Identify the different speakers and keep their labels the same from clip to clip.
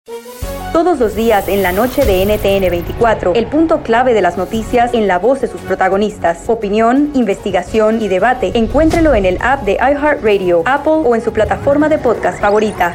Speaker 1: Todos los días en la noche de NTN 24, el punto clave de las noticias en la voz de sus protagonistas. Opinión, investigación y debate. Encuéntrelo en el app de iHeartRadio, Apple o en su plataforma de podcast favorita.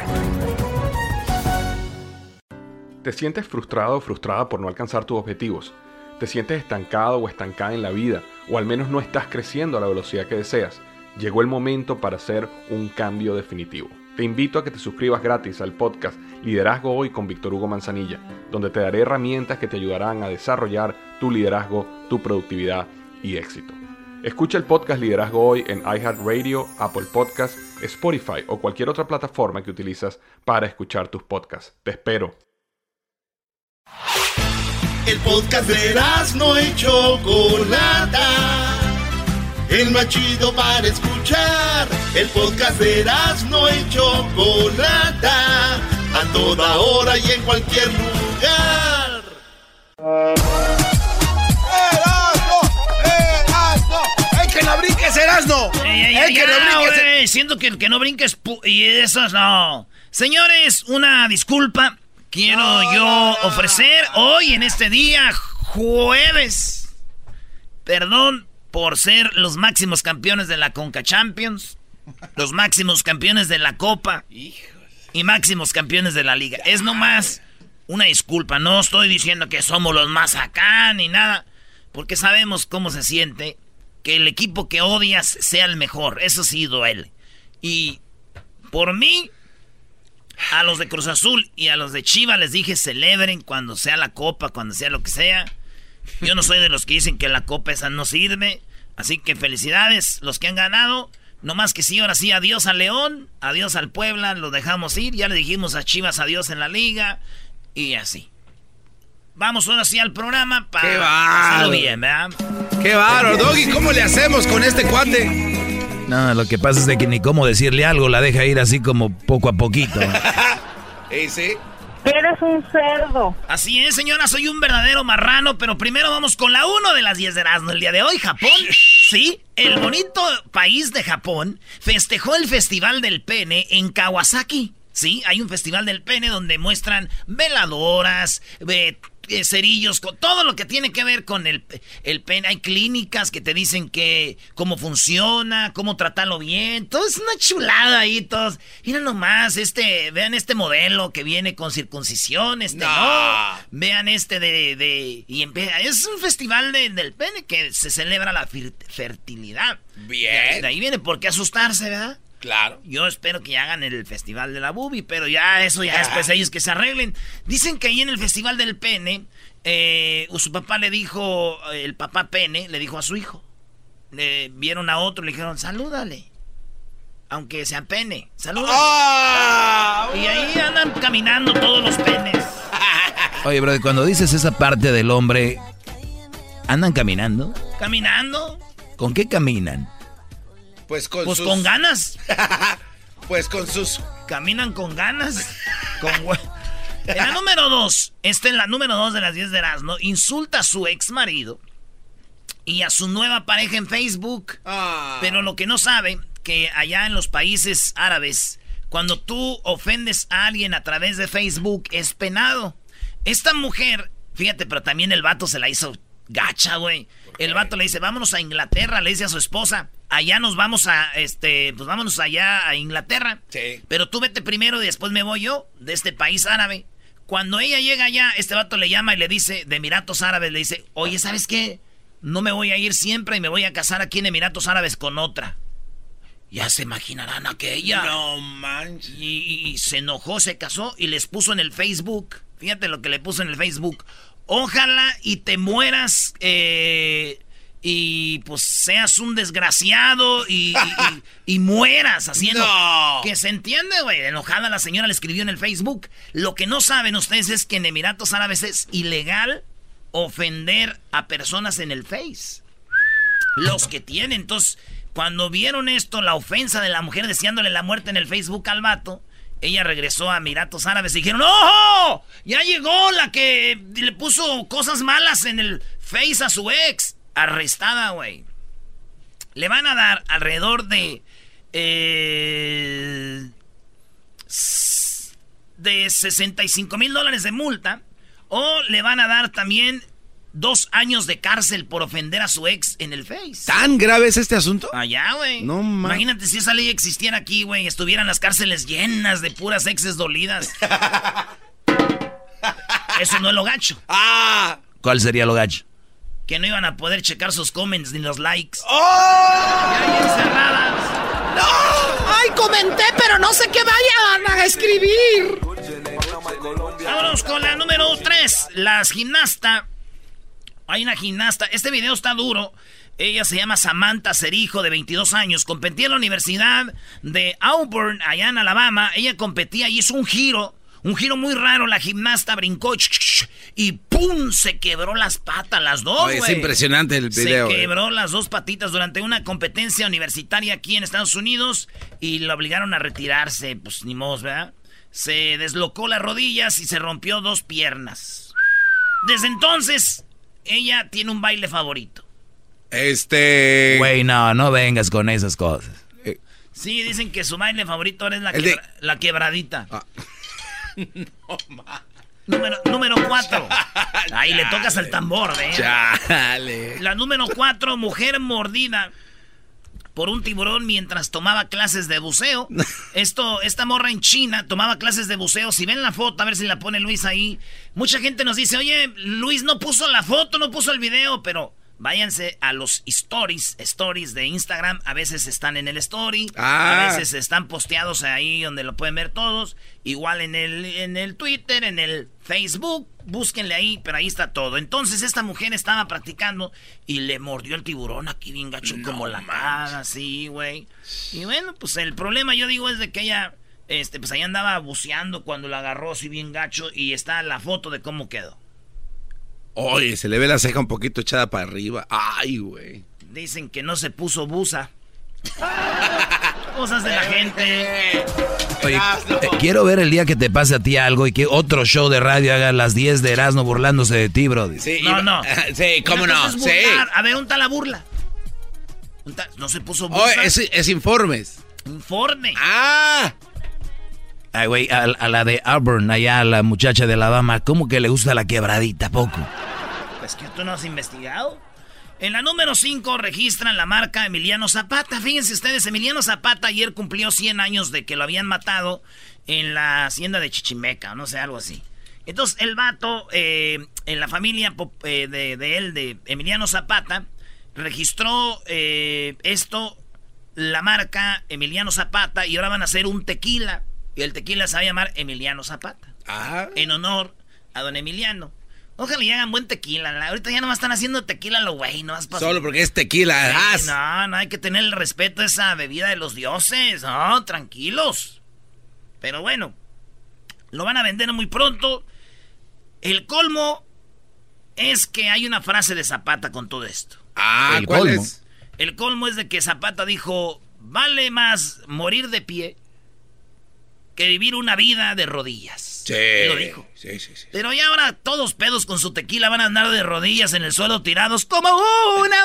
Speaker 2: ¿Te sientes frustrado o frustrada por no alcanzar tus objetivos? ¿Te sientes estancado o estancada en la vida? ¿O al menos no estás creciendo a la velocidad que deseas? Llegó el momento para hacer un cambio definitivo. Te invito a que te suscribas gratis al podcast Liderazgo Hoy con Víctor Hugo Manzanilla, donde te daré herramientas que te ayudarán a desarrollar tu liderazgo, tu productividad y éxito. Escucha el podcast Liderazgo Hoy en iHeartRadio, Apple Podcasts, Spotify o cualquier otra plataforma que utilizas para escuchar tus podcasts. Te espero.
Speaker 3: El podcast de Erazno y Chocolata, el más chido para escuchar. El podcast de Erazno y Chocolata, a toda hora y en cualquier lugar.
Speaker 4: ¡Erazno! ¡Ey, que no brinques, Erazno!
Speaker 5: ¡Ey, que no brinques! Siento que el que no brinques y eso no. Señores, una disculpa. Quiero yo ofrecer hoy en este día, jueves, perdón por ser los máximos campeones de la Conca Champions, los máximos campeones de la Copa y máximos campeones de la Liga. Es nomás una disculpa, no estoy diciendo que somos los más acá ni nada, porque sabemos cómo se siente que el equipo que odias sea el mejor, eso sí duele. Y por mí, a los de Cruz Azul y a los de Chivas les dije celebren cuando sea la Copa, cuando sea lo que sea. Yo no soy de los que dicen que la Copa esa no sirve. Así que felicidades los que han ganado. No más que sí, ahora sí, adiós al León, adiós al Puebla, lo dejamos ir. Ya le dijimos a Chivas adiós en la Liga y así. Vamos ahora sí al programa para hacerlo bien, ¿verdad?
Speaker 4: ¡Qué bárbaro, Doggy! ¿Cómo le hacemos con este cuate?
Speaker 6: No, lo que pasa es de que ni cómo decirle algo, la deja ir así como poco a poquito.
Speaker 4: ¿Sí?
Speaker 7: Eres un cerdo.
Speaker 5: Así es, señora, soy un verdadero marrano, pero primero vamos con la 1 de las 10 de Erazno. El día de hoy, Japón, sí, el bonito país de Japón festejó el Festival del Pene en Kawasaki. Sí, hay un Festival del Pene donde muestran veladoras, cerillos, con todo lo que tiene que ver con el pene. Hay clínicas que te dicen que cómo funciona, cómo tratarlo bien. Todo es una chulada ahí, todos. Mira nomás, vean este modelo que viene con circuncisión, no. Vean es un festival del pene que se celebra la fertilidad.
Speaker 4: Bien.
Speaker 5: De ahí viene, ¿por qué asustarse, verdad?
Speaker 4: Claro.
Speaker 5: Yo espero que hagan el festival de la boobie, pero ya eso ya después ellos que se arreglen. Dicen que ahí en el festival del pene, su papá le dijo, el papá pene, le dijo a su hijo. Vieron a otro, le dijeron, salúdale. Aunque sea pene, salúdale. Y ahí andan caminando todos los penes.
Speaker 6: Oye, bro, cuando dices esa parte del hombre, ¿andan caminando?
Speaker 5: ¿Caminando?
Speaker 6: ¿Con qué caminan?
Speaker 5: Pues con ganas.
Speaker 4: Pues con sus...
Speaker 5: Caminan con ganas. En la número 2. Esta es la número 2 de las 10 de Erazno. Insulta a su ex marido y a su nueva pareja en Facebook. Pero lo que no sabe, que allá en los países árabes, cuando tú ofendes a alguien a través de Facebook, es penado. Esta mujer, fíjate, pero también el vato se la hizo gacha, güey. El vato le dice, vámonos a Inglaterra, le dice a su esposa. Allá nos vamos pues vámonos allá a Inglaterra.
Speaker 4: Sí.
Speaker 5: Pero tú vete primero y después me voy yo, de este país árabe. Cuando ella llega allá, este vato le llama y le dice, de Emiratos Árabes, le dice, oye, ¿sabes qué? No me voy a ir siempre y me voy a casar aquí en Emiratos Árabes con otra. Ya se imaginarán aquella.
Speaker 4: No manches.
Speaker 5: Y se enojó, se casó y les puso en el Facebook. Fíjate lo que le puso en el Facebook. Ojalá y te mueras y pues seas un desgraciado y mueras haciendo...
Speaker 4: No.
Speaker 5: Que se entiende, güey. Enojada la señora le escribió en el Facebook. Lo que no saben ustedes es que en Emiratos Árabes es ilegal ofender a personas en el Face. Los que tienen. Entonces, cuando vieron esto, la ofensa de la mujer deseándole la muerte en el Facebook al vato, ella regresó a Emiratos Árabes y dijeron, ¡ojo! Ya llegó la que le puso cosas malas en el Face a su ex. Arrestada, güey. Le van a dar alrededor de de $65,000 de multa o le van a dar también 2 años de cárcel por ofender a su ex en el Face.
Speaker 4: ¿Tan grave es este asunto?
Speaker 5: Allá, güey.
Speaker 4: No mames.
Speaker 5: Imagínate si esa ley existiera aquí, güey. Estuvieran las cárceles llenas de puras exes dolidas. Eso no es lo gacho.
Speaker 6: ¿Cuál sería lo gacho?
Speaker 5: Que no iban a poder checar sus comments ni los likes. Ya encerradas.
Speaker 4: ¡No! ¡Ay, comenté, pero no sé qué vayan a escribir!
Speaker 5: Vámonos con la número 3. Las gimnastas. Hay una gimnasta. Este video está duro. Ella se llama Samantha Cerijo, de 22 años. Competía en la Universidad de Auburn, allá en Alabama. Ella competía y hizo un giro muy raro. La gimnasta brincó y ¡pum! Se quebró las patas, las dos, güey.
Speaker 4: Es impresionante el video.
Speaker 5: Se quebró las dos patitas durante una competencia universitaria aquí en Estados Unidos y la obligaron a retirarse. Pues ni modo, ¿verdad? Se deslocó las rodillas y se rompió 2 piernas. Desde entonces, ella tiene un baile favorito.
Speaker 6: Güey, no vengas con esas cosas.
Speaker 5: Sí, dicen que su baile favorito es la quebradita. No, número 4. Ahí le tocas al tambor, ¿eh?
Speaker 4: Chale.
Speaker 5: La número 4, mujer mordida por un tiburón mientras tomaba clases de buceo. Esta morra en China tomaba clases de buceo. Si ven la foto, a ver si la pone Luis ahí. Mucha gente nos dice, oye, Luis no puso la foto, no puso el video, pero váyanse a los stories de Instagram. A veces están en el story, a veces están posteados ahí donde lo pueden ver todos. Igual en el Twitter, en el Facebook, búsquenle ahí, pero ahí está todo. Entonces esta mujer estaba practicando y le mordió el tiburón aquí bien gacho, como la cara, así, güey. Y bueno, pues el problema, yo digo, es de que ella, pues ahí andaba buceando cuando la agarró así bien gacho y está la foto de cómo quedó.
Speaker 4: Oye, se le ve la ceja un poquito echada para arriba. Ay, güey.
Speaker 5: Dicen que no se puso buza. Cosas de la gente.
Speaker 6: Oye, quiero ver el día que te pase a ti algo y que otro show de radio haga las 10 de Erasmo burlándose de ti, bro.
Speaker 4: Sí,
Speaker 5: no.
Speaker 4: Sí, ¿cómo no? Sí.
Speaker 5: A ver, ¿dónde está la burla? No se puso buza.
Speaker 4: Oh, es informes.
Speaker 5: Informe.
Speaker 6: Ay, güey, a la de Auburn, allá a la muchacha de Alabama, ¿cómo que le gusta la quebradita? Poco.
Speaker 5: Pues que tú no has investigado. En la número 5 registran la marca Emiliano Zapata. Fíjense ustedes, Emiliano Zapata ayer cumplió 100 años de que lo habían matado en la hacienda de Chichimeca, no sé, algo así. Entonces el vato, en la familia de él, de Emiliano Zapata, registró la marca Emiliano Zapata, y ahora van a hacer un tequila. Y el tequila se va a llamar Emiliano Zapata. En honor a don Emiliano. Ojalá y hagan buen tequila. Ahorita ya nomás están haciendo tequila lo güey.
Speaker 4: Solo porque es tequila.
Speaker 5: Sí, no hay que tener el respeto a esa bebida de los dioses. No, tranquilos. Pero bueno, lo van a vender muy pronto. El colmo es que hay una frase de Zapata con todo esto.
Speaker 6: ¿Cuál colmo
Speaker 4: es?
Speaker 5: El colmo es de que Zapata dijo, vale más morir de pie que vivir una vida de rodillas.
Speaker 4: Sí.
Speaker 5: Y lo dijo.
Speaker 4: Sí.
Speaker 5: Pero ya ahora todos pedos con su tequila van a andar de rodillas en el suelo tirados como una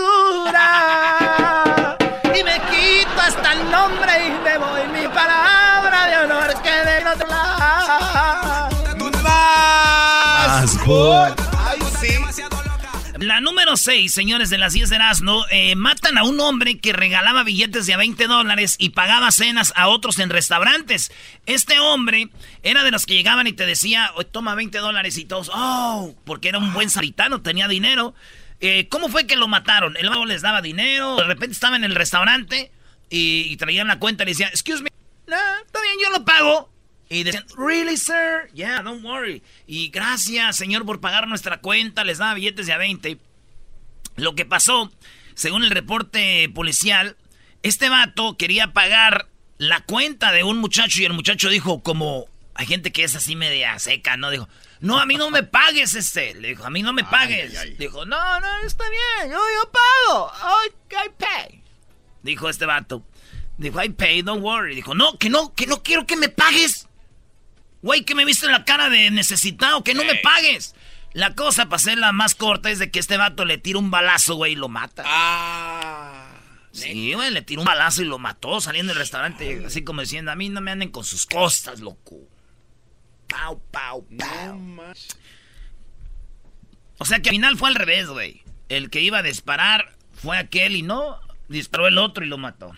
Speaker 5: basura. Y me quito hasta el nombre y me voy, mi palabra de honor que de otro lado.
Speaker 4: Más. Ay, sí.
Speaker 5: La número 6, señores, de las 10 de Erasmo, matan a un hombre que regalaba billetes de $20 y pagaba cenas a otros en restaurantes. Este hombre era de los que llegaban y te decía, toma $20 y todos, porque era un buen samaritano, tenía dinero. ¿Cómo fue que lo mataron? El vago les daba dinero, de repente estaba en el restaurante y traían la cuenta y le decían, excuse me, no, está bien, yo lo pago. Y decían, really, sir? Yeah, don't worry. Y gracias, señor, por pagar nuestra cuenta. Les daba billetes de a 20. Lo que pasó, según el reporte policial, este vato quería pagar la cuenta de un muchacho y el muchacho dijo, como hay gente que es así media seca, ¿no? Dijo, no, a mí no me pagues, Le dijo, a mí no me pagues. Dijo, no, está bien, yo pago. I pay. Dijo este vato. Dijo, I pay, don't worry. Dijo, no quiero que me pagues. Güey, que me viste la cara de necesitado, que no me pagues. La cosa, para hacerla más corta, es de que este vato le tira un balazo, güey, y lo mata. Sí, güey, le tiró un balazo y lo mató saliendo del restaurante, así como diciendo, a mí no me anden con sus cosas, loco. pau, pau, pau. No, o sea que al final fue al revés, güey. El que iba a disparar fue aquel y no, disparó el otro y lo mató.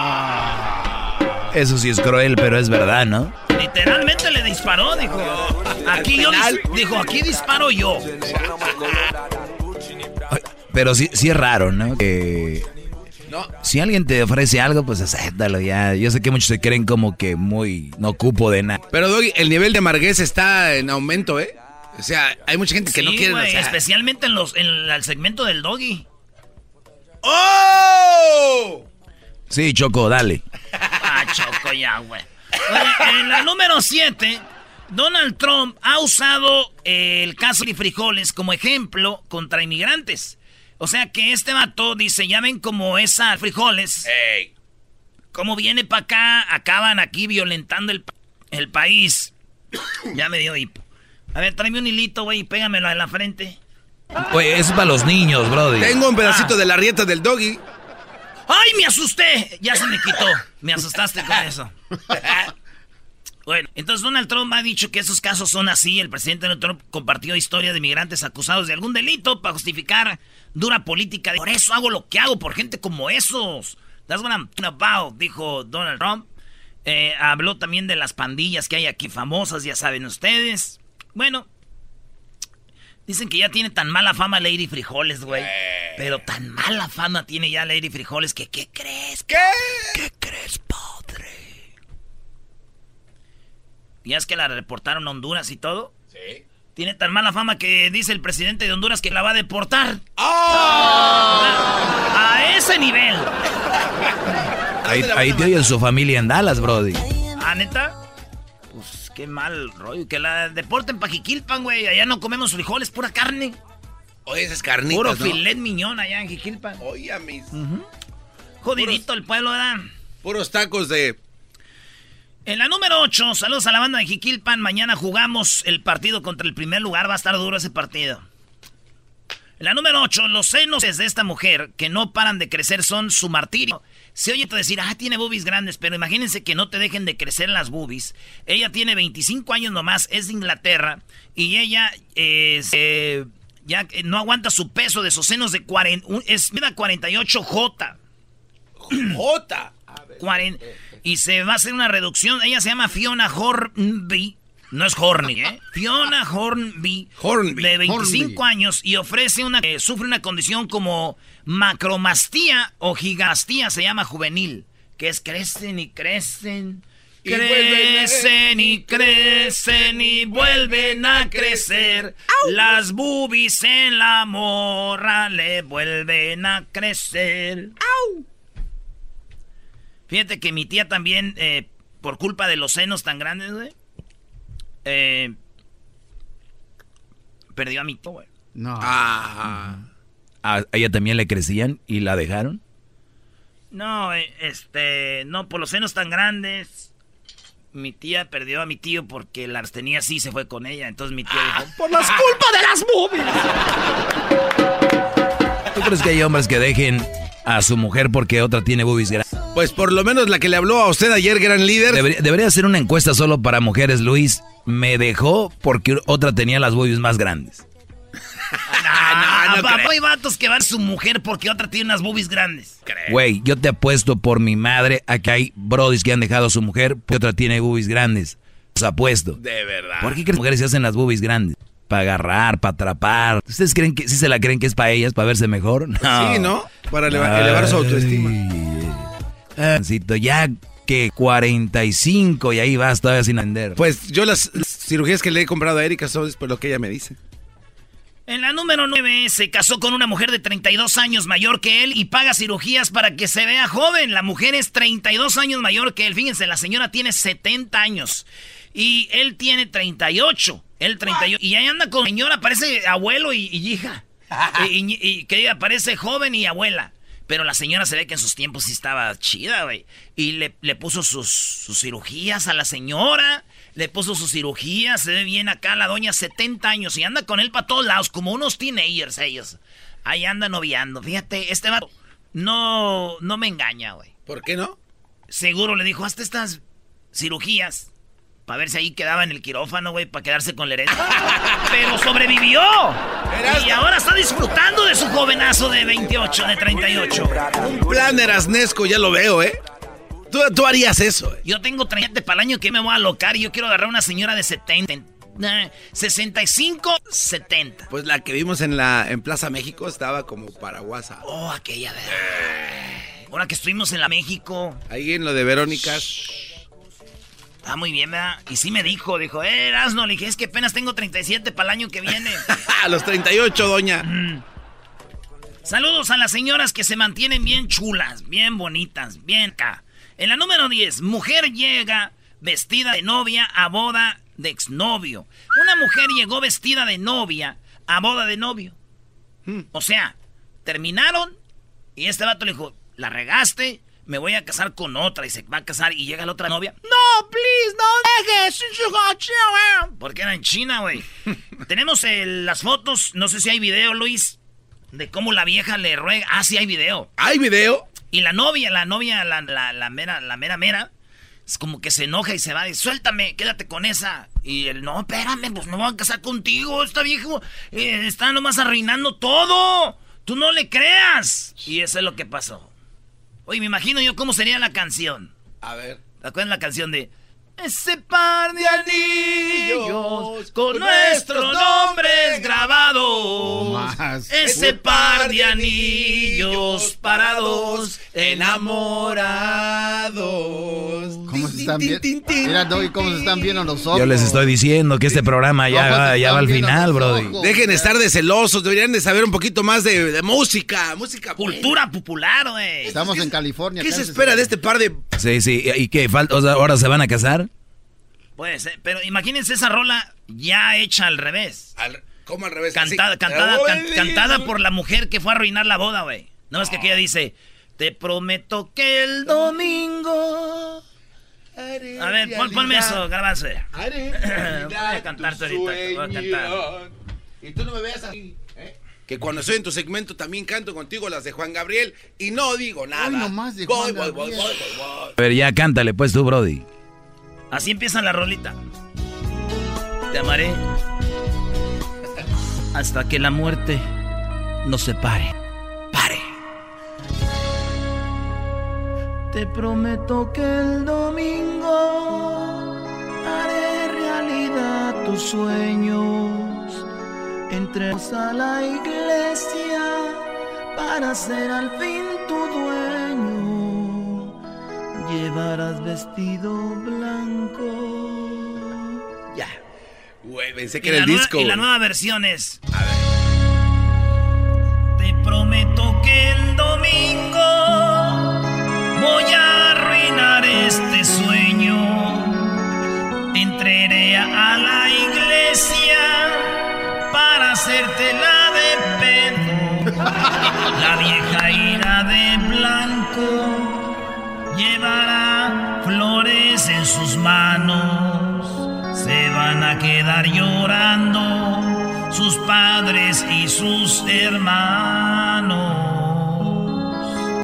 Speaker 6: Eso sí es cruel, pero es verdad, ¿no?
Speaker 5: Literalmente le disparó, dijo. Aquí disparo yo.
Speaker 6: Pero sí es raro, ¿no? Que si alguien te ofrece algo, pues acéptalo ya. Yo sé que muchos se creen como que muy no ocupo de nada.
Speaker 8: Pero Doggy, el nivel de amarguez está en aumento, ¿eh? O sea, hay mucha gente que no quiere...
Speaker 5: Wey, especialmente en el segmento del Doggy.
Speaker 8: ¡Oh!
Speaker 6: Sí, Choco, dale.
Speaker 5: Choco, ya, güey. En la número 7, Donald Trump ha usado el caso de frijoles como ejemplo contra inmigrantes. O sea que este vato dice, ya ven cómo esa frijoles, cómo viene para acá, acaban aquí violentando el país. Ya me dio hipo. A ver, tráeme un hilito, güey, y pégamelo en la frente.
Speaker 6: Güey, eso es para los niños, brody.
Speaker 8: Tengo un pedacito de la rieta del Doggy.
Speaker 5: ¡Ay, me asusté! Ya se me quitó. Me asustaste con eso. Bueno, entonces Donald Trump ha dicho que esos casos son así. El presidente Donald Trump compartió historia de migrantes acusados de algún delito para justificar dura política. Por eso hago lo que hago, por gente como esos. That's what I'm talking about, dijo Donald Trump. Habló también de las pandillas que hay aquí famosas, ya saben ustedes. Bueno, dicen que ya tiene tan mala fama Lady Frijoles, güey. Pero tan mala fama tiene ya Lady Frijoles que ¿qué crees? ¿Qué crees, padre? ¿Ya es que la reportaron a Honduras y todo? Sí. Tiene tan mala fama que dice el presidente de Honduras que la va a deportar. ¡Oh! A ese nivel.
Speaker 6: Ahí te oye su familia en Dallas, brody.
Speaker 5: ¿Ah, neta? Pues qué mal rollo. Que la deporten pa' Jiquilpan, güey. Allá no comemos frijoles, pura carne.
Speaker 8: Oye, esas carnitas,
Speaker 5: puro
Speaker 8: ¿no?
Speaker 5: filet miñón allá en Jiquilpan.
Speaker 8: Oye, a mis...
Speaker 5: Jodidito el pueblo, ¿verdad?
Speaker 8: Puros tacos de...
Speaker 5: En la número 8, saludos a la banda de Jiquilpan. Mañana jugamos el partido contra el primer lugar. Va a estar duro ese partido. En la número 8, los senos de esta mujer que no paran de crecer son su martirio. Se oye decir, tiene boobies grandes, pero imagínense que no te dejen de crecer las boobies. Ella tiene 25 años nomás, es de Inglaterra, y ella ya no aguanta su peso de sus senos de 48 J.
Speaker 8: J.
Speaker 5: Y se va a hacer una reducción. Ella se llama Fiona Hornby. No es Horny, Fiona Hornby. De 25 años y ofrece sufre una condición como macromastía o gigastía, se llama juvenil. Que es crecen y crecen. Crecen y crecen y vuelven a crecer. ¡Au! Las boobies en la morra le vuelven a crecer. ¡Au! Fíjate que mi tía también, por culpa de los senos tan grandes, güey, perdió a mi tía, güey.
Speaker 8: No.
Speaker 6: ¿A ella también le crecían y la dejaron?
Speaker 5: No, no, por los senos tan grandes. Mi tía perdió a mi tío porque las tenía así y se fue con ella. Entonces mi tía dijo,
Speaker 4: por las culpas de las boobies.
Speaker 6: ¿Tú crees que hay hombres que dejen a su mujer porque otra tiene boobies grandes?
Speaker 8: Pues por lo menos la que le habló a usted ayer, gran líder.
Speaker 6: Debería hacer una encuesta solo para mujeres, Luis. Me dejó porque otra tenía las boobies más grandes.
Speaker 5: No hay vatos que van a su mujer porque otra tiene unas boobies grandes.
Speaker 6: Güey, yo te apuesto por mi madre a que hay brodis que han dejado a su mujer porque otra tiene boobies grandes. Os apuesto.
Speaker 8: De verdad.
Speaker 6: ¿Por qué creen que las mujeres se hacen las boobies grandes? Para agarrar, para atrapar. ¿Ustedes creen que sí se la creen que es para ellas, para verse mejor? No.
Speaker 8: Sí, ¿no? Para elevar su autoestima.
Speaker 6: Ya que 45 y ahí vas todavía sin vender.
Speaker 8: Pues yo las cirugías que le he comprado a Erika son por lo que ella me dice.
Speaker 5: En la número 9 se casó con una mujer de 32 años mayor que él y paga cirugías para que se vea joven. La mujer es 32 años mayor que él. Fíjense, la señora tiene 70 años y él tiene 38. Él 38. Y ahí anda con la señora, parece abuelo y hija. y que ella parece joven y abuela. Pero la señora se ve que en sus tiempos sí estaba chida, güey. Y le puso sus cirugías a la señora. Le puso sus cirugías. Se ve bien acá la doña, 70 años. Y anda con él para todos lados, como unos teenagers ellos. Ahí anda noviando. Fíjate, este vato no me engaña, güey.
Speaker 8: ¿Por qué no?
Speaker 5: Seguro le dijo, hazte estas cirugías Para ver si ahí quedaba en el quirófano, güey, para quedarse con la herencia. ¡Pero sobrevivió! Y ahora está disfrutando de su jovenazo de 28, de 38.
Speaker 8: Un plan erasnesco, ya lo veo, ¿eh? Tú harías eso, ¿eh?
Speaker 5: Yo tengo 30 para el año que me voy a alocar y yo quiero agarrar una señora de 70. 65, 70.
Speaker 8: Pues la que vimos en Plaza México estaba como para WhatsApp.
Speaker 5: Oh, aquella de... Ahora que estuvimos en la México.
Speaker 8: Ahí en lo de Verónica.
Speaker 5: Ah, muy bien, ¿verdad? Y sí me dijo, Erasno, le dije, es que apenas tengo 37 para el año que viene.
Speaker 8: A los 38, doña.
Speaker 5: Saludos a las señoras que se mantienen bien chulas, bien bonitas, bien acá. En la número 10, mujer llega vestida de novia a boda de exnovio. Una mujer llegó vestida de novia a boda de novio. O sea, terminaron y este vato le dijo, la regaste, me voy a casar con otra. Y se va a casar y llega la otra novia. No, please, no dejes. Porque era en China, güey. Tenemos las fotos, no sé si hay video, Luis, de cómo la vieja le ruega. Ah, sí hay video.
Speaker 8: ¿Hay video?
Speaker 5: Y la novia, la mera, es como que se enoja y se va. Y suéltame, quédate con esa. Y él, no, espérame, pues no voy a casar contigo. Esta vieja está nomás arruinando todo. Tú no le creas. Y eso es lo que pasó. Oye, me imagino yo cómo sería la canción.
Speaker 8: A ver.
Speaker 5: ¿Te acuerdas la canción de... Ese par de anillos con nuestros nombres grabados. Ese par de anillos parados enamorados.
Speaker 9: ¿Cómo se están viendo? Mira, Doggy, cómo se están viendo los ojos.
Speaker 6: Yo les estoy diciendo que este programa ya va al final, brody.
Speaker 8: Dejen de estar de celosos, deberían de saber un poquito más de música.
Speaker 5: Cultura popular, güey.
Speaker 9: Estamos en California.
Speaker 8: ¿Qué se espera de este par de...?
Speaker 6: Sí, ¿y qué? O sea, ¿ahora se van a casar?
Speaker 5: Puede ser, pero imagínense esa rola ya hecha al revés.
Speaker 8: ¿Cómo al revés?
Speaker 5: Cantada por la mujer que fue a arruinar la boda, güey. No es que aquella dice, te prometo que el domingo... A ver, ponme eso, Garbanzo. Voy a cantarte ahorita, voy a cantar.
Speaker 8: Y tú no me veas así, ¿eh? Que cuando estoy en tu segmento también canto contigo las de Juan Gabriel y no digo nada.
Speaker 9: Hoy nomás de Juan Gabriel.
Speaker 8: Voy.
Speaker 6: A ver, ya cántale pues tú, brody.
Speaker 5: Así empieza la rolita. Te amaré hasta que la muerte nos separe. Pare. Te prometo que el domingo haré realidad tus sueños. Entremos a la iglesia para ser al fin tu dueño. Llevarás vestido blanco. Ya.
Speaker 8: Güey, pensé que era el disco.
Speaker 5: Y la nueva versión es... A ver. Te prometo que el domingo voy a arruinar este sueño. Entraré a la iglesia para hacértela de pedo. La vieja irá de blanco. Llevará flores en sus manos. Se van a quedar llorando sus padres y sus hermanos.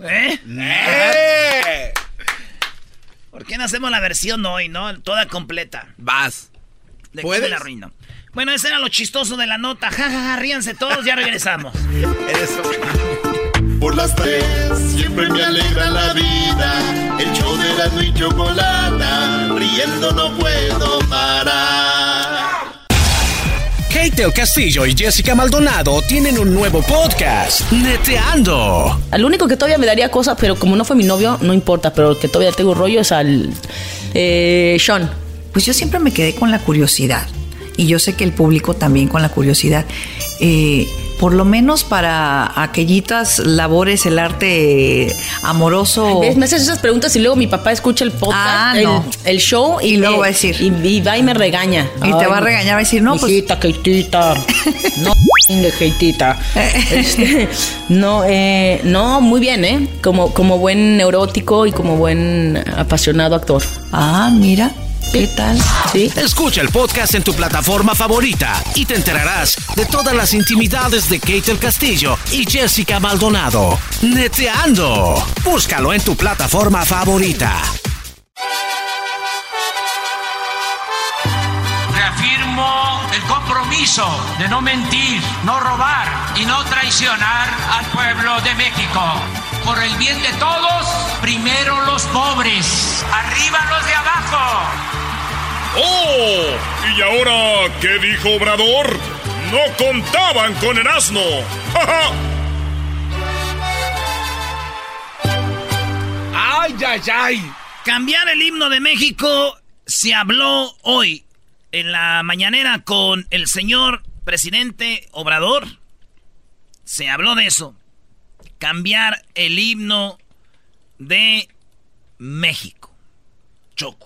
Speaker 5: ¿Por qué no hacemos la versión hoy, no? Toda completa.
Speaker 8: Vas.
Speaker 5: ¿Puedes? La arruino. Bueno, ese era lo chistoso de la nota. Ja, ríanse todos, ya regresamos.
Speaker 8: Eso.
Speaker 3: Por las 3 siempre me alegra la vida. El show de Erasmo y Chocolata, riendo no puedo parar.
Speaker 10: Kate del Castillo y Jessica Maldonado tienen un nuevo podcast, Neteando.
Speaker 11: Al único que todavía me daría cosas, pero como no fue mi novio, no importa, pero el que todavía tengo rollo es al Sean.
Speaker 12: Pues yo siempre me quedé con la curiosidad. Y yo sé que el público también con la curiosidad. Por lo menos para aquellitas labores, el arte amoroso.
Speaker 11: Me haces esas preguntas y luego mi papá escucha el podcast, el show y
Speaker 12: luego va a decir.
Speaker 11: Y va y me regaña.
Speaker 12: Y te va a regañar, va a decir, no,
Speaker 11: hijita, pues. Keitita. No, Keitita. No, muy bien, ¿eh? Como buen neurótico y como buen apasionado actor.
Speaker 12: Ah, mira. ¿Qué tal?
Speaker 11: ¿Sí?
Speaker 10: Escucha el podcast en tu plataforma favorita y te enterarás de todas las intimidades de Kate del Castillo y Jessica Maldonado. Neteando. Búscalo en tu plataforma favorita.
Speaker 13: compromiso de no mentir, no robar y no traicionar al pueblo de México. Por el bien de todos, primero los pobres, arriba los de abajo.
Speaker 14: ¡Oh! ¿Y ahora qué dijo Obrador? ¡No contaban con el asno! ¡Ja, ja!
Speaker 5: ¡Ay, ay, ay! Cambiar el himno de México se habló hoy en la mañanera con el señor presidente Obrador. Se habló de eso. Cambiar el himno de México. Choco.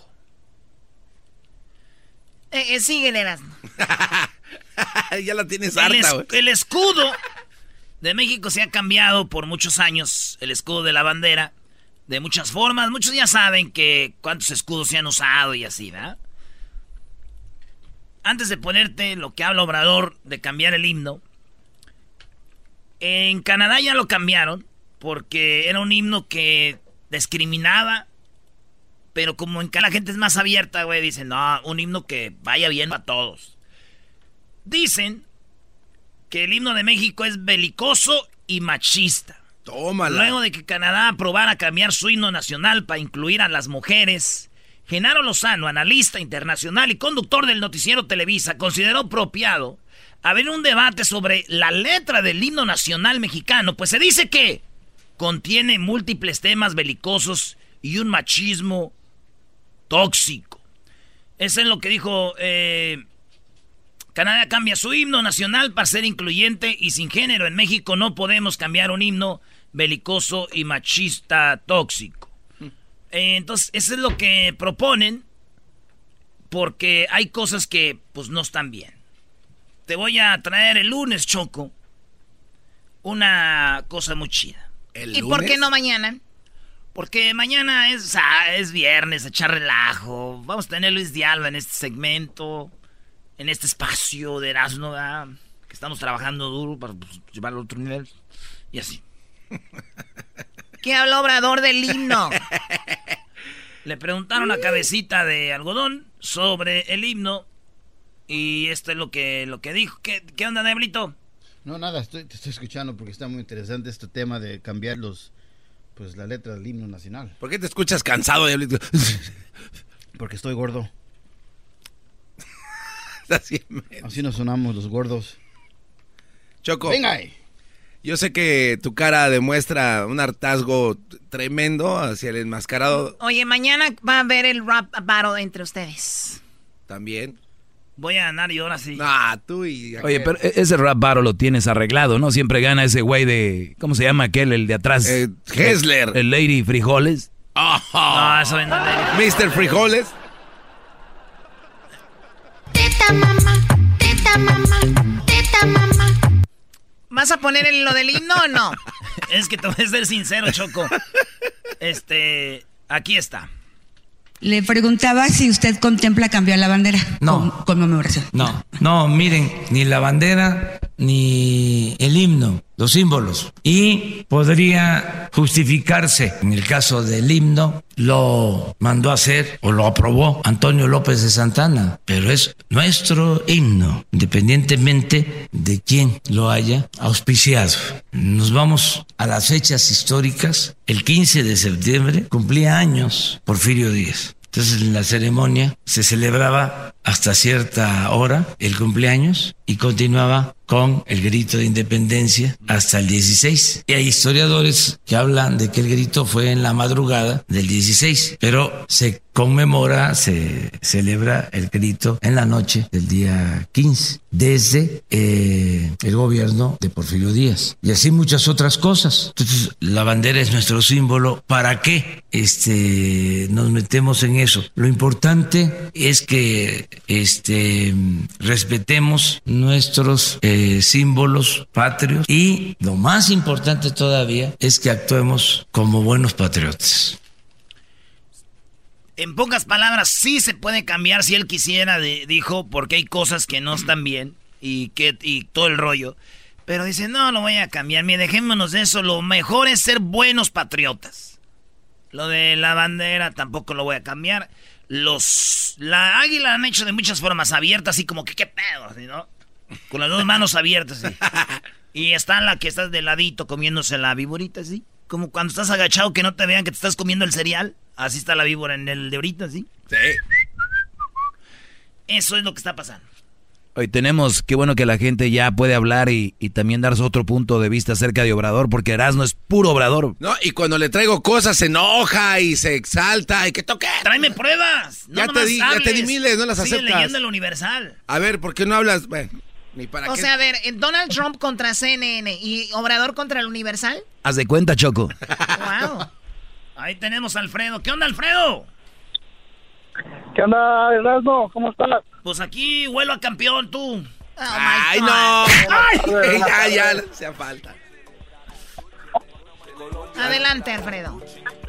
Speaker 15: Síguele, Erasmo.
Speaker 8: Ya la tienes harta, güey.
Speaker 5: El escudo de México se ha cambiado por muchos años. El escudo de la bandera. De muchas formas. Muchos ya saben que cuántos escudos se han usado y así, ¿verdad? Antes de ponerte lo que habla Obrador de cambiar el himno. En Canadá ya lo cambiaron. Porque era un himno que discriminaba. Pero como en Canadá la gente es más abierta, güey. Dicen, no, un himno que vaya bien a todos. Dicen que el himno de México es belicoso y machista.
Speaker 8: Tómala.
Speaker 5: Luego de que Canadá aprobara cambiar su himno nacional para incluir a las mujeres, Genaro Lozano, analista internacional y conductor del noticiero Televisa, consideró apropiado haber un debate sobre la letra del himno nacional mexicano, pues se dice que contiene múltiples temas belicosos y un machismo tóxico. Eso es lo que dijo... Canadá cambia su himno nacional para ser incluyente y sin género. En México no podemos cambiar un himno belicoso y machista tóxico. Entonces, eso es lo que proponen porque hay cosas que pues no están bien. Te voy a traer el lunes, Choco, una cosa muy chida.
Speaker 15: ¿Y por qué no mañana?
Speaker 5: Porque mañana es viernes, echar relajo. Vamos a tener Luis de Alba en este segmento, en este espacio de Erasmo, ¿verdad? Que estamos trabajando duro para pues, llevarlo a otro nivel. Y así.
Speaker 15: ¿Qué habló Obrador del himno?
Speaker 5: Le preguntaron a Cabecita de Algodón sobre el himno. Y esto es lo que dijo. ¿Qué onda, Diablito?
Speaker 9: No, nada, te estoy escuchando porque está muy interesante este tema de cambiar la letra del himno nacional.
Speaker 8: ¿Por qué te escuchas cansado, Diablito?
Speaker 9: Porque estoy gordo.
Speaker 8: Así
Speaker 9: nos sonamos los gordos.
Speaker 8: Choco.
Speaker 9: Venga ahí.
Speaker 8: Yo sé que tu cara demuestra un hartazgo tremendo hacia el enmascarado.
Speaker 15: Oye, mañana va a haber el rap battle entre ustedes.
Speaker 8: También.
Speaker 5: Voy a ganar y ahora sí.
Speaker 8: Ah, tú y...
Speaker 6: Oye, pero ese rap battle lo tienes arreglado, ¿no? Siempre gana ese güey de... ¿Cómo se llama aquel, el de atrás?
Speaker 8: Hessler.
Speaker 6: El Lady Frijoles.
Speaker 5: No, eso no es
Speaker 8: Mr. Frijoles.
Speaker 15: Teta mamá, teta mamá, teta mamá. ¿Vas a poner lo del himno o no?
Speaker 5: Es que te voy a ser sincero, Choco. Aquí está.
Speaker 16: Le preguntaba si usted contempla cambiar la bandera.
Speaker 13: No.
Speaker 16: Conmemoración.
Speaker 13: No, miren, ni la bandera ni el himno, los símbolos. Y podría justificarse, en el caso del himno, lo mandó a hacer o lo aprobó Antonio López de Santana, pero es nuestro himno, independientemente de quién lo haya auspiciado. Nos vamos a las fechas históricas. El 15 de septiembre cumplía años Porfirio Díaz. Entonces en la ceremonia se celebraba hasta cierta hora el cumpleaños y continuaba con el grito de independencia hasta el 16. Y hay historiadores que hablan de que el grito fue en la madrugada del 16, pero se conmemora, se celebra el grito en la noche del día 15, desde el gobierno de Porfirio Díaz. Y así muchas otras cosas. Entonces, la bandera es nuestro símbolo. ¿Para qué nos metemos en eso? Lo importante es que respetemos nuestros símbolos patrios y lo más importante todavía es que actuemos como buenos patriotas.
Speaker 5: En pocas palabras, sí se puede cambiar si él quisiera, dijo, porque hay cosas que no están bien y todo el rollo. Pero dice, no, lo voy a cambiar. Mire, dejémonos de eso. Lo mejor es ser buenos patriotas. Lo de la bandera tampoco lo voy a cambiar. La águila han hecho de muchas formas abiertas, así como que qué pedo, ¿no? Con las dos manos abiertas, sí. Y está la que estás de ladito comiéndose la víborita, ¿sí? Como cuando estás agachado que no te vean que te estás comiendo el cereal. Así está la víbora en el de ahorita, ¿sí?
Speaker 8: Sí.
Speaker 5: Eso es lo que está pasando.
Speaker 6: Hoy tenemos, qué bueno que la gente ya puede hablar y también dar su otro punto de vista acerca de Obrador, porque Erasmo es puro Obrador.
Speaker 8: No, y cuando le traigo cosas se enoja y se exalta y que toque.
Speaker 5: ¡Tráeme pruebas! No
Speaker 8: ya te di miles, no las
Speaker 5: Sigue
Speaker 8: aceptas.
Speaker 5: leyendo el Universal.
Speaker 8: A ver, ¿por qué no hablas? Bueno, ni para
Speaker 15: O
Speaker 8: qué.
Speaker 15: sea, a ver, Donald Trump contra CNN y Obrador contra el Universal.
Speaker 6: Haz de cuenta, Choco.
Speaker 15: Wow.
Speaker 5: Ahí tenemos a Alfredo. ¿Qué onda, Alfredo?
Speaker 17: ¿Qué onda, Erasmo? ¿Cómo estás?
Speaker 5: Pues aquí huelo a campeón, tú.
Speaker 8: ¡Ay, no! ¡Ay! Ya, le hacía falta.
Speaker 15: Adelante, Alfredo.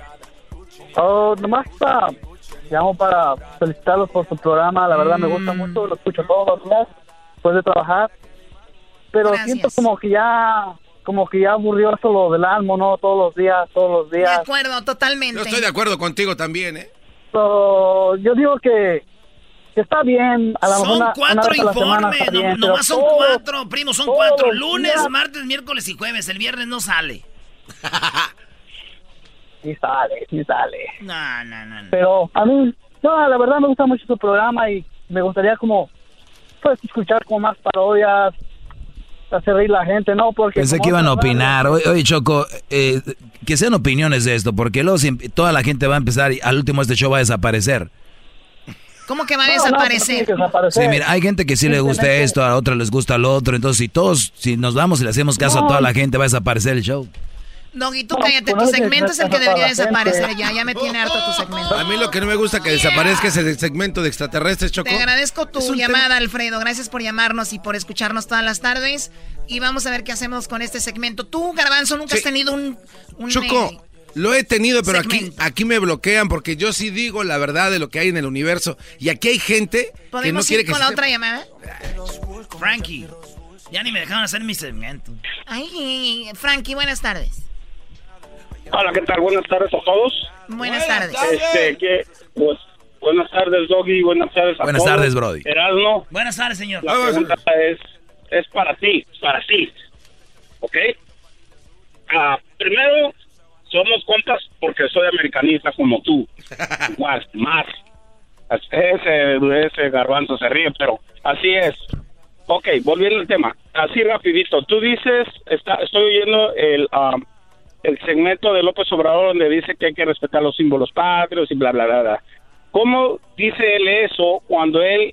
Speaker 17: Nomás llamo para felicitarlos por su programa. La verdad me gusta mucho, lo escucho todos los días después de trabajar. Pero
Speaker 15: Gracias.
Speaker 17: siento como que ya aburrió eso lo del Almo, ¿no? Todos los
Speaker 15: De
Speaker 17: días.
Speaker 15: acuerdo, totalmente.
Speaker 8: Yo estoy de acuerdo contigo también, ¿eh?
Speaker 17: Yo digo que está bien. A lo
Speaker 5: Son
Speaker 17: mejor una
Speaker 5: 4
Speaker 17: vez a la semana
Speaker 5: informes,
Speaker 17: está bien,
Speaker 5: nomás
Speaker 17: pero
Speaker 5: son
Speaker 17: todos-
Speaker 5: 4, primo, son
Speaker 17: todos
Speaker 5: 4.
Speaker 17: los
Speaker 5: Lunes,
Speaker 17: días-
Speaker 5: martes, miércoles y jueves. El viernes no sale.
Speaker 17: Sí sale.
Speaker 5: No.
Speaker 17: Pero a mí, no, la verdad me gusta mucho su programa y me gustaría como, pues, escuchar como más parodias, hacer reír la gente, ¿no? Porque
Speaker 6: Pensé
Speaker 17: como
Speaker 6: que iban a
Speaker 17: otra vez-
Speaker 6: opinar. Oye, Choco, que sean opiniones de esto, porque luego toda la gente va a empezar y al último este show va a desaparecer.
Speaker 15: ¿Cómo que va a
Speaker 17: No,
Speaker 15: desaparecer?
Speaker 17: tiene que desaparecer.
Speaker 6: Sí, mira, hay gente que sí le gusta esto, a otra les gusta lo otro, entonces si nos vamos y le hacemos caso a toda la gente, va a desaparecer el show.
Speaker 15: Doggy, tú
Speaker 17: No,
Speaker 15: cállate,
Speaker 17: pues
Speaker 15: tu
Speaker 17: no
Speaker 15: segmento es el que
Speaker 17: dejes
Speaker 15: debería
Speaker 17: a la gente.
Speaker 15: desaparecer ya me tiene harto tu segmento.
Speaker 8: A mí lo que no me gusta que desaparezca es el segmento de extraterrestres, Choco.
Speaker 15: Te agradezco tu
Speaker 8: Es un
Speaker 15: llamada, Alfredo. Gracias por llamarnos y por escucharnos todas las tardes. Y vamos a ver qué hacemos con este segmento. Tú, Garbanzo, nunca has tenido un
Speaker 8: Choco, lo he tenido, pero
Speaker 15: segmento.
Speaker 8: aquí me bloquean porque yo sí digo la verdad de lo que hay en el universo. Y aquí hay gente que no
Speaker 15: ¿Podemos
Speaker 8: quiere
Speaker 15: ir
Speaker 8: que
Speaker 15: con
Speaker 8: se
Speaker 15: la
Speaker 8: sepa.
Speaker 15: otra llamada?
Speaker 5: Frankie, ya ni me dejaron hacer mi segmento.
Speaker 15: Ay, Frankie, buenas tardes.
Speaker 18: Hola, ¿qué tal? Buenas tardes a todos.
Speaker 15: Buenas tardes.
Speaker 18: Pues, buenas tardes, Doggy. Buenas tardes a todos.
Speaker 6: Buenas tardes, Brody.
Speaker 18: Erasmo,
Speaker 5: Buenas tardes, señor.
Speaker 18: la pregunta es para ti. ¿Ok? Primero, somos compas porque soy americanista como tú. Igual, más. Ese garbanzo se ríe, pero así es. Ok, volviendo al tema. Así rapidito. Tú dices, estoy oyendo el segmento de López Obrador donde dice que hay que respetar los símbolos patrios y bla, bla, bla, bla. ¿Cómo dice él eso cuando él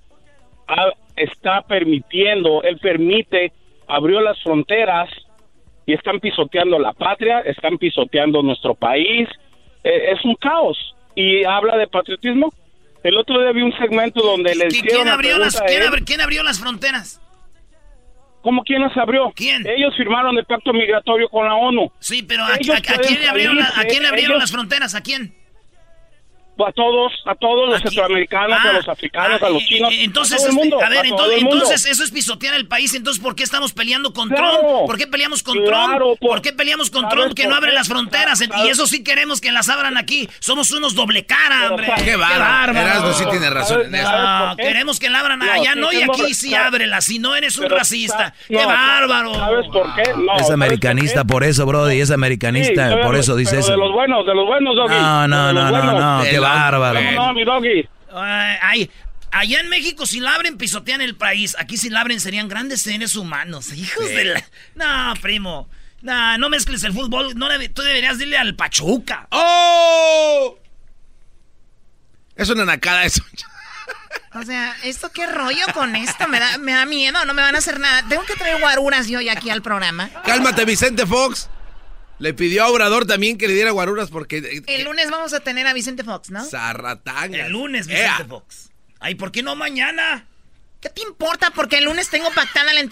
Speaker 18: abrió las fronteras y están pisoteando la patria, están pisoteando nuestro país? Es un caos. Y habla de patriotismo. El otro día vi un segmento donde le hicieron
Speaker 5: ¿Quién
Speaker 18: la
Speaker 5: abrió
Speaker 18: pregunta a él.
Speaker 5: ¿Quién abrió las fronteras?
Speaker 18: ¿Cómo quién las abrió?
Speaker 5: ¿Quién?
Speaker 18: Ellos firmaron el pacto migratorio con la ONU.
Speaker 5: Sí, pero ¿a
Speaker 18: Ellos
Speaker 5: quién le abrieron,
Speaker 18: pueden
Speaker 5: ¿a quién le abrieron
Speaker 18: ellos-
Speaker 5: las fronteras? ¿A quién?
Speaker 18: A todos los centroamericanos, a los africanos, a los chinos,
Speaker 5: Entonces,
Speaker 18: a todo el mundo,
Speaker 5: a ver,
Speaker 18: a todo el mundo.
Speaker 5: entonces eso es pisotear el país. Entonces, ¿por qué estamos peleando con
Speaker 18: Claro.
Speaker 5: Trump? ¿Por qué peleamos con
Speaker 18: Claro,
Speaker 5: Trump? ¿Por qué peleamos con
Speaker 18: ¿sabes
Speaker 5: Trump que no
Speaker 18: por
Speaker 5: abre
Speaker 18: qué?
Speaker 5: las fronteras? Y eso sí queremos que las abran aquí. Somos unos doble cara, hombre.
Speaker 8: Qué bárbaro. Erasmo sí tiene razón en eso.
Speaker 5: No, queremos que la abran allá, no, y aquí sí ábrela. Si no eres un
Speaker 18: Pero,
Speaker 5: racista.
Speaker 18: no,
Speaker 5: ¡Qué bárbaro!
Speaker 18: ¿Sabes por qué? No,
Speaker 6: Es
Speaker 18: ¿sabes
Speaker 6: americanista por eso, Brody, es americanista,
Speaker 18: Sí,
Speaker 6: por eso dice
Speaker 18: pero
Speaker 6: eso.
Speaker 18: de los buenos, Doggy.
Speaker 6: No, qué bárbaro.
Speaker 18: No, mi Doggy.
Speaker 5: Ay, allá en México si la abren pisotean el país. Aquí si la abren serían grandes seres humanos. Hijos de la... No, primo. No mezcles el fútbol. Tú deberías decirle al Pachuca.
Speaker 8: ¡Oh! Es una nacada eso.
Speaker 15: O sea, ¿esto qué rollo con esto? Me da miedo, no me van a hacer nada. Tengo que traer guaruras yo ya aquí al programa.
Speaker 8: Cálmate, Vicente Fox. Le pidió a Obrador también que le diera guaruras porque...
Speaker 15: El lunes vamos a tener a Vicente Fox, ¿no?
Speaker 8: Zarratanga.
Speaker 5: El lunes, Vicente Fox. Ay, ¿por qué no mañana?
Speaker 15: ¿Qué te importa? Porque el lunes tengo pactada la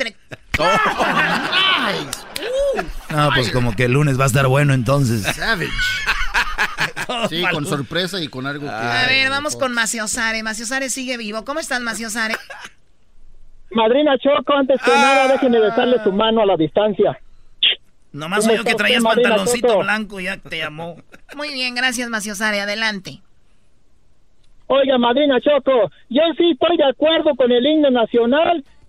Speaker 6: No, pues como que el lunes va a estar bueno entonces.
Speaker 9: Savage. Sí, con sorpresa y con algo que...
Speaker 15: A ver, vamos con Maciosare. Maciosare sigue vivo. ¿Cómo estás, Maciosare?
Speaker 17: Madrina Choco, antes que nada, déjenme besarle su mano a la distancia.
Speaker 5: Nomás
Speaker 17: ¿Cómo
Speaker 5: oyó que
Speaker 17: está
Speaker 5: traías
Speaker 17: usted, Madrina
Speaker 5: pantaloncito
Speaker 17: Choco?
Speaker 5: blanco y ya te llamó.
Speaker 15: Muy bien, gracias, Maciosare. Adelante.
Speaker 17: Oiga, Madrina Choco, yo sí estoy de acuerdo con el himno nacional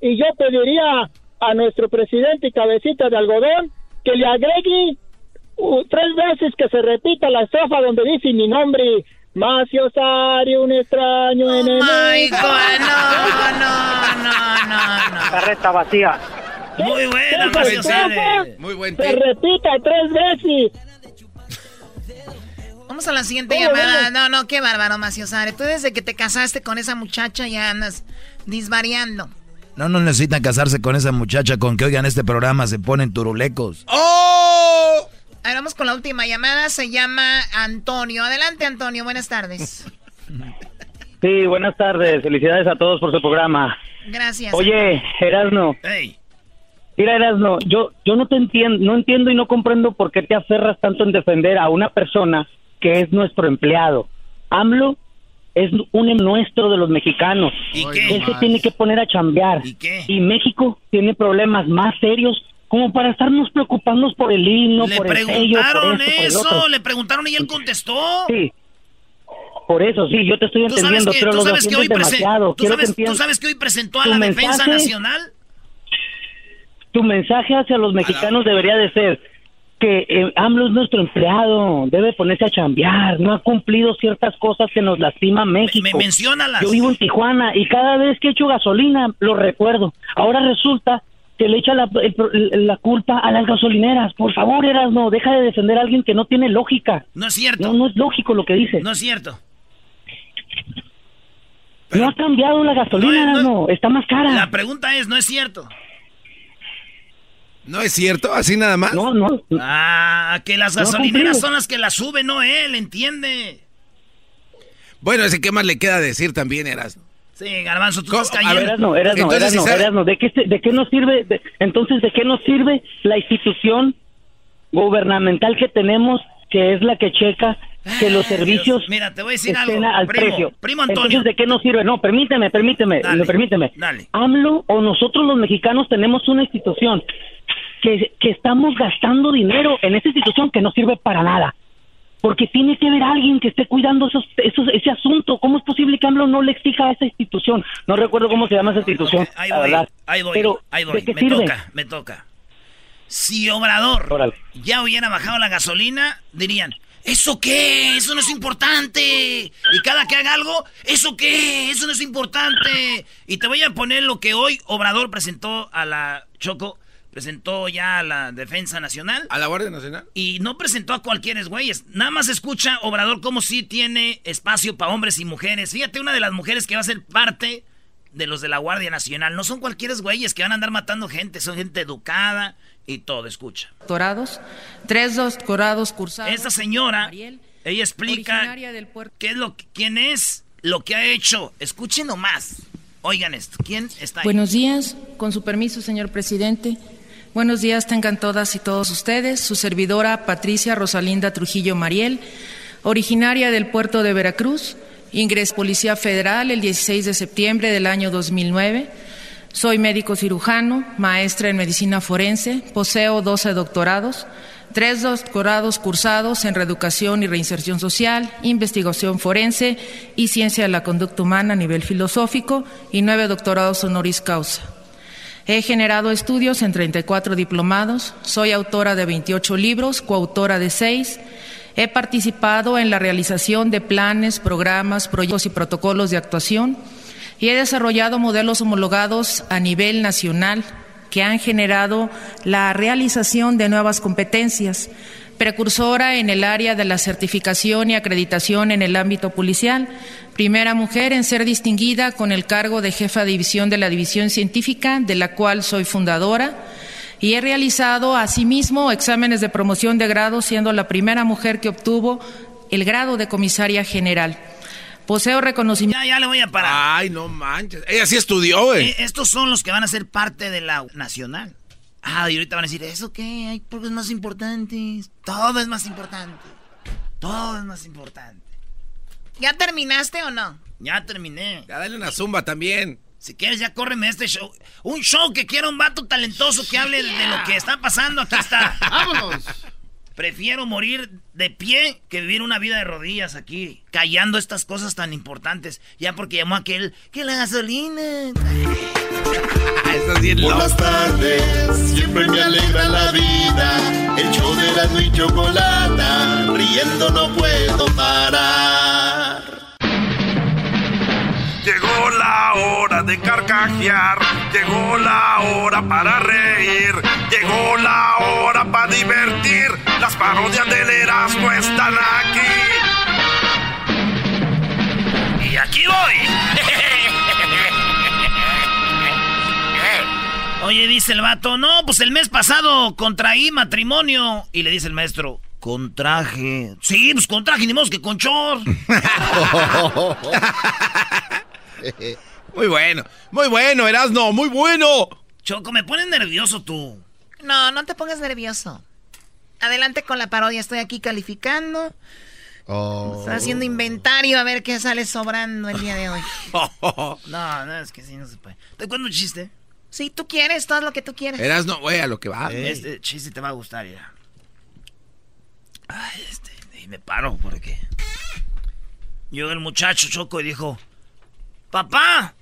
Speaker 17: y yo pediría a nuestro presidente y cabecita de algodón que le agregue 3 veces que se repita la estrofa donde dice mi nombre, Macio Sari, un extraño enemigo.
Speaker 15: My God, no.
Speaker 17: Carreta vacía.
Speaker 5: Muy buena, Macio Sari.
Speaker 8: Muy buen
Speaker 17: Se repita 3 veces.
Speaker 15: Vamos a la siguiente llamada. No, qué bárbaro, Macio Sari. Tú desde que te casaste con esa muchacha ya andas disvariando.
Speaker 6: No necesitan casarse con esa muchacha, con que oigan este programa se ponen turulecos.
Speaker 8: ¡Oh!
Speaker 15: A ver, vamos con la última llamada, se llama Antonio. Adelante, Antonio, buenas tardes.
Speaker 17: Sí, buenas tardes, felicidades a todos por su programa.
Speaker 15: Gracias.
Speaker 17: Oye, Erasno.
Speaker 5: Hey.
Speaker 17: Mira, Erasno, yo no entiendo y no comprendo por qué te aferras tanto en defender a una persona que es nuestro empleado. AMLO es un nuestro de los mexicanos.
Speaker 5: ¿Y qué?
Speaker 17: Él se tiene que poner a chambear.
Speaker 5: ¿Y qué?
Speaker 17: Y México tiene problemas más serios como para estarnos preocupando por el himno, por el sello, por esto, por el otro.
Speaker 5: Le preguntaron y él contestó.
Speaker 17: Sí. Por eso, sí, yo te estoy entendiendo, pero lo defiendes demasiado.
Speaker 5: ¿Tú sabes que hoy presentó a la Defensa Nacional?
Speaker 17: Tu mensaje hacia los mexicanos debería de ser que AMLO es nuestro empleado, debe ponerse a chambear, no ha cumplido ciertas cosas que nos lastima México.
Speaker 5: Menciónalas.
Speaker 17: Yo vivo en Tijuana y cada vez que echo gasolina lo recuerdo. Ahora resulta que le echa la culpa a las gasolineras. Por favor, Erasno, deja de defender a alguien que no tiene lógica.
Speaker 5: No es cierto.
Speaker 17: No es lógico lo que dice.
Speaker 5: No es cierto.
Speaker 17: No ha cambiado la gasolina, Erasno, está más cara.
Speaker 5: La pregunta es, ¿no es cierto?
Speaker 8: ¿No es cierto? ¿Así nada más?
Speaker 17: No.
Speaker 5: Que las gasolineras son las que la suben, no él, ¿entiende?
Speaker 8: Bueno, ese qué más le queda decir también, Erasno.
Speaker 5: Sí, Garbanzo, tú estás cayendo.
Speaker 17: Erasno, ¿de qué nos sirve? Entonces, ¿de qué nos sirve la institución gubernamental que tenemos, que es la que checa que los servicios
Speaker 5: Dios. Mira, te voy a decir
Speaker 17: estén
Speaker 5: algo,
Speaker 17: al precio?
Speaker 5: Primo Antonio.
Speaker 17: Entonces, ¿de qué nos sirve? No, permíteme.
Speaker 5: Dale.
Speaker 17: AMLO o nosotros los mexicanos tenemos una institución que estamos gastando dinero en esa institución que no sirve para nada. Porque tiene que haber alguien que esté cuidando ese asunto. ¿Cómo es posible que AMLO no le exija a esa institución? No recuerdo cómo se llama esa institución.
Speaker 5: Okay, ahí voy.
Speaker 17: Pero, ¿de qué sirve?
Speaker 5: Me toca. Si Obrador ya hubiera bajado la gasolina, dirían, ¿eso qué? Eso no es importante. Y cada que haga algo, ¿eso qué? Eso no es importante. Y te voy a poner lo que hoy Obrador presentó a la presentó ya a la Defensa Nacional.
Speaker 8: ¿A la Guardia Nacional?
Speaker 5: Y no presentó a cualquier güeyes. Nada más escucha Obrador como si tiene espacio para hombres y mujeres. Fíjate, una de las mujeres que va a ser parte de los de la Guardia Nacional. No son cualquier güeyes que van a andar matando gente. Son gente educada y todo, escucha.
Speaker 19: Doctorados, 3 doctorados cursados.
Speaker 5: Esta señora, ella explica quién es, lo que ha hecho. Escuchen nomás. Oigan esto. ¿Quién está ahí?
Speaker 19: Buenos días. Con su permiso, señor presidente. Buenos días tengan todas y todos ustedes. Su servidora Patricia Rosalinda Trujillo Mariel, originaria del puerto de Veracruz, ingresé Policía Federal el 16 de septiembre del año 2009. Soy médico cirujano, maestra en medicina forense, poseo 12 doctorados, 3 doctorados cursados en reeducación y reinserción social, investigación forense y ciencia de la conducta humana a nivel filosófico y 9 doctorados honoris causa. He generado estudios en 34 diplomados, soy autora de 28 libros, coautora de 6. He participado en la realización de planes, programas, proyectos y protocolos de actuación y he desarrollado modelos homologados a nivel nacional que han generado la realización de nuevas competencias, precursora en el área de la certificación y acreditación en el ámbito policial, primera mujer en ser distinguida con el cargo de jefa de división de la División Científica, de la cual soy fundadora, y he realizado asimismo exámenes de promoción de grado, siendo la primera mujer que obtuvo el grado de comisaria general. Poseo reconocimiento.
Speaker 5: Ya le voy a parar.
Speaker 8: Ay, no manches. Ella sí estudió, güey.
Speaker 5: Estos son los que van a ser parte de la nacional. Y ahorita van a decir, ¿eso qué? Hay cosas más importantes. Todo es más importante. Todo es más importante.
Speaker 15: ¿Ya terminaste o no?
Speaker 5: Ya terminé.
Speaker 8: Ya dale una zumba también.
Speaker 5: Si quieres, ya córreme este show. Un show que quiera un vato talentoso que hable de lo que está pasando. Aquí está.
Speaker 9: ¡Vámonos!
Speaker 5: Prefiero morir de pie que vivir una vida de rodillas aquí, callando estas cosas tan importantes. Ya porque llamó aquel, que la gasolina...
Speaker 3: Por las tardes siempre me alegra la vida. El show de Erasmo y Chocolata, riendo no puedo parar.
Speaker 14: Llegó la hora de carcajear, llegó la hora para reír, llegó la hora para divertir. Las parodias del Erasmo están aquí.
Speaker 5: Y aquí voy. Oye, dice el vato, no, pues el mes pasado contraí matrimonio. Y le dice el maestro, contraje. Sí, pues contraje, ni modo que con chor.
Speaker 8: Muy bueno, Erasmo, muy bueno.
Speaker 5: Choco, me pones nervioso tú.
Speaker 15: No, no te pongas nervioso. Adelante con la parodia, estoy aquí calificando. Estoy haciendo inventario a ver qué sale sobrando el día de hoy.
Speaker 5: No, es que sí, no se puede. ¿Te cuento un chiste?
Speaker 15: Si tú quieres, todo lo que tú quieres.
Speaker 8: Erasmo, güey, a lo que va.
Speaker 5: Este chiste te va a gustar, ya. Ay, y me paro porque... Llegó el muchacho, Choco, y dijo... Papá,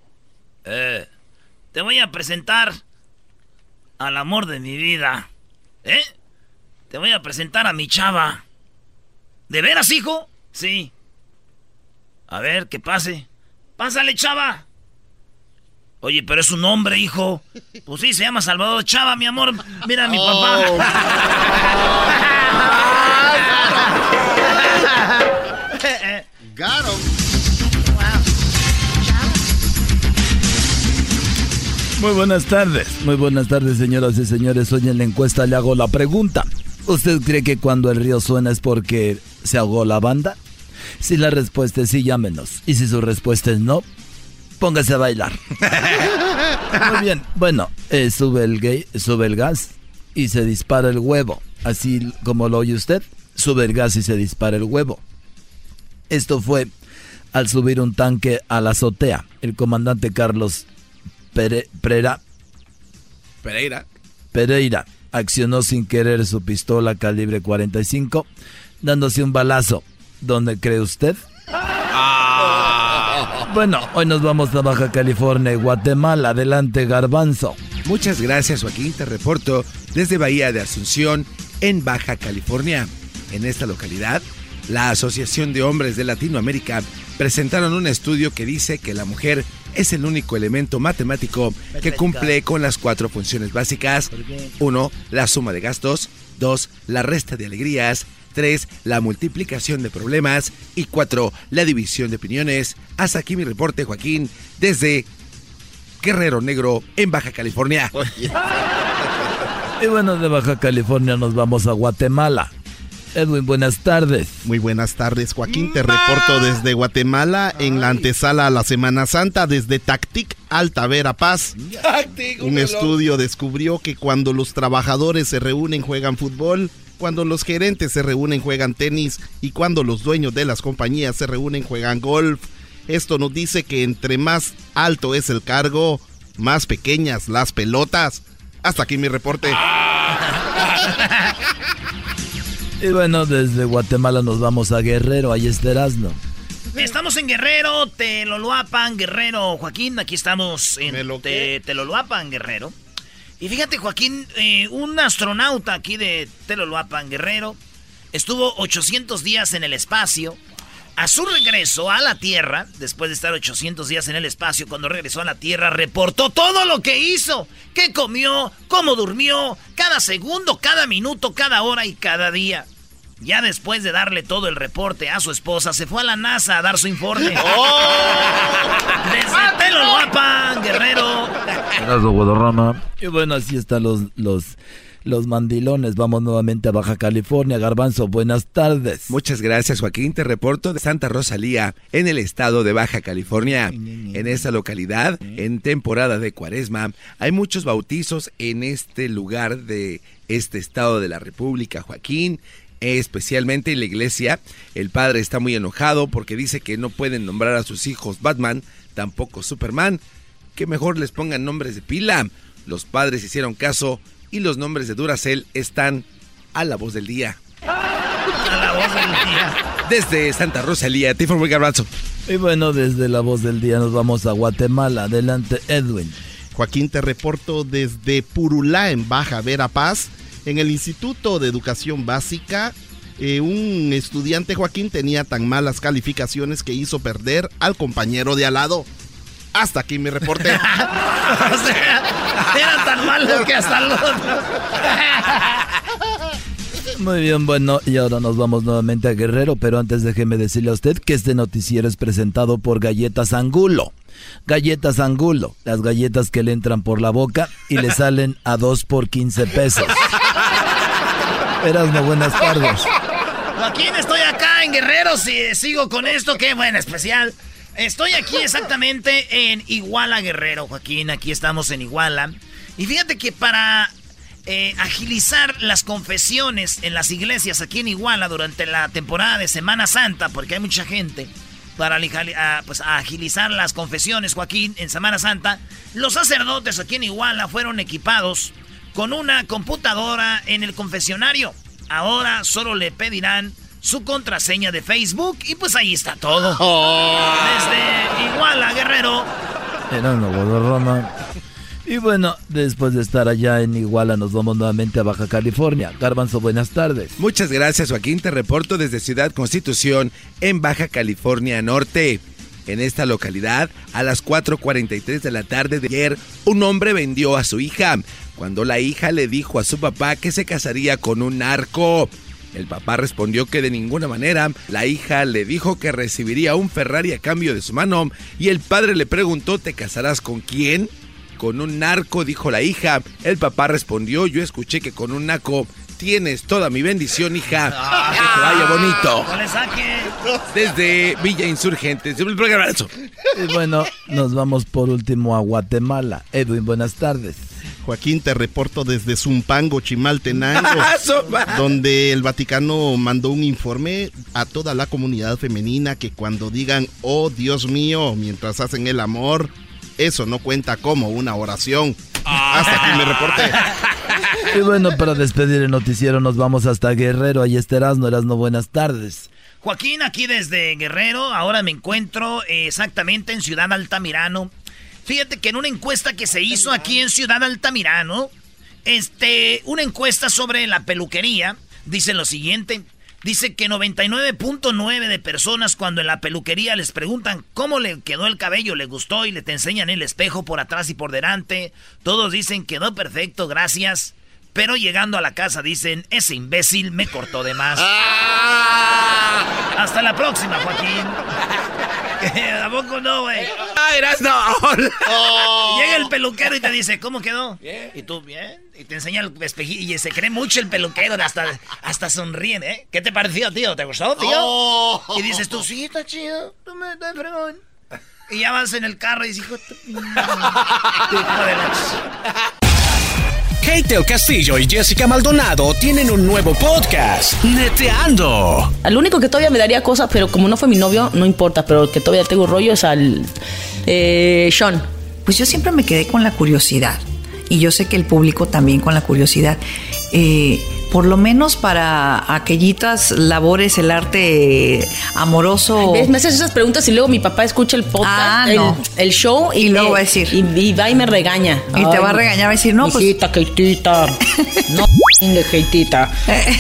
Speaker 5: te voy a presentar al amor de mi vida. Te voy a presentar a mi chava. ¿De veras, hijo? Sí. A ver, que pase. Pásale, chava. Oye, pero es un hombre, hijo. Pues sí, se llama Salvador Chava, mi amor. Mira a mi papá.
Speaker 9: Got him.
Speaker 6: Muy buenas tardes, señoras y señores. Hoy en la encuesta le hago la pregunta. ¿Usted cree que cuando el río suena es porque se ahogó la banda? Si la respuesta es sí, llámenos. Y si su respuesta es no, póngase a bailar. Muy bien, bueno, sube el gas y se dispara el huevo. Así como lo oye usted, sube el gas y se dispara el huevo. Esto fue al subir un tanque a la azotea. El comandante Carlos Pereira accionó sin querer su pistola calibre 45, dándose un balazo. ¿Dónde cree usted? Bueno, hoy nos vamos a Baja California y Guatemala. Adelante, Garbanzo.
Speaker 8: Muchas gracias, Joaquín. Te reporto desde Bahía de Asunción, en Baja California. En esta localidad, la Asociación de Hombres de Latinoamérica presentaron un estudio que dice que la mujer es el único elemento matemático que cumple con las 4 funciones básicas. 1. La suma de gastos. 2. La resta de alegrías. 3. La multiplicación de problemas. Y 4. La división de opiniones. Hasta aquí mi reporte, Joaquín, desde Guerrero Negro, en Baja California.
Speaker 6: Y bueno, de Baja California nos vamos a Guatemala. Edwin, buenas tardes.
Speaker 20: Muy buenas tardes, Joaquín. Te reporto desde Guatemala, en la antesala a la Semana Santa, desde Tactic, Alta Verapaz. Un estudio descubrió que cuando los trabajadores se reúnen juegan fútbol, cuando los gerentes se reúnen juegan tenis y cuando los dueños de las compañías se reúnen juegan golf. Esto nos dice que entre más alto es el cargo, más pequeñas las pelotas. Hasta aquí mi reporte.
Speaker 6: Y bueno, desde Guatemala nos vamos a Guerrero, ahí está Erasmo.
Speaker 5: Estamos en Guerrero, Teloloapan, Guerrero, Joaquín. Aquí estamos en Teloloapan, Guerrero. Y fíjate, Joaquín, un astronauta aquí de Teloloapan, Guerrero, estuvo 800 días en el espacio. A su regreso a la Tierra, después de estar 800 días en el espacio, cuando regresó a la Tierra, reportó todo lo que hizo. Qué comió, cómo durmió, cada segundo, cada minuto, cada hora y cada día. Ya después de darle todo el reporte a su esposa, se fue a la NASA a dar su informe. Desde Teloloapan, Guerrero.
Speaker 6: Y bueno, así están los mandilones. Vamos nuevamente a Baja California. Garbanzo, buenas tardes.
Speaker 8: Muchas gracias, Joaquín. Te reporto de Santa Rosalía, en el estado de Baja California. En esta localidad, en temporada de Cuaresma, hay muchos bautizos en este lugar de este estado de la República, Joaquín. Especialmente en la iglesia, el padre está muy enojado porque dice que no pueden nombrar a sus hijos Batman, tampoco Superman, que mejor les pongan nombres de pila. Los padres hicieron caso y los nombres de Duracell están a la voz del día.
Speaker 5: A la voz del día.
Speaker 8: Desde Santa Rosalía, Tiffany Garbanzo.
Speaker 6: Y bueno, desde la voz del día nos vamos a Guatemala. Adelante, Edwin.
Speaker 20: Joaquín, te reporto desde Purulá, en Baja Verapaz. En el Instituto de Educación Básica, un estudiante, Joaquín, tenía tan malas calificaciones que hizo perder al compañero de al lado. Hasta aquí mi reporte.
Speaker 5: O sea, era tan malo que hasta el otro.
Speaker 6: Muy bien, bueno, y ahora nos vamos nuevamente a Guerrero, pero antes déjeme decirle a usted que este noticiero es presentado por Galletas Angulo. Galletas Angulo, las galletas que le entran por la boca y le salen a 2 por 15 pesos. Erasmo, buenas tardes.
Speaker 5: Joaquín, estoy acá en Guerrero, si sigo con esto, qué bueno, especial. Estoy aquí exactamente en Iguala, Guerrero, Joaquín, aquí estamos en Iguala. Y fíjate que para agilizar las confesiones en las iglesias aquí en Iguala durante la temporada de Semana Santa, porque hay mucha gente, para pues, agilizar las confesiones, Joaquín, en Semana Santa, los sacerdotes aquí en Iguala fueron equipados con una computadora en el confesionario. Ahora solo le pedirán su contraseña de Facebook y pues ahí está todo. Desde Iguala, Guerrero.
Speaker 6: Erasmo, Roma. Y bueno, después de estar allá en Iguala, nos vamos nuevamente a Baja California. Garbanzo, buenas tardes.
Speaker 8: Muchas gracias, Joaquín. Te reporto desde Ciudad Constitución, en Baja California Norte. En esta localidad, a las 4:43 de la tarde de ayer, un hombre vendió a su hija, cuando la hija le dijo a su papá que se casaría con un narco. El papá respondió que de ninguna manera. La hija le dijo que recibiría un Ferrari a cambio de su mano, y el padre le preguntó, ¿te casarás con quién? Con un narco, dijo la hija. El papá respondió, yo escuché que con un narco. Tienes toda mi bendición, hija. Que te vaya bonito.
Speaker 5: No le saque.
Speaker 8: Desde Villa Insurgentes.
Speaker 6: Y bueno, nos vamos por último a Guatemala. Edwin, buenas tardes.
Speaker 20: Joaquín, te reporto desde Zumpango, Chimaltenango, donde el Vaticano mandó un informe a toda la comunidad femenina que cuando digan, oh Dios mío, mientras hacen el amor, eso no cuenta como una oración. Hasta aquí mi reporte.
Speaker 6: Y bueno, para despedir el noticiero nos vamos hasta Guerrero. Ahí está Erasmo, buenas tardes.
Speaker 5: Joaquín, aquí desde Guerrero, ahora me encuentro exactamente en Ciudad Altamirano. Fíjate que en una encuesta que se hizo aquí en Ciudad Altamirano, una encuesta sobre la peluquería, dice lo siguiente. Dice que 99.9 de personas cuando en la peluquería les preguntan cómo le quedó el cabello, le gustó y le te enseñan el espejo por atrás y por delante. Todos dicen quedó perfecto, gracias. Pero llegando a la casa dicen, ese imbécil me cortó de más. Hasta la próxima, Joaquín. ¿A poco no, güey? Llega el peluquero y te dice, ¿cómo quedó? Bien. ¿Y tú, bien? Y te enseña el espejillo y se cree mucho el peluquero, hasta sonríen, ¿eh? ¿Qué te pareció, tío? ¿Te gustó, tío? Y dices tú, sí, está chido. No me da fregón. Y ya vas en el carro y dices, hijo de la...
Speaker 10: Kate del Castillo y Jessica Maldonado tienen un nuevo podcast, Neteando.
Speaker 11: Al único que todavía me daría cosas, pero como no fue mi novio, no importa, pero el que todavía tengo rollo es al Sean.
Speaker 12: Pues yo siempre me quedé con la curiosidad, y yo sé que el público también con la curiosidad. Por lo menos para aquellitas labores, el arte amoroso.
Speaker 11: ¿Ves? Me haces esas preguntas y luego mi papá escucha el podcast, el show, y
Speaker 12: luego va a decir.
Speaker 11: Y va y me regaña.
Speaker 12: Y te va a regañar, va a decir, no,
Speaker 11: hijita, pues. Keitita. No, de Keitita.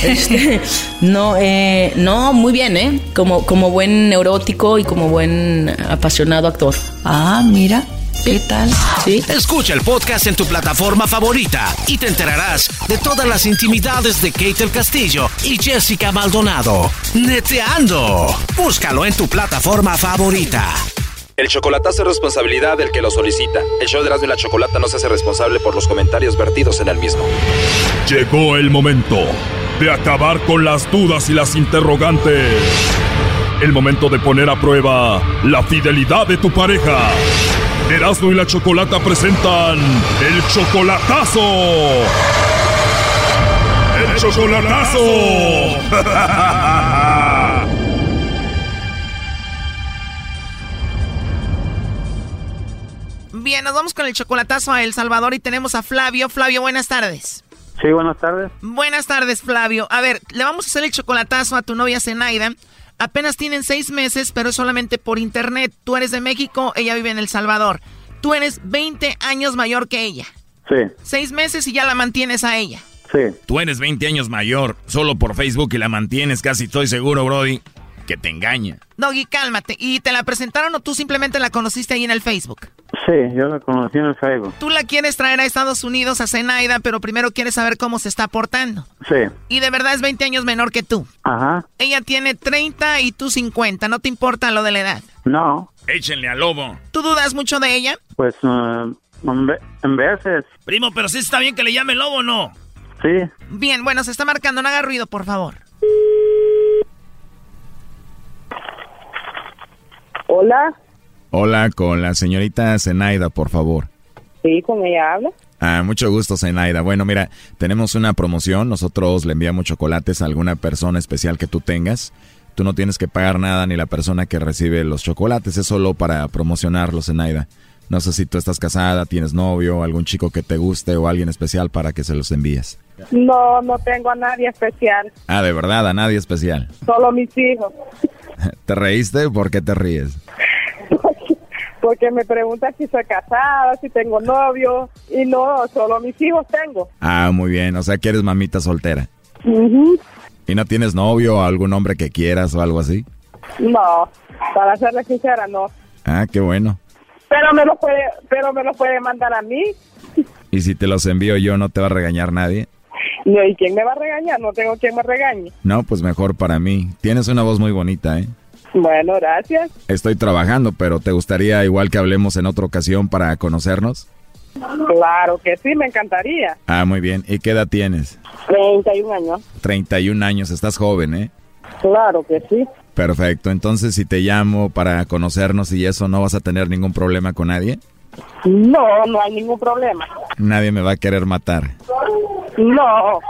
Speaker 11: No, muy bien, ¿eh? Como buen neurótico y como buen apasionado actor.
Speaker 12: Ah, mira. ¿Qué tal?
Speaker 11: ¿Sí?
Speaker 10: Escucha el podcast en tu plataforma favorita y te enterarás de todas las intimidades de Kate del Castillo y Jessica Maldonado. Neteando. Búscalo en tu plataforma favorita.
Speaker 21: El chocolatazo es responsabilidad del que lo solicita. El show de Erasmo y la Chocolata no se hace responsable por los comentarios vertidos en el mismo.
Speaker 22: Llegó el momento de acabar con las dudas y las interrogantes. El momento de poner a prueba la fidelidad de tu pareja. Erasmo y la Chocolata presentan el chocolatazo. ¡El chocolatazo!
Speaker 15: Bien, nos vamos con el chocolatazo a El Salvador y tenemos a Flavio. Flavio, buenas tardes.
Speaker 1: Sí, buenas tardes.
Speaker 15: Buenas tardes, Flavio. A ver, le vamos a hacer el chocolatazo a tu novia Zenaida. Apenas tienen 6 meses, pero es solamente por internet. Tú eres de México, ella vive en El Salvador. Tú eres 20 años mayor que ella.
Speaker 1: Sí.
Speaker 15: 6 meses y ya la mantienes a ella.
Speaker 1: Sí.
Speaker 2: Tú eres 20 años mayor, solo por Facebook y la mantienes, casi estoy seguro, Brody, que te engaña.
Speaker 15: Doggy, cálmate. ¿Y te la presentaron o tú simplemente la conociste ahí en el Facebook?
Speaker 1: Sí, yo la conocí en el Facebook.
Speaker 15: Tú la quieres traer a Estados Unidos, a Zenaida, pero primero quieres saber cómo se está portando.
Speaker 1: Sí.
Speaker 15: Y de verdad es 20 años menor que tú.
Speaker 1: Ajá.
Speaker 15: Ella tiene 30 y tú 50. ¿No te importa lo de la edad?
Speaker 1: No.
Speaker 2: Échenle al lobo.
Speaker 15: ¿Tú dudas mucho de ella?
Speaker 1: Pues, en veces.
Speaker 5: Primo, pero sí está bien que le llame lobo, ¿o no?
Speaker 1: Sí.
Speaker 15: Bien, bueno, se está marcando. No haga ruido, por favor.
Speaker 7: Hola.
Speaker 2: Hola, con la señorita Zenaida, por favor.
Speaker 7: Sí, con ella habla.
Speaker 2: Mucho gusto, Zenaida. Bueno, mira, tenemos una promoción. Nosotros le enviamos chocolates a alguna persona especial que tú tengas. Tú no tienes que pagar nada ni la persona que recibe los chocolates. Es solo para promocionarlos, Zenaida. No sé si tú estás casada, tienes novio, algún chico que te guste o alguien especial para que se los envíes.
Speaker 7: No, no tengo a nadie especial.
Speaker 2: Ah, ¿de verdad? ¿A nadie especial?
Speaker 7: Solo mis hijos.
Speaker 2: ¿Te reíste? ¿Por qué te ríes?
Speaker 7: Porque me preguntan si soy casada, si tengo novio. Y no, solo mis hijos tengo.
Speaker 2: Ah, muy bien. O sea que eres mamita soltera.
Speaker 7: Uh-huh.
Speaker 2: ¿Y no tienes novio o algún hombre que quieras o algo así?
Speaker 7: No, para serle sincera, no.
Speaker 2: Ah, qué bueno.
Speaker 7: Pero me lo puede mandar a mí.
Speaker 2: ¿Y si te los envío yo, no te va a regañar nadie?
Speaker 7: No, ¿y quién me va a regañar? No tengo quien me regañe.
Speaker 2: No, pues mejor para mí. Tienes una voz muy bonita, ¿eh?
Speaker 7: Bueno, gracias.
Speaker 2: Estoy trabajando, pero ¿te gustaría igual que hablemos en otra ocasión para conocernos?
Speaker 7: Claro que sí, me encantaría.
Speaker 2: Ah, muy bien. ¿Y qué edad tienes?
Speaker 7: 31 años.
Speaker 2: 31 años. Estás joven, ¿eh?
Speaker 7: Claro que sí.
Speaker 2: Perfecto. Entonces, si te llamo para conocernos y eso, ¿no vas a tener ningún problema con nadie?
Speaker 7: No, no hay ningún problema.
Speaker 2: Nadie me va a querer matar.
Speaker 7: No.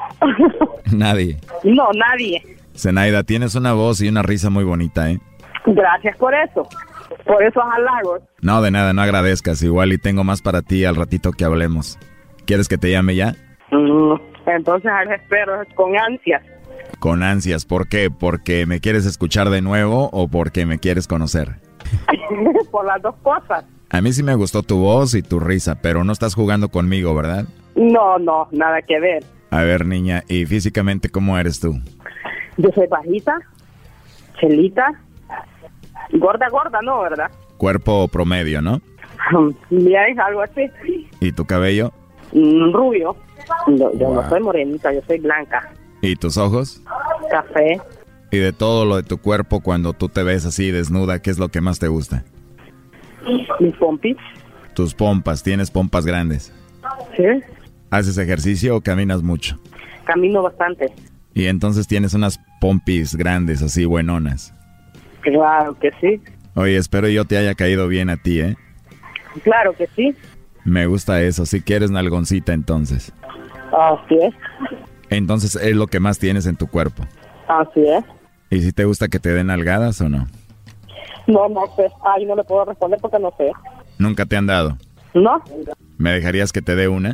Speaker 2: Nadie.
Speaker 7: No, nadie.
Speaker 2: Zenaida, tienes una voz y una risa muy bonita, ¿eh?
Speaker 7: Gracias por eso. Por esos halagos.
Speaker 2: No, de nada, no agradezcas. Igual y tengo más para ti al ratito que hablemos. ¿Quieres que te llame ya?
Speaker 7: Entonces espero con ansias.
Speaker 2: Con ansias, ¿por qué? ¿Porque me quieres escuchar de nuevo o porque me quieres conocer?
Speaker 7: Por las dos cosas.
Speaker 2: A mí sí me gustó tu voz y tu risa, pero no estás jugando conmigo, ¿verdad?
Speaker 7: No, no, nada que ver.
Speaker 2: A ver, niña, ¿y físicamente cómo eres tú?
Speaker 7: Yo soy bajita, chelita, gorda, no, ¿verdad?
Speaker 2: Cuerpo promedio, ¿no?
Speaker 7: Bien, algo así.
Speaker 2: ¿Y tu cabello?
Speaker 7: Rubio. Yo no soy morenita, yo soy blanca.
Speaker 2: ¿Y tus ojos?
Speaker 7: Café.
Speaker 2: Y de todo lo de tu cuerpo, cuando tú te ves así desnuda, ¿qué es lo que más te gusta?
Speaker 7: Mis pompis.
Speaker 2: Tus pompas, ¿tienes pompas grandes?
Speaker 7: Sí.
Speaker 2: ¿Haces ejercicio o caminas mucho?
Speaker 7: Camino bastante.
Speaker 2: Y entonces tienes unas pompis grandes, así buenonas.
Speaker 7: Claro que sí.
Speaker 2: Oye, espero yo te haya caído bien a ti, ¿eh?
Speaker 7: Claro que sí.
Speaker 2: Me gusta eso, si quieres nalgoncita entonces.
Speaker 7: Así es.
Speaker 2: Entonces es lo que más tienes en tu cuerpo.
Speaker 7: Así es.
Speaker 2: ¿Y si te gusta que te den nalgadas o no?
Speaker 7: No, no sé. Ahí no le puedo responder porque no sé.
Speaker 2: ¿Nunca te han dado?
Speaker 7: No.
Speaker 2: ¿Me dejarías que te dé una?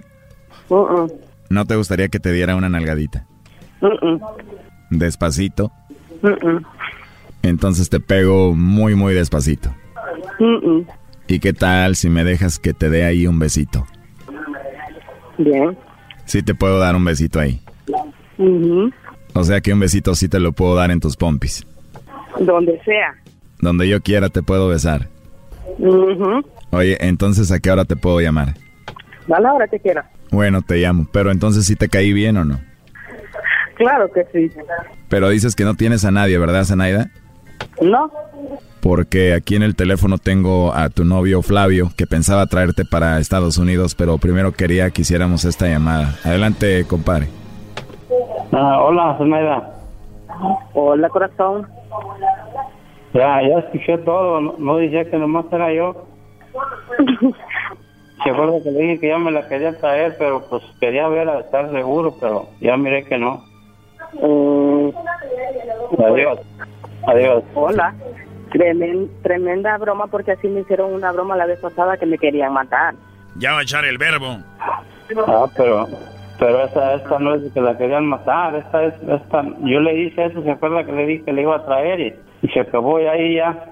Speaker 2: ¿No te gustaría que te diera una nalgadita? ¿Despacito? Entonces te pego muy, muy despacito. ¿Y qué tal si me dejas que te dé ahí un besito?
Speaker 7: Bien.
Speaker 2: Sí te puedo dar un besito ahí. O sea que un besito sí te lo puedo dar en tus pompis.
Speaker 7: Donde sea.
Speaker 2: Donde yo quiera te puedo besar. Oye, entonces ¿a qué hora te puedo llamar?
Speaker 7: A la hora que quiera.
Speaker 2: Bueno, te llamo. Pero entonces ¿sí te caí bien o no?
Speaker 7: Claro que sí.
Speaker 2: Pero dices que no tienes a nadie, ¿verdad, Zenaida?
Speaker 7: No.
Speaker 2: Porque aquí en el teléfono tengo a tu novio Flavio, que pensaba traerte para Estados Unidos, pero primero quería que hiciéramos esta llamada. Adelante, compadre.
Speaker 1: Hola, Zenaida.
Speaker 7: Hola, corazón.
Speaker 1: Ya escuché todo. No dije que nomás era yo. Se acuerda que le dije que ya me la quería traer, pero pues quería ver a estar seguro, pero ya miré que no. Adiós.
Speaker 7: Hola. Tremenda broma, porque así me hicieron una broma la vez pasada que me querían matar.
Speaker 5: Ya va a echar el verbo.
Speaker 1: Pero Pero esta no es que la querían matar, esta, yo le dije eso, ¿se acuerda que le dije que le iba a traer y se acabó y ahí ya?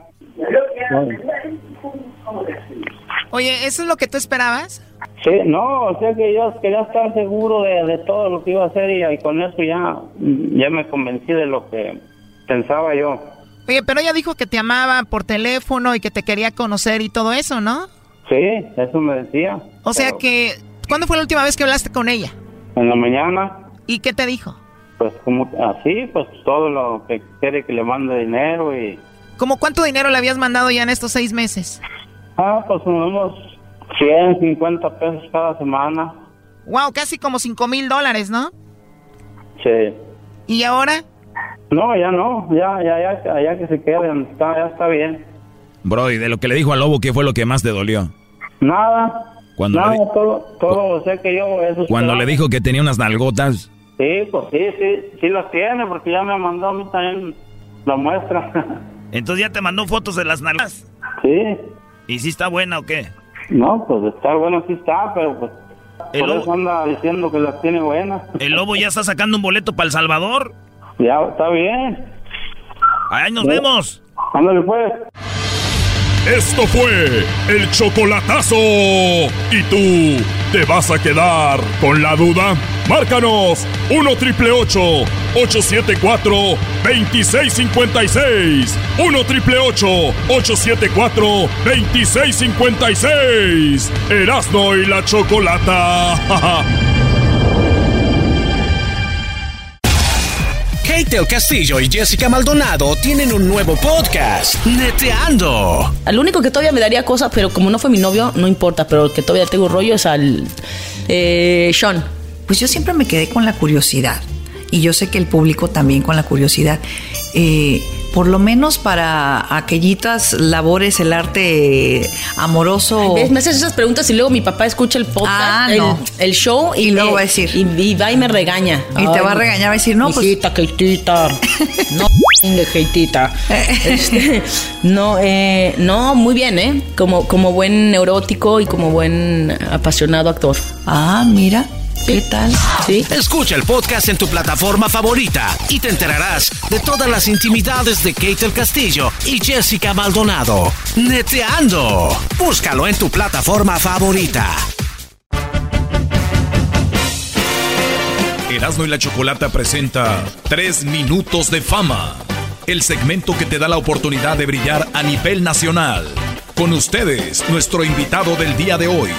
Speaker 15: Oye, ¿eso es lo que tú esperabas?
Speaker 1: Sí, no, o sea que yo quería estar seguro de todo lo que iba a hacer y con eso ya me convencí de lo que pensaba yo.
Speaker 15: Oye, pero ella dijo que te amaba por teléfono y que te quería conocer y todo eso, ¿no?
Speaker 1: Sí, eso me decía.
Speaker 15: O sea que, ¿cuándo fue la última vez que hablaste con ella?
Speaker 1: En la mañana.
Speaker 15: ¿Y qué te dijo?
Speaker 1: Pues como así, pues todo lo que quiere que le mande dinero y...
Speaker 15: ¿Cómo cuánto dinero le habías mandado ya en estos 6 meses?
Speaker 1: Pues unos 150 pesos cada semana.
Speaker 15: Wow, casi como $5,000, ¿no?
Speaker 1: Sí.
Speaker 15: ¿Y ahora?
Speaker 1: No, ya que se queden, ya está bien.
Speaker 2: Bro, y de lo que le dijo al lobo, ¿qué fue lo que más te dolió?
Speaker 1: Nada, todo, o sea que yo... Eso
Speaker 2: cuando le dijo que tenía unas nalgotas.
Speaker 1: Sí, pues sí las tiene, porque ya me mandó a mí también la muestra.
Speaker 5: Entonces ya te mandó fotos de las nalgas.
Speaker 1: Sí.
Speaker 5: ¿Y si está buena o qué?
Speaker 1: No, pues está buena, sí está, pero pues por eso anda diciendo que las tiene buenas.
Speaker 5: ¿El lobo ya está sacando un boleto para El Salvador?
Speaker 1: Ya, está bien.
Speaker 5: Ahí nos vemos.
Speaker 1: Ándale pues.
Speaker 22: Esto fue el chocolatazo. ¿Y tú te vas a quedar con la duda? Márcanos 1-888-874-2656. 1-888-874-2656. Erasno y la Chocolata.
Speaker 10: Kate el Castillo y Jessica Maldonado tienen un nuevo podcast, Neteando.
Speaker 11: Al único que todavía me daría cosas, pero como no fue mi novio, no importa, pero el que todavía tengo rollo es al Sean.
Speaker 12: Pues yo siempre me quedé con la curiosidad, y yo sé que el público también con la curiosidad. Por lo menos para aquellitas labores, el arte amoroso.
Speaker 11: Me haces esas preguntas y luego mi papá escucha el podcast, el show,
Speaker 12: y luego va a decir.
Speaker 11: Y va y me regaña.
Speaker 12: Y te va a regañar, va a decir, no,
Speaker 11: hijita, pues. Keitita. No, Keitita. No, muy bien, Como buen neurótico y como buen apasionado actor.
Speaker 12: Ah, mira. ¿Qué tal?
Speaker 11: ¿Sí?
Speaker 10: Escucha el podcast en tu plataforma favorita y te enterarás de todas las intimidades de Kate el Castillo y Jessica Maldonado. Neteando. Búscalo en tu plataforma favorita.
Speaker 22: Erasno y la Chocolata presenta 3 minutos de fama. El segmento que te da la oportunidad de brillar a nivel nacional. Con ustedes, nuestro invitado del día de hoy.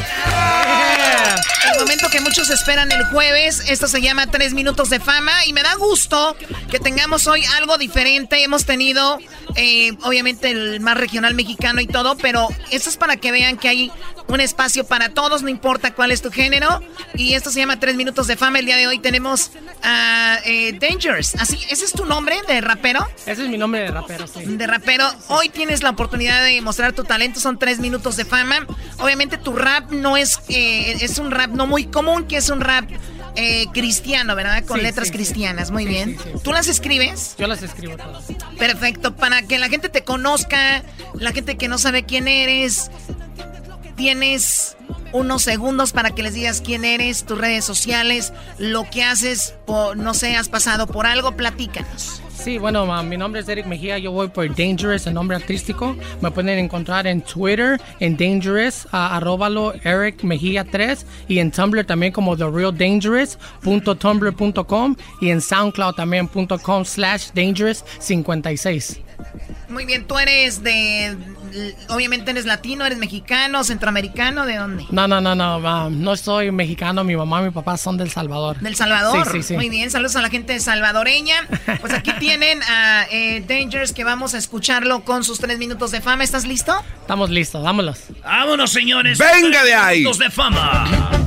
Speaker 15: El momento que muchos esperan el jueves. Esto se llama 3 minutos de fama. Y me da gusto que tengamos hoy algo diferente. Hemos tenido, obviamente, el más regional mexicano y todo. Pero esto es para que vean que hay un espacio para todos. No importa cuál es tu género. Y esto se llama 3 minutos de fama. El día de hoy tenemos a Dangerous. ¿Así? ¿Ese es tu nombre de rapero?
Speaker 4: Ese es mi nombre de rapero, sí.
Speaker 15: De rapero. Hoy tienes la oportunidad de mostrar tu talento. Son 3 minutos de fama. Obviamente tu rap no es... es un rap no muy común, que es un rap cristiano, ¿verdad? Con letras cristianas, muy bien.
Speaker 4: Sí.
Speaker 15: ¿Tú las escribes?
Speaker 4: Yo las escribo todas.
Speaker 15: Perfecto, para que la gente te conozca, la gente que no sabe quién eres, tienes unos segundos para que les digas quién eres, tus redes sociales, lo que haces, no sé, has pasado por algo, platícanos.
Speaker 4: Sí, bueno, mi nombre es Eric Mejía, yo voy por Dangerous, el nombre artístico. Me pueden encontrar en Twitter, en Dangerous, arróbalo Eric Mejía 3, y en Tumblr también como TheRealDangerous.tumblr.com, y en SoundCloud también .com/Dangerous56.
Speaker 15: Muy bien, tú eres obviamente eres latino, eres mexicano, centroamericano, ¿de dónde?
Speaker 4: No soy mexicano, mi mamá y mi papá son del Salvador.
Speaker 15: ¿Del Salvador?
Speaker 4: Sí.
Speaker 15: Muy bien, saludos a la gente salvadoreña. Pues aquí tienen a Dangerous, que vamos a escucharlo con sus 3 minutos de fama. ¿Estás listo?
Speaker 4: Estamos listos, vámonos.
Speaker 5: Vámonos, señores.
Speaker 22: ¡Venga de ahí!
Speaker 5: 3 minutos de fama.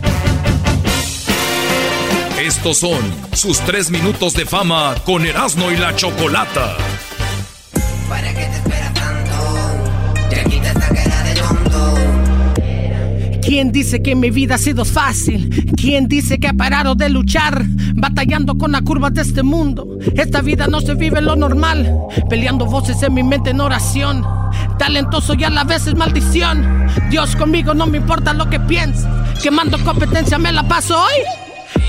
Speaker 22: Estos son sus 3 minutos de fama con Erasno y la Chocolata.
Speaker 16: ¿Para qué te esperas tanto? Ya quita esta cara de tonto.
Speaker 4: ¿Quién dice que mi vida ha sido fácil? ¿Quién dice que ha parado de luchar? Batallando con las curvas de este mundo. Esta vida no se vive lo normal. Peleando voces en mi mente en oración. Talentoso y a la vez es maldición. Dios conmigo, no me importa lo que pienses. Quemando competencia me la paso hoy.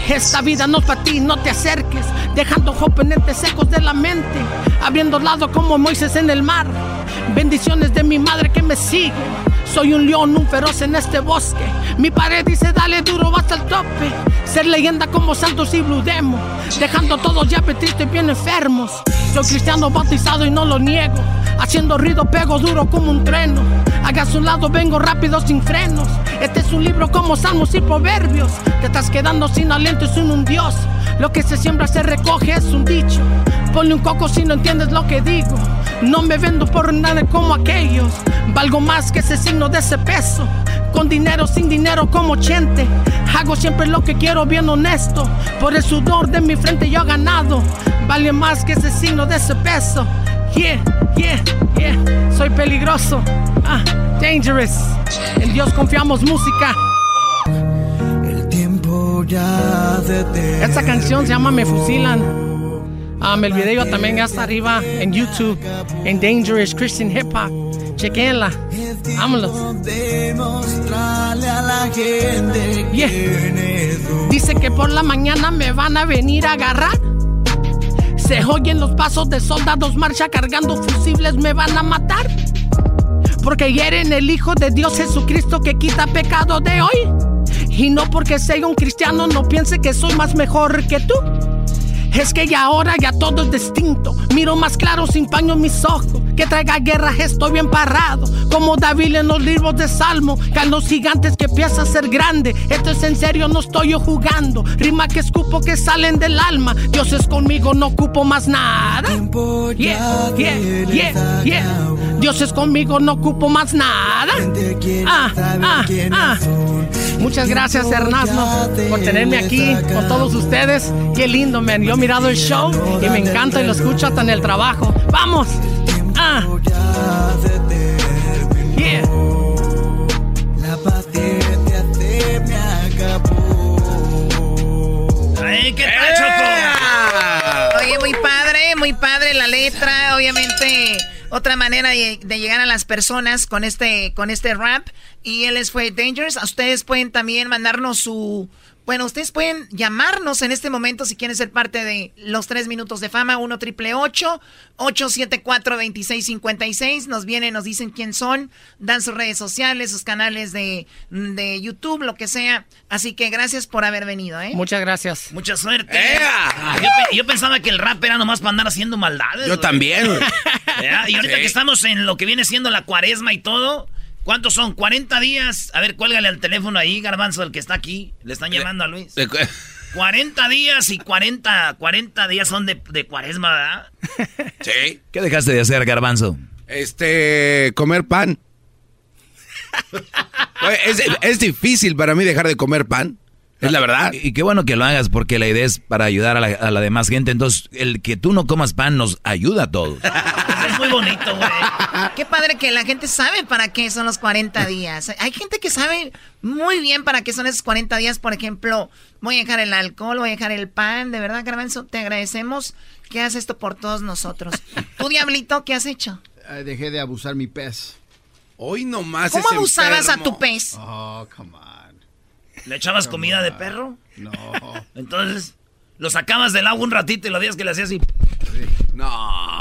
Speaker 4: Esta vida no es para ti, no te acerques, dejando oponentes secos de la mente, abriendo lado como Moisés en el mar. Bendiciones de mi madre que me sigue. Soy un león, un feroz en este bosque. Mi padre dice dale duro hasta el tope. Ser leyenda como Santos y Blue Demo, dejando todos ya tristes y bien enfermos. Soy cristiano bautizado y no lo niego, haciendo ruido pego duro como un trueno. Haga a su lado, vengo rápido sin frenos. Este es un libro como Salmos y Proverbios. Te estás quedando sin aliento y sin un Dios. Lo que se siembra se recoge, es un dicho. Ponle un coco si no entiendes lo que digo. No me vendo por nada como aquellos. Valgo más que ese signo de ese peso. Con dinero, sin dinero como Chente. Hago siempre lo que quiero, bien honesto. Por el sudor de mi frente yo he ganado. Vale más que ese signo de ese peso. Yeah, yeah, yeah. Soy peligroso. Dangerous. En Dios confiamos, música.
Speaker 16: El tiempo ya detén.
Speaker 4: Esta canción se llama Me Fusilan. El video también ya está arriba en YouTube, en Dangerous Christian Hip Hop. Chequenla. Vámonos.
Speaker 16: Demostrarle a la gente
Speaker 4: yeah. Dice que por la mañana me van a venir a agarrar. Se oyen los pasos de soldados, marcha cargando fusibles, me van a matar. Porque hieren el Hijo de Dios Jesucristo que quita pecado de hoy. Y no porque sea un cristiano, no piense que soy más mejor que tú. Es que ya ahora ya todo es distinto. Miro más claro sin paño en mis ojos. Que traiga guerra, estoy bien parado. Como David en los libros de Salmo. Caen los gigantes que empieza a ser grande. Esto es en serio, no estoy yo jugando. Rima que escupo que salen del alma. Dios es conmigo, no ocupo más nada. Yeah, yeah, yeah, yeah. Dios es conmigo, no ocupo más nada. Muchas gracias, Hernando, por tenerme aquí con todos ustedes. Qué lindo, man. Yo he mirado el show y me encanta y lo escucho hasta en el trabajo. ¡Vamos! Yeah.
Speaker 16: La paciencia se me acabó.
Speaker 5: ¡Ay, qué tal, Choco!
Speaker 15: Oye, muy padre la letra. Obviamente, otra manera de llegar a las personas con este rap. Y él fue Dangerous. Ustedes pueden también mandarnos su... Bueno, ustedes pueden llamarnos en este momento si quieren ser parte de los 3 minutos de fama. 1-888-874-2656. Nos vienen, nos dicen quién son, dan sus redes sociales, sus canales de YouTube, lo que sea. Así que gracias por haber venido, ¿eh?
Speaker 4: Muchas gracias.
Speaker 5: Mucha suerte. Yo pensaba que el rap era nomás para andar haciendo maldades.
Speaker 8: Yo también.
Speaker 5: Y ahorita que estamos en lo que viene siendo la cuaresma y todo... ¿Cuántos son? 40 días. A ver, cuélgale al teléfono ahí, Garbanzo, el que está aquí. Le están llamando a Luis. 40 días y 40 días son de cuaresma, ¿verdad?
Speaker 8: Sí.
Speaker 2: ¿Qué dejaste de hacer, Garbanzo?
Speaker 8: Comer pan. Es difícil para mí dejar de comer pan. Es la verdad.
Speaker 2: Y qué bueno que lo hagas porque la idea es para ayudar a la demás gente. Entonces, el que tú no comas pan nos ayuda a todos.
Speaker 5: Es muy bonito, güey.
Speaker 15: Qué padre que la gente sabe para qué son los 40 días. Hay gente que sabe muy bien para qué son esos 40 días. Por ejemplo, voy a dejar el alcohol, voy a dejar el pan. De verdad, Garbanzo, te agradecemos que haces esto por todos nosotros. ¿Tú, Diablito, qué has hecho?
Speaker 9: Dejé de abusar mi pez.
Speaker 8: Hoy nomás.
Speaker 15: ¿Cómo abusabas a tu pez?
Speaker 9: Oh, come on.
Speaker 5: ¿Le echabas comida de perro?
Speaker 9: No.
Speaker 5: Entonces, lo sacabas del agua un ratito y lo días que le hacías así.
Speaker 8: Sí. No.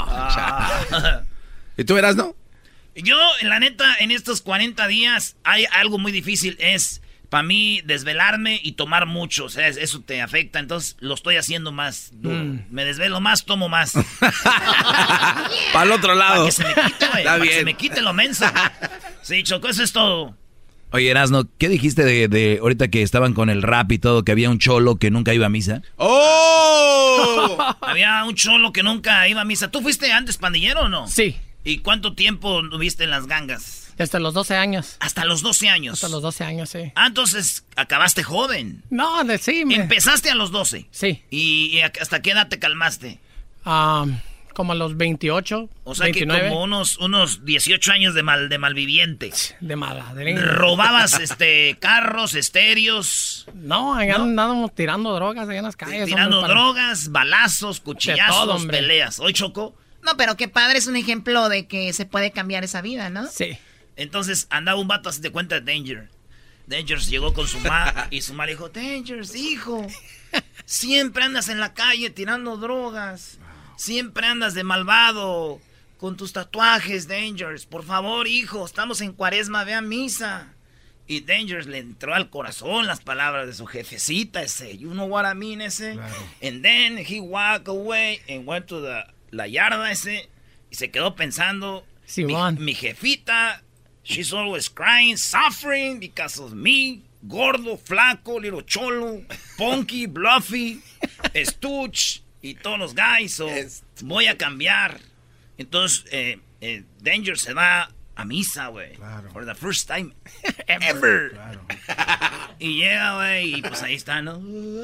Speaker 8: ¿Y tú verás, no?
Speaker 5: Yo, la neta, en estos 40 días hay algo muy difícil. Es, para mí, desvelarme y tomar mucho. O sea, eso te afecta. Entonces, lo estoy haciendo más duro. Me desvelo más, tomo más.
Speaker 8: Para el otro lado.
Speaker 5: Para que se me quite, güey. Para que se me quite lo menso. Sí, Choco, eso es todo.
Speaker 2: Oye, Erasno, ¿qué dijiste de ahorita que estaban con el rap y todo, que había un cholo que nunca iba a misa?
Speaker 8: ¡Oh!
Speaker 5: Había un cholo que nunca iba a misa. ¿Tú fuiste antes pandillero o no?
Speaker 4: Sí.
Speaker 5: ¿Y cuánto tiempo tuviste en las gangas?
Speaker 4: Hasta los 12 años.
Speaker 5: ¿Hasta los 12 años?
Speaker 4: Hasta los 12 años, sí.
Speaker 5: Ah, entonces acabaste joven.
Speaker 4: No, sí.
Speaker 5: Empezaste a los 12.
Speaker 4: Sí.
Speaker 5: ¿Y hasta qué edad te calmaste?
Speaker 4: Como a los 28,
Speaker 5: o sea
Speaker 4: 29.
Speaker 5: Que como unos 18 años de malviviente.
Speaker 4: De mala.
Speaker 5: ¿Robabas carros, estéreos?
Speaker 4: No, allá andábamos tirando drogas allá en las calles.
Speaker 5: Tirando drogas, balazos, cuchillazos,
Speaker 4: todo,
Speaker 5: peleas. ¿Hoy, Choco?
Speaker 15: No, pero qué padre, es un ejemplo de que se puede cambiar esa vida, ¿no?
Speaker 4: Sí.
Speaker 5: Entonces andaba un vato así de cuenta de Danger. Dangerous llegó con su mamá y su mamá le dijo, Dangerous, hijo, siempre andas en la calle tirando drogas. Siempre andas de malvado con tus tatuajes, Dangerous. Por favor, hijo, estamos en Cuaresma, ve a misa. Y Dangerous le entró al corazón las palabras de su jefecita ese. You know what I mean ese. Claro. And then he walked away and went to la yarda ese. Y se quedó pensando, mi jefita, she's always crying, suffering because of me. Gordo, flaco, little cholo, punky, bluffy, Stooge y todos los guys. So voy a cambiar. Entonces, Danger se va a misa, güey. Claro. For the first time ever. Claro. Y llega, güey, y pues ahí está, ¿no?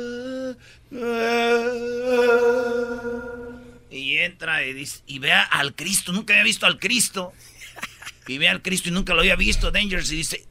Speaker 5: Y entra y dice, y ve al Cristo. Nunca había visto al Cristo. Y ve al Cristo y nunca lo había visto, Danger, y dice,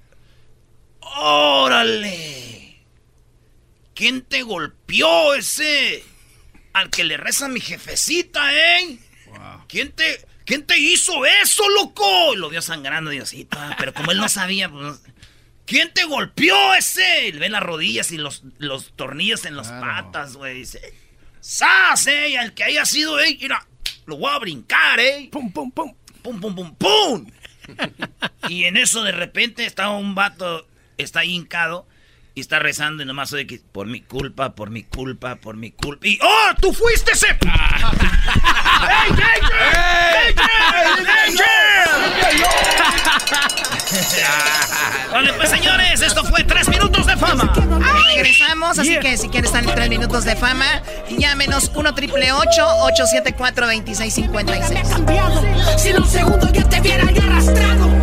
Speaker 5: ¡órale! ¿Quién te golpeó ese? Al que le reza mi jefecita, ¿eh? Wow. ¿Quién te hizo eso, loco? Y lo vio sangrando, Diosita. Pero como él no sabía, pues, ¿quién te golpeó ese? Y ve las rodillas y los tornillos en las patas, güey. Dice, ¡sas, al que haya sido, mira, lo voy a brincar, ¡pum, pum, pum! ¡Pum, pum, pum, pum! Y en eso de repente está un vato, está ahí hincado y está rezando y nomás oye que por mi culpa, por mi culpa, por mi culpa. Y ¡oh! ¡Tú fuiste ese! ¡Hey, Danger! ¡Danger! Vale, pues señores, esto fue 3 minutos de fama.
Speaker 15: Regresamos, así que si quieres estar en 3 minutos de fama, llámenos 1-888-874-2656.
Speaker 4: Si en un segundo yo te viera ya arrastrado.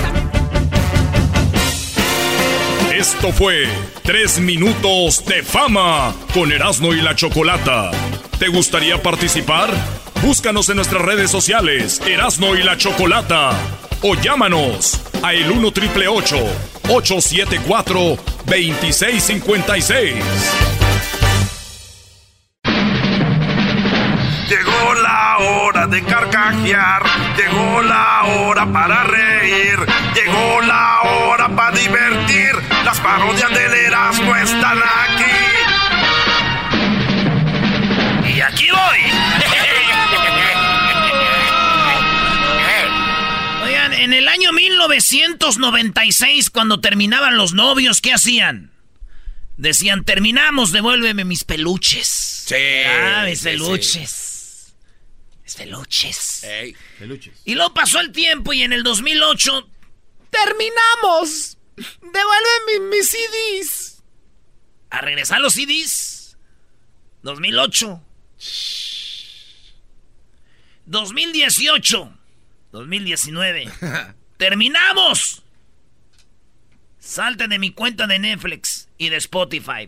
Speaker 22: Esto fue 3 minutos de fama con Erasmo y la Chocolata. ¿Te gustaría participar? Búscanos en nuestras redes sociales, Erasmo y la Chocolata. O llámanos a el 1-888-874-2656.
Speaker 14: Llegó la hora de carcajear, llegó la hora para reír, llegó la hora para divertir. Las parodias del Erasmo están aquí.
Speaker 5: Y aquí voy. Oigan, en el año 1996, cuando terminaban los novios, ¿qué hacían? Decían, terminamos, devuélveme mis peluches.
Speaker 8: Sí.
Speaker 5: Mis peluches. Sí. Mis peluches.
Speaker 8: Hey, peluches.
Speaker 5: Y luego pasó el tiempo y en el 2008, terminamos. Devuélveme mis CDs. A regresar los CDs. 2008. 2018. 2019. Terminamos. Salte de mi cuenta de Netflix y de Spotify.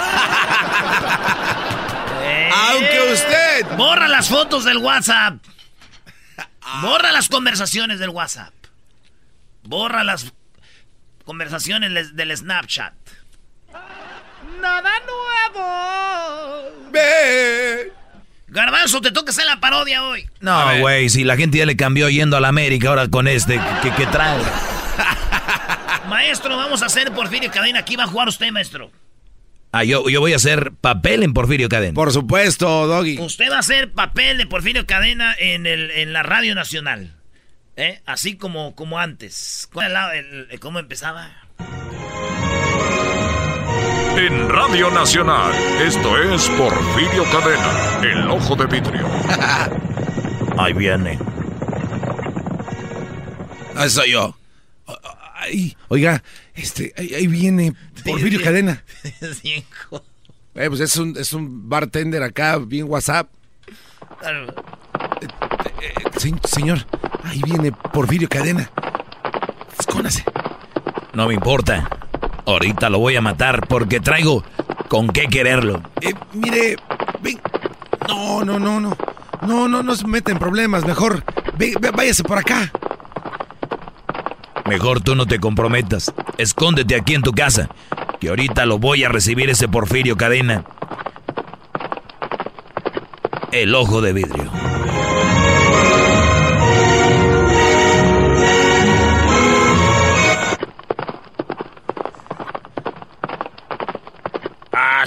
Speaker 8: Aunque usted
Speaker 5: borra las fotos del WhatsApp. Borra las conversaciones del WhatsApp. Borra las conversaciones del Snapchat. Nada nuevo.
Speaker 8: Ve.
Speaker 5: Garbanzo, te toca hacer la parodia hoy.
Speaker 13: No, güey, si la gente ya le cambió yendo a la América, ahora con este, ¿qué trae?
Speaker 5: Maestro, vamos a hacer Porfirio Cadena. Aquí va a jugar usted, maestro.
Speaker 13: Yo voy a hacer papel en Porfirio Cadena.
Speaker 8: Por supuesto, Doggy.
Speaker 5: Usted va a hacer papel de Porfirio Cadena en la Radio Nacional. Así como antes. ¿Cómo empezaba?
Speaker 22: En Radio Nacional, esto es Porfirio Cadena, el ojo de vidrio.
Speaker 13: Ahí viene.
Speaker 8: Ahí soy yo. Oiga, ahí viene Porfirio Cadena. Pues es un bartender acá, bien WhatsApp. Señor, ahí viene Porfirio Cadena. Escónase.
Speaker 13: No me importa. Ahorita lo voy a matar porque traigo con qué quererlo.
Speaker 8: Mire, ven. No se meta en problemas. Mejor, váyase por acá.
Speaker 13: Mejor tú no te comprometas. Escóndete aquí en tu casa, que ahorita lo voy a recibir ese Porfirio Cadena. El ojo de vidrio.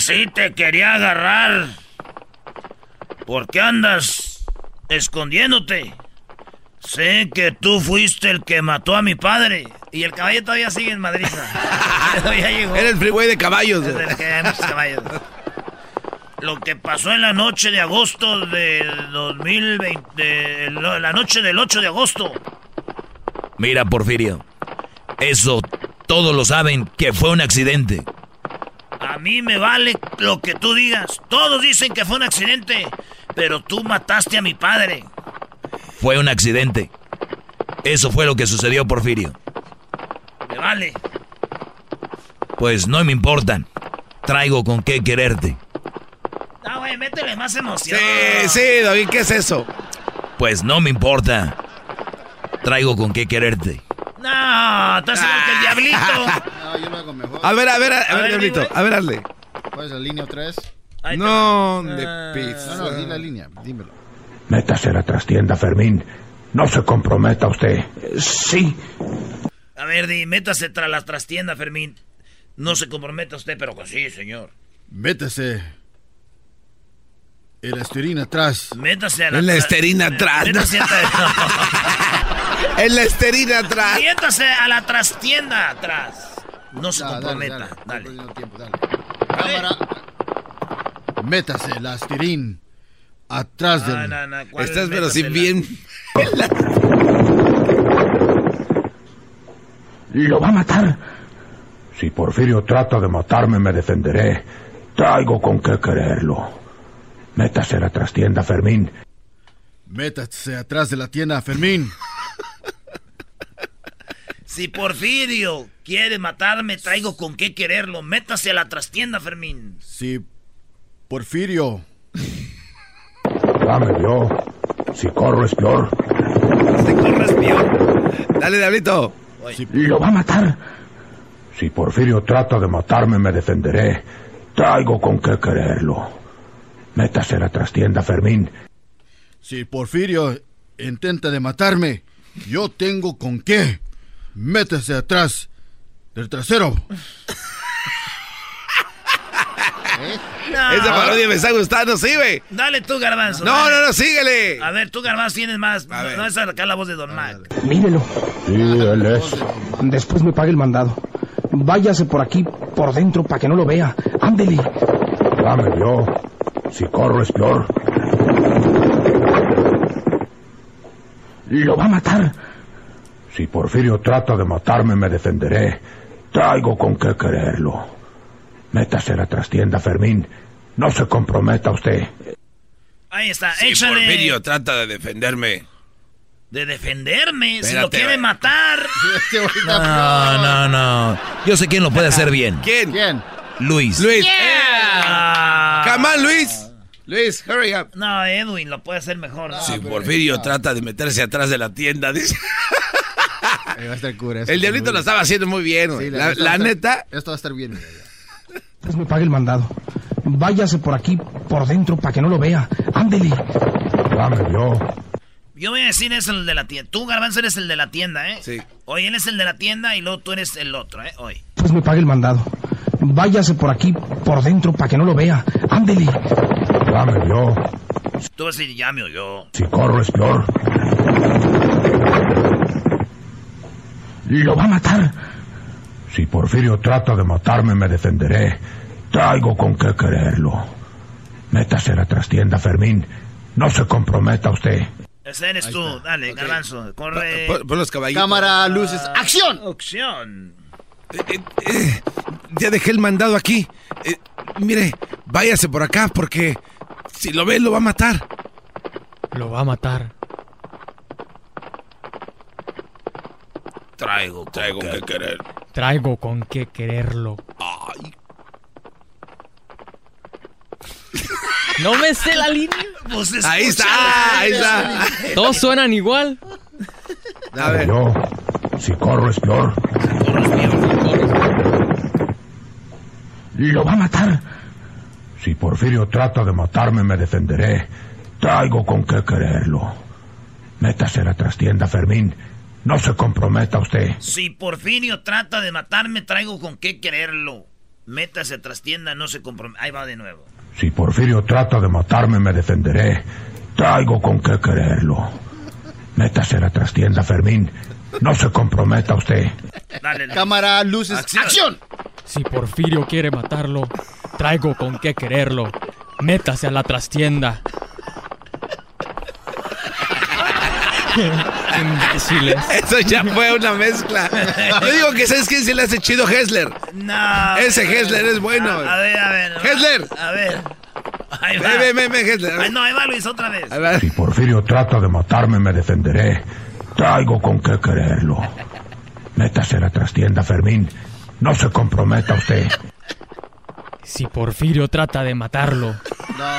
Speaker 5: sí te quería agarrar. ¿Por qué andas escondiéndote? Sé que tú fuiste el que mató a mi padre. Y el caballo todavía sigue en Madrid. Ya llegó.
Speaker 8: Era el freeway de caballos.
Speaker 5: Es de que hay muchos caballos. Lo que pasó en la noche de agosto del 2020, la noche del 8 de agosto.
Speaker 13: Mira, Porfirio, eso todos lo saben que fue un accidente.
Speaker 5: A mí me vale lo que tú digas. Todos dicen que fue un accidente, pero tú mataste a mi padre.
Speaker 13: Fue un accidente. Eso fue lo que sucedió, Porfirio.
Speaker 5: Me vale.
Speaker 13: Pues no me importan. Traigo con qué quererte.
Speaker 5: No, güey, métele más emoción.
Speaker 8: Sí, David, ¿qué es eso?
Speaker 13: Pues no me importa. Traigo con qué quererte.
Speaker 5: No, estás igual que el diablito.
Speaker 9: No, yo lo hago mejor.
Speaker 8: A ver, diablito. A ver, hazle.
Speaker 9: ¿Cuál es la línea otra vez?
Speaker 8: No, de pizza.
Speaker 9: No, di la línea, dímelo.
Speaker 17: Métase a la trastienda, Fermín. No se comprometa usted. Sí.
Speaker 5: A ver, métase tras la trastienda, Fermín. No se comprometa usted, pero que sí, señor.
Speaker 9: Métase. El Listerine atrás.
Speaker 5: Métase a la...
Speaker 8: El Listerine atrás.
Speaker 5: Métase
Speaker 8: El Listerine atrás.
Speaker 5: Métase a la trastienda atrás. No se comprometa. Dale.
Speaker 9: Cámara. Métase el Listerine atrás del...
Speaker 5: No.
Speaker 8: Estás pero sin bien...
Speaker 17: Lo va a matar. Si Porfirio trata de matarme, me defenderé. Traigo con qué quererlo. Métase a la trastienda, Fermín.
Speaker 9: Métase atrás de la tienda, Fermín.
Speaker 5: Si Porfirio quiere matarme, traigo con qué quererlo. Métase a la trastienda, Fermín.
Speaker 9: Si Porfirio...
Speaker 17: Dame yo. Si corro es peor.
Speaker 8: Si corro es peor. Dale, diablito.
Speaker 17: Lo va a matar. Si Porfirio trata de matarme, me defenderé. Traigo con qué quererlo. Métase a la trastienda, Fermín.
Speaker 9: Si Porfirio intenta de matarme, yo tengo con qué. Métase atrás del trasero.
Speaker 5: No.
Speaker 8: Esa parodia me está gustando, sí, güey.
Speaker 5: Dale tú, Garbanzo.
Speaker 8: No, síguele.
Speaker 5: A ver, tú, Garbanzo, tienes más. No es acá la voz de Don Mac.
Speaker 17: Mírelo. Sí, él es. Después me pague el mandado. Váyase por aquí, por dentro, para que no lo vea. Ándele. Dame yo. Si corro es peor. Lo va a matar. Si Porfirio trata de matarme, me defenderé. Traigo con qué quererlo. Métase a la trastienda, Fermín. No se comprometa usted.
Speaker 5: Ahí está,
Speaker 8: si
Speaker 5: échale.
Speaker 8: Porfirio trata de defenderme.
Speaker 5: ¿De defenderme?
Speaker 8: Espérate,
Speaker 5: si lo quiere matar.
Speaker 13: No. Yo sé quién lo puede hacer bien.
Speaker 8: ¿Quién?
Speaker 13: Luis.
Speaker 5: Yeah.
Speaker 8: Come on, Luis. Luis, hurry up.
Speaker 5: No, Edwin lo puede hacer mejor.
Speaker 8: Si Porfirio trata de meterse atrás de la tienda, dice.
Speaker 9: Va a estar cura,
Speaker 8: el diablito lo estaba haciendo muy bien, güey.
Speaker 9: Sí,
Speaker 8: la neta.
Speaker 9: Esto va a estar bien.
Speaker 17: Pues me pague el mandado. Váyase por aquí, por dentro, para que no lo vea. Ándele. Dame yo.
Speaker 5: Yo voy a decir es el de la tienda. Tú, Garbanzo, eres el de la tienda, ¿eh?
Speaker 8: Sí.
Speaker 5: Hoy él es el de la tienda y luego tú eres el otro, ¿eh? Hoy.
Speaker 17: Pues me pague el mandado. Váyase por aquí, por dentro, para que no lo vea. Ándele. Dame yo.
Speaker 5: Tú vas a decir, llame o yo.
Speaker 17: Si corro es peor. Lo va a matar. Si Porfirio trata de matarme, me defenderé. Traigo con qué quererlo. Métase a la trastienda, Fermín. No se comprometa usted.
Speaker 5: Ese eres tú. Dale, okay. Garbanzo. Corre.
Speaker 8: Pon los caballitos.
Speaker 9: Cámara, luces, ¡acción!
Speaker 5: ¡Acción!
Speaker 8: Ya dejé el mandado aquí. Mire, váyase por acá porque si lo ve, lo va a matar.
Speaker 18: Lo va a matar.
Speaker 8: Traigo con qué querer.
Speaker 18: Traigo con qué quererlo.
Speaker 8: Ay.
Speaker 18: No me sé la línea.
Speaker 5: Pues
Speaker 8: ahí está.
Speaker 18: Todos suenan igual.
Speaker 8: A ver.
Speaker 17: Yo, si corro es peor. Lo va a matar. Si Porfirio trata de matarme, me defenderé. Traigo con qué quererlo. Métase a la trastienda, Fermín. No se comprometa usted.
Speaker 5: Si Porfirio trata de matarme, traigo con qué quererlo. Métase a trastienda, no se comprometa. Ahí va de nuevo.
Speaker 17: Si Porfirio trata de matarme, me defenderé. Traigo con qué quererlo. Métase a la trastienda, Fermín. No se comprometa usted.
Speaker 5: Dale.
Speaker 9: Cámara, luces, acción.
Speaker 18: Si Porfirio quiere matarlo, traigo con qué quererlo. Métase a la trastienda. Imbéciles.
Speaker 8: Eso ya fue una mezcla. Yo digo que ¿sabes quién se le hace chido? Hessler.
Speaker 5: No.
Speaker 8: Ese Hessler es bueno.
Speaker 5: A ver.
Speaker 8: Hessler.
Speaker 5: A ver. Ahí va.
Speaker 8: Ven, Hessler.
Speaker 5: Ay, no, ahí va Luis otra vez.
Speaker 17: Si Porfirio trata de matarme, me defenderé. Traigo con qué quererlo. Métase a la trastienda, Fermín. No se comprometa usted.
Speaker 18: Si Porfirio trata de matarlo.
Speaker 8: No.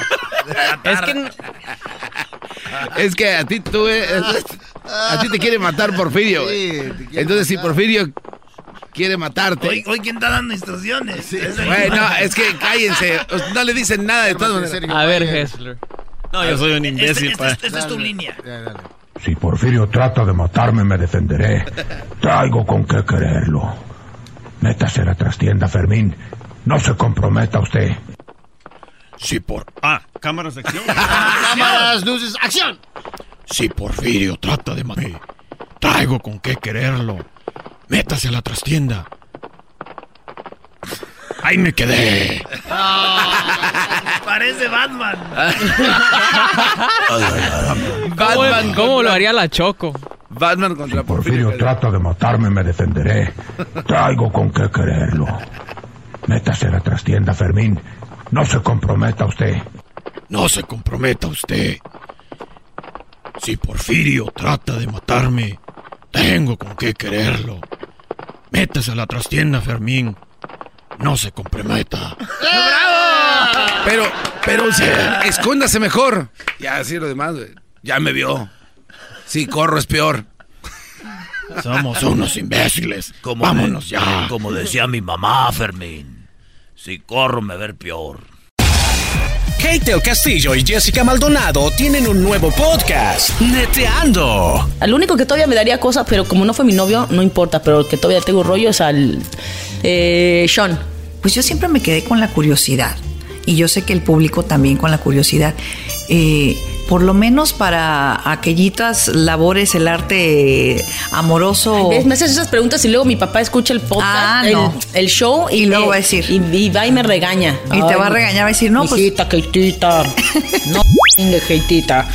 Speaker 18: Es que
Speaker 8: a ti a ti te quiere matar Porfirio. Sí, entonces si Porfirio quiere matarte.
Speaker 5: Hoy quién está dando instrucciones. Sí.
Speaker 8: Bueno, es que cállense. No le dicen nada de todas maneras.
Speaker 18: A ver, Hessler.
Speaker 20: No, yo soy un imbécil.
Speaker 5: Esta es tu línea.
Speaker 9: Dale.
Speaker 17: Si Porfirio trata de matarme, me defenderé. Traigo con qué quererlo. Métase a la trastienda, Fermín. No se comprometa usted.
Speaker 20: Cámaras de acción.
Speaker 9: Cámaras, luces, acción.
Speaker 13: Si Porfirio trata de matarme, traigo con qué quererlo. Métase a la trastienda. Ahí me quedé.
Speaker 5: Parece Batman.
Speaker 18: ¿Cómo lo haría la Choco?
Speaker 8: Batman contra
Speaker 17: si Porfirio trata de matarme, me defenderé. Traigo con qué quererlo. Métase a la trastienda, Fermín. No se comprometa usted.
Speaker 13: No se comprometa usted. Si Porfirio trata de matarme, tengo con qué quererlo. Métase a la trastienda, Fermín. No se comprometa.
Speaker 8: ¡Bravo! Pero, escóndase mejor. Ya, así lo demás, güey. Ya me vio. Si corro es peor.
Speaker 13: Somos unos imbéciles. Vámonos ya.
Speaker 5: Como decía mi mamá, Fermín. Si corro me ver peor.
Speaker 10: Kate del Castillo y Jessica Maldonado tienen un nuevo podcast, Neteando.
Speaker 11: Al único que todavía me daría cosas, pero como no fue mi novio, no importa, pero el que todavía tengo rollo es al Sean.
Speaker 12: Pues yo siempre me quedé con la curiosidad. Y yo sé que el público también con la curiosidad. Por lo menos para aquellitas labores, el arte amoroso.
Speaker 11: Me haces esas preguntas y luego mi papá escucha el podcast, el show,
Speaker 12: y luego va a decir.
Speaker 11: Y va y me regaña.
Speaker 12: Y te va a regañar, va a decir, no,
Speaker 11: hijita, pues. Keitita. No, Keitita.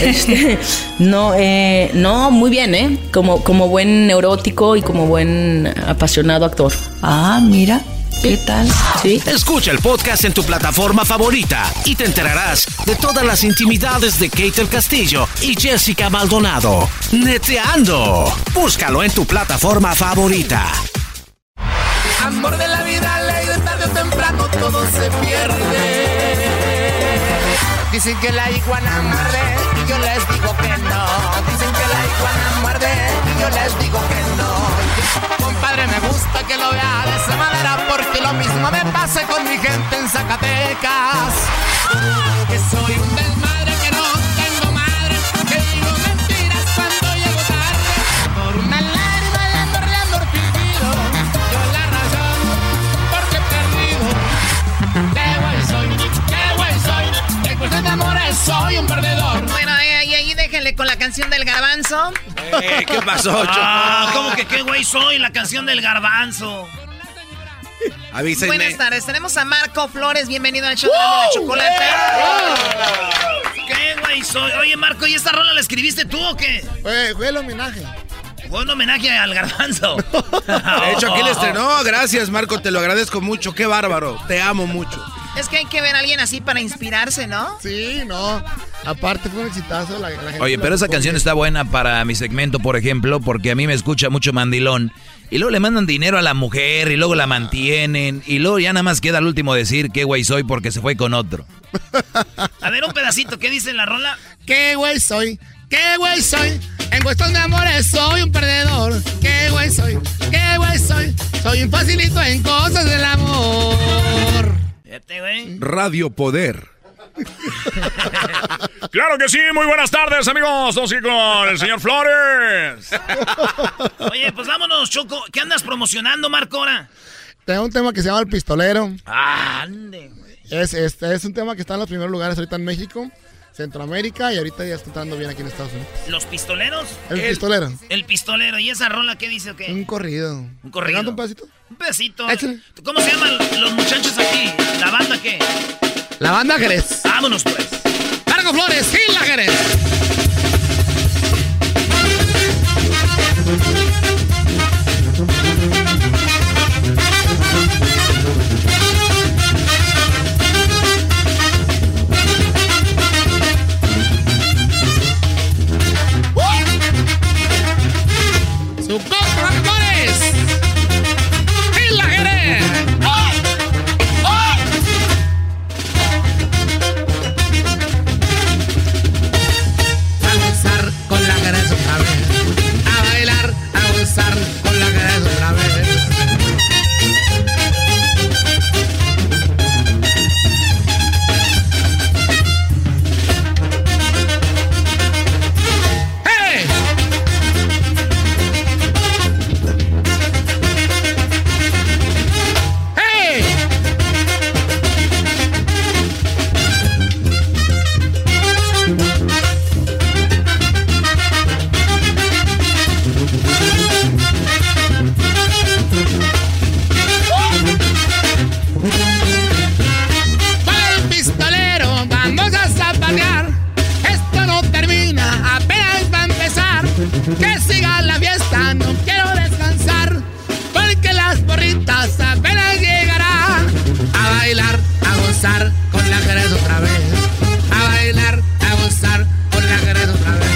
Speaker 11: No, muy bien, Como buen neurótico y como buen apasionado actor.
Speaker 12: Ah, mira. ¿Qué tal?
Speaker 11: Sí.
Speaker 10: Escucha el podcast en tu plataforma favorita y te enterarás de todas las intimidades de Kate del Castillo y Jessica Maldonado. Neteando. Búscalo en tu plataforma favorita.
Speaker 16: Amor de la vida, ley de tarde o temprano todo se pierde. Dicen que la iguana muerde y yo les digo que no. Dicen que la iguana muerde y yo les digo que no. Compadre, me gusta que lo vea de esa manera porque lo mismo me pasa con mi gente en Zacatecas. Que soy un desmadre, que no tengo madre, que digo mentiras cuando llego tarde. Por una lágrima le ando vivido, yo la razón porque he perdido. Qué güey soy, que cuestión de amores soy un perdedor.
Speaker 15: Bueno, y ahí déjenle con la canción del garbanzo.
Speaker 8: ¿Qué pasó, Choco?
Speaker 5: ¿Cómo que qué güey soy? La canción del garbanzo.
Speaker 8: Avísenme.
Speaker 15: Buenas tardes, tenemos a Marco Flores, bienvenido al show de la chocolate.
Speaker 5: ¿Qué güey soy? Oye, Marco, ¿y esta rola la escribiste tú o qué?
Speaker 9: Fue el homenaje.
Speaker 5: Fue un homenaje al garbanzo.
Speaker 8: De hecho, aquí le estrenó. Gracias, Marco, te lo agradezco mucho. Qué bárbaro, te amo mucho.
Speaker 15: Es que hay que ver a alguien así para inspirarse, ¿no?
Speaker 9: Sí, no. Aparte fue un exitazo. La gente.
Speaker 2: Oye, pero esa canción está buena para mi segmento, por ejemplo, porque a mí me escucha mucho mandilón. Y luego le mandan dinero a la mujer y luego la mantienen. Y luego ya nada más queda al último decir qué güey soy porque se fue con otro.
Speaker 5: A ver, un pedacito, ¿qué dice en la rola?
Speaker 16: ¿Qué güey soy? ¿Qué güey soy? En cuestión de amores soy un perdedor. ¿Qué güey soy? ¿Qué güey soy? Soy un facilito en cosas del amor.
Speaker 5: Fíjate, güey.
Speaker 8: Radio Poder.
Speaker 22: Claro que sí, muy buenas tardes, amigos. Estamos aquí con el señor Flores.
Speaker 5: Oye, pues vámonos, Choco. ¿Qué andas promocionando, Marco, ahora?
Speaker 3: Tengo un tema que se llama El Pistolero.
Speaker 5: Ande, güey.
Speaker 3: Es un tema que está en los primeros lugares ahorita en México, Centroamérica, y ahorita ya está entrando bien aquí en Estados Unidos.
Speaker 5: ¿Los pistoleros?
Speaker 3: El Pistolero.
Speaker 5: El Pistolero. ¿Y esa rola qué dice o qué?
Speaker 3: Un corrido.
Speaker 5: ¿Un corrido?
Speaker 3: ¿Un pedacito?
Speaker 5: Un pedacito.
Speaker 3: Échale.
Speaker 5: ¿Cómo se llaman los muchachos aquí? ¿La banda qué?
Speaker 3: La banda Jerez.
Speaker 5: Vámonos, pues.
Speaker 3: Largo Flores y la Jerez.
Speaker 16: ¡Su contra, Flores! ¡Y la Jerez! A gozar con la Jerez otra vez. A bailar, a gozar con la Jerez otra vez. Que siga la fiesta, no quiero descansar, porque las porritas apenas llegarán. A bailar, a gozar con la Jerez otra vez. A bailar, a gozar con la Jerez otra vez.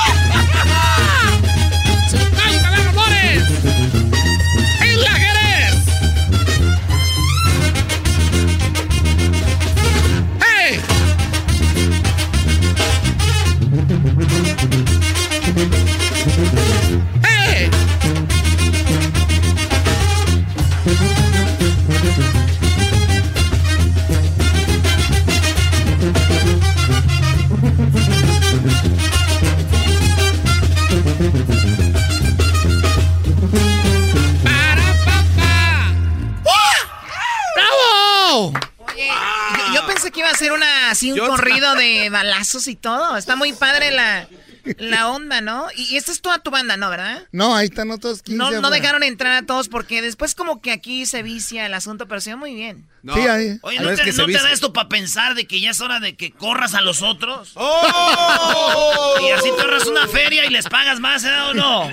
Speaker 16: ¡Se canta de amores! ¡En la Jerez! ¡Hey! ¡Hey! ¡Para, papá! ¡Bravo!
Speaker 15: Oye, yo pensé que iba a ser un corrido de balazos y todo. Está muy padre la onda, ¿no? Y esta es toda tu banda, ¿no? ¿Verdad?
Speaker 3: No, ahí están otros 15.
Speaker 15: No dejaron entrar a todos porque después como que aquí se vicia el asunto, pero se ve muy bien.
Speaker 3: No. Sí, ahí.
Speaker 5: Oye, ¿no te da esto para pensar de que ya es hora de que corras a los otros? Y así te ahorras una feria y les pagas más, ¿eh? ¿O no?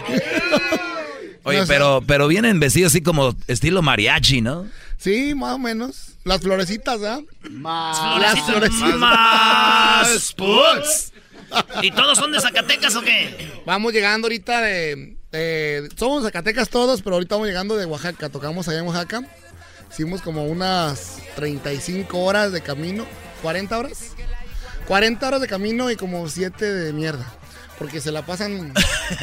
Speaker 6: Oye, pero vienen vestidos así como estilo mariachi, ¿no?
Speaker 3: Sí, más o menos. Las florecitas, ¿ah?
Speaker 5: Las florecitas. Más. Puts. ¿Y todos son de Zacatecas o qué?
Speaker 3: Vamos llegando ahorita somos Zacatecas todos, pero ahorita vamos llegando de Oaxaca. Tocamos allá en Oaxaca. Hicimos como unas 35 horas de camino. ¿40 horas? 40 horas de camino y como 7 de mierda. Porque se la pasan...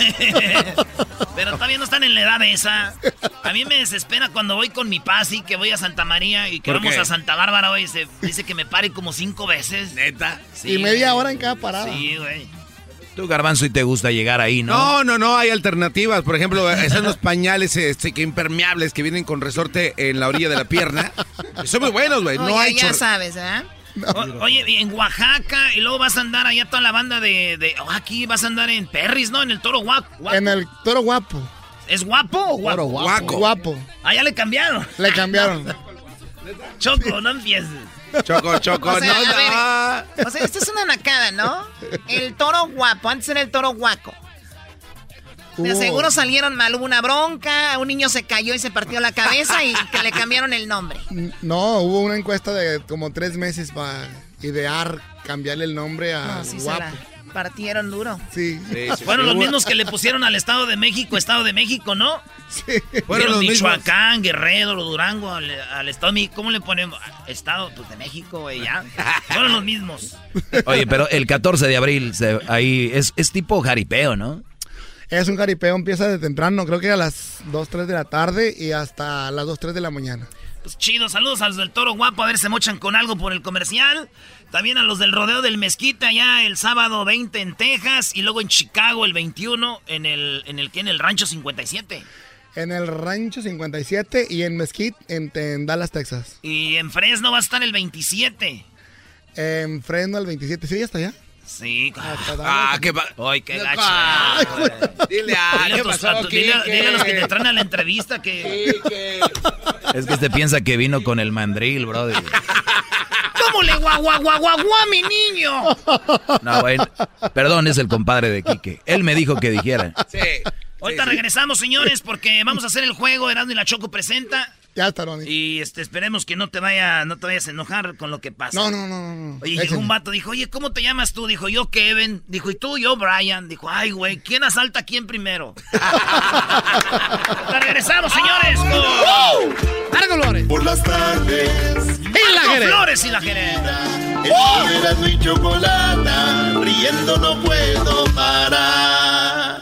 Speaker 5: Pero todavía no están en la edad esa. A mí me desespera cuando voy con mi pasi, que voy a Santa María y que vamos a Santa Bárbara hoy. Se dice que me pare como 5 veces.
Speaker 6: ¿Neta?
Speaker 5: Sí,
Speaker 3: y media hora en cada parada.
Speaker 5: Sí, güey.
Speaker 6: Tú, Garbanzo, y te gusta llegar ahí, ¿no?
Speaker 8: No, hay alternativas. Por ejemplo, están los pañales que impermeables que vienen con resorte en la orilla de la pierna. Son muy buenos, güey. No hay
Speaker 15: ya sabes, ¿eh?
Speaker 5: Oye, en Oaxaca, y luego vas a andar allá toda la banda aquí vas a andar en Perris, ¿no? En el Toro Guapo.
Speaker 3: En el Toro Guapo.
Speaker 5: ¿Es guapo o guapo?
Speaker 3: Guapo.
Speaker 5: Ah, ya le cambiaron.
Speaker 3: Le cambiaron.
Speaker 5: Choco, no empieces.
Speaker 8: Choco,
Speaker 15: o sea, o sea, esta es una nacada, ¿no? El Toro Guapo, antes era el Toro Guaco. De seguro salieron mal, hubo una bronca, un niño se cayó y se partió la cabeza y que le cambiaron el nombre.
Speaker 3: No, hubo una encuesta de como 3 meses para idear cambiarle el nombre a Guapo.
Speaker 15: Partieron duro.
Speaker 3: Sí.
Speaker 5: Fueron los mismos que le pusieron al Estado de México, ¿no?
Speaker 3: Sí.
Speaker 5: Fueron los Michoacán, Guerrero, Durango, al Estado de México. ¿Cómo le ponemos? Estado pues, de México, güey, ya. Fueron los mismos.
Speaker 6: Oye, pero el 14 de abril, ahí es tipo jaripeo, ¿no?
Speaker 3: Es un jaripeo, empieza de temprano, creo que a las 2, 3 de la tarde y hasta las 2, 3 de la mañana.
Speaker 5: Pues chido, saludos a los del Toro Guapo, a ver si se mochan con algo por el comercial. También a los del Rodeo del Mezquite, allá el sábado 20 en Texas y luego en Chicago el 21 en el Rancho 57.
Speaker 3: En el Rancho 57 y en Mesquite, en Dallas, Texas.
Speaker 5: Y en Fresno va a estar el 27.
Speaker 3: En Fresno el 27. ¿Sí, ya está allá?
Speaker 5: Sí.
Speaker 20: qué
Speaker 5: ¡Ay, qué gacho!
Speaker 20: Dile
Speaker 5: ¿qué pasó? Dile a los que te traen a la entrevista que...
Speaker 2: Es que este piensa que vino con el mandril, brother.
Speaker 5: ¿Cómo le guaguaguaguaguá a mi niño?
Speaker 2: No, bueno, perdón, es el compadre de Quique. Él me dijo que dijera.
Speaker 20: Sí.
Speaker 5: Ahorita regresamos, señores, porque vamos a hacer el juego. Erasmo y la Choco presenta.
Speaker 3: Ya está, Ronnie.
Speaker 5: Y esperemos que no te vayas a enojar con lo que pasa.
Speaker 3: No.
Speaker 5: Oye, llegó un vato, dijo, oye, ¿cómo te llamas tú? Dijo, yo Kevin. Dijo, ¿y tú? Yo Brian. Dijo, ay, güey, ¿quién asalta a quién primero? Regresamos, señores.
Speaker 3: ¡Marco Flores!
Speaker 16: Por las tardes.
Speaker 5: Marco Flores y la Jerez.
Speaker 16: Erasmo y Chocolata, riendo no puedo parar.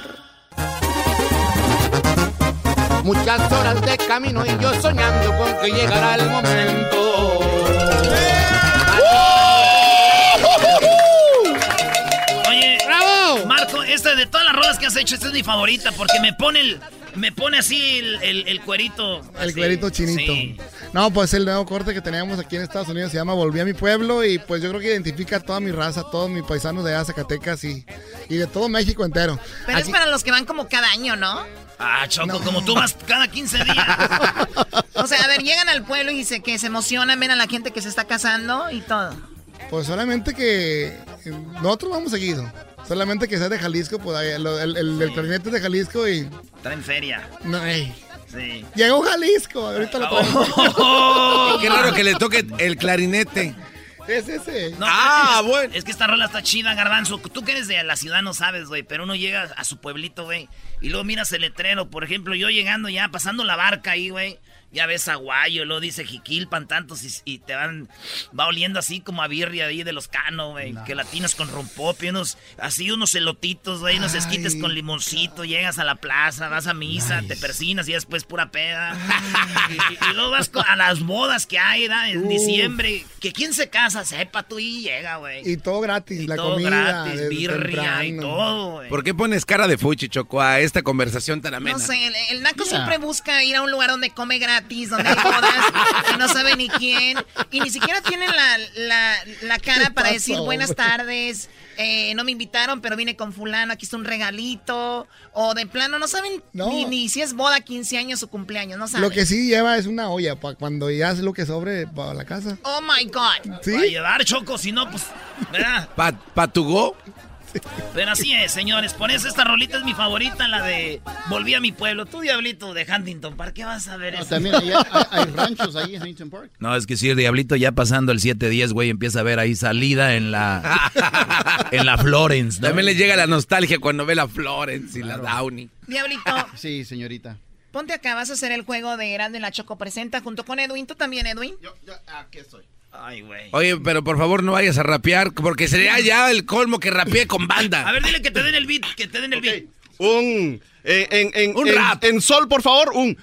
Speaker 19: Muchas horas de camino y yo soñando con que llegará el momento.
Speaker 5: Oye,
Speaker 3: ¡bravo!
Speaker 5: Marco, de todas las rolas que has hecho, esta es mi favorita porque me pone así el cuerito.
Speaker 3: El cuerito chinito.
Speaker 5: Sí.
Speaker 3: No, pues el nuevo corte que teníamos aquí en Estados Unidos se llama Volví a mi pueblo y pues yo creo que identifica a toda mi raza, a todos mis paisanos de allá, Zacatecas y de todo México entero.
Speaker 15: Pero aquí... es para los que van como cada año, ¿no?
Speaker 5: Ah, Choco, como tú vas cada 15 días.
Speaker 15: O sea, a ver, llegan al pueblo y se emocionan, ven a la gente que se está casando y todo.
Speaker 3: Pues solamente que nosotros vamos seguido. Solamente que sea de Jalisco, pues el clarinete es de Jalisco y...
Speaker 5: Está en feria.
Speaker 3: No,
Speaker 5: sí.
Speaker 3: Llegó Jalisco, ahorita lo traigo.
Speaker 20: Qué raro que le toque el clarinete.
Speaker 3: Es ese.
Speaker 5: No, bueno. Es que esta rola está chida, Garbanzo. Tú que eres de la ciudad no sabes, güey, pero uno llega a su pueblito, güey, y luego miras el letrero. Por ejemplo, yo llegando ya, pasando la barca ahí, güey, ya ves Aguayo, luego dice Jiquilpan, tantos, y te va oliendo así como a birria ahí de los Cano, güey, no. Que latinos con rompope, unos elotitos, güey, unos esquites con limoncito, llegas a la plaza, vas a misa, te persinas y después pura peda. Y luego vas a las bodas que hay, ¿verdad? En diciembre, que quién se casa, sepa tú y llega, güey.
Speaker 3: Y todo gratis,
Speaker 5: y
Speaker 3: la
Speaker 5: todo
Speaker 3: comida.
Speaker 5: Gratis, birria y todo, güey.
Speaker 20: ¿Por qué pones cara de fuchi, Choco, a esta conversación tan amena?
Speaker 15: No sé, el naco siempre busca ir a un lugar donde come gratis, donde hay bodas, que no sabe ni quién, y ni siquiera tienen la cara para decir buenas tardes, no me invitaron, pero vine con fulano, aquí está un regalito, o de plano no saben ni si es boda, 15 años o cumpleaños, no saben.
Speaker 3: Lo que sí lleva es una olla, para cuando ya hace lo que sobre para la casa.
Speaker 15: Oh my God.
Speaker 3: ¿Sí?
Speaker 5: Para llevar, Choco, si no, pues, ¿verdad?
Speaker 20: ¿Pa tu go?
Speaker 5: Pero así es, señores. Por eso esta rolita es mi favorita, la de Volví a mi pueblo. Tú, Diablito, de Huntington Park, ¿qué vas a ver eso?
Speaker 9: También hay ranchos ahí en Huntington Park.
Speaker 2: No, es que si el Diablito ya pasando el 7-10, güey, empieza a ver ahí salida en la Florence, ¿no?
Speaker 20: También le llega la nostalgia cuando ve la Florence y la Downey.
Speaker 15: Diablito.
Speaker 9: Sí, señorita.
Speaker 15: Ponte acá, vas a hacer el juego de Erasmo y la Choco Presenta junto con Edwin. ¿Tú también, Edwin?
Speaker 9: Yo aquí estoy.
Speaker 5: Ay, güey.
Speaker 20: Oye, pero por favor no vayas a rapear, porque sería ya el colmo que rapee con banda.
Speaker 5: A ver, dile que te den el beat, beat.
Speaker 20: Un
Speaker 19: rap. En sol, por favor, un...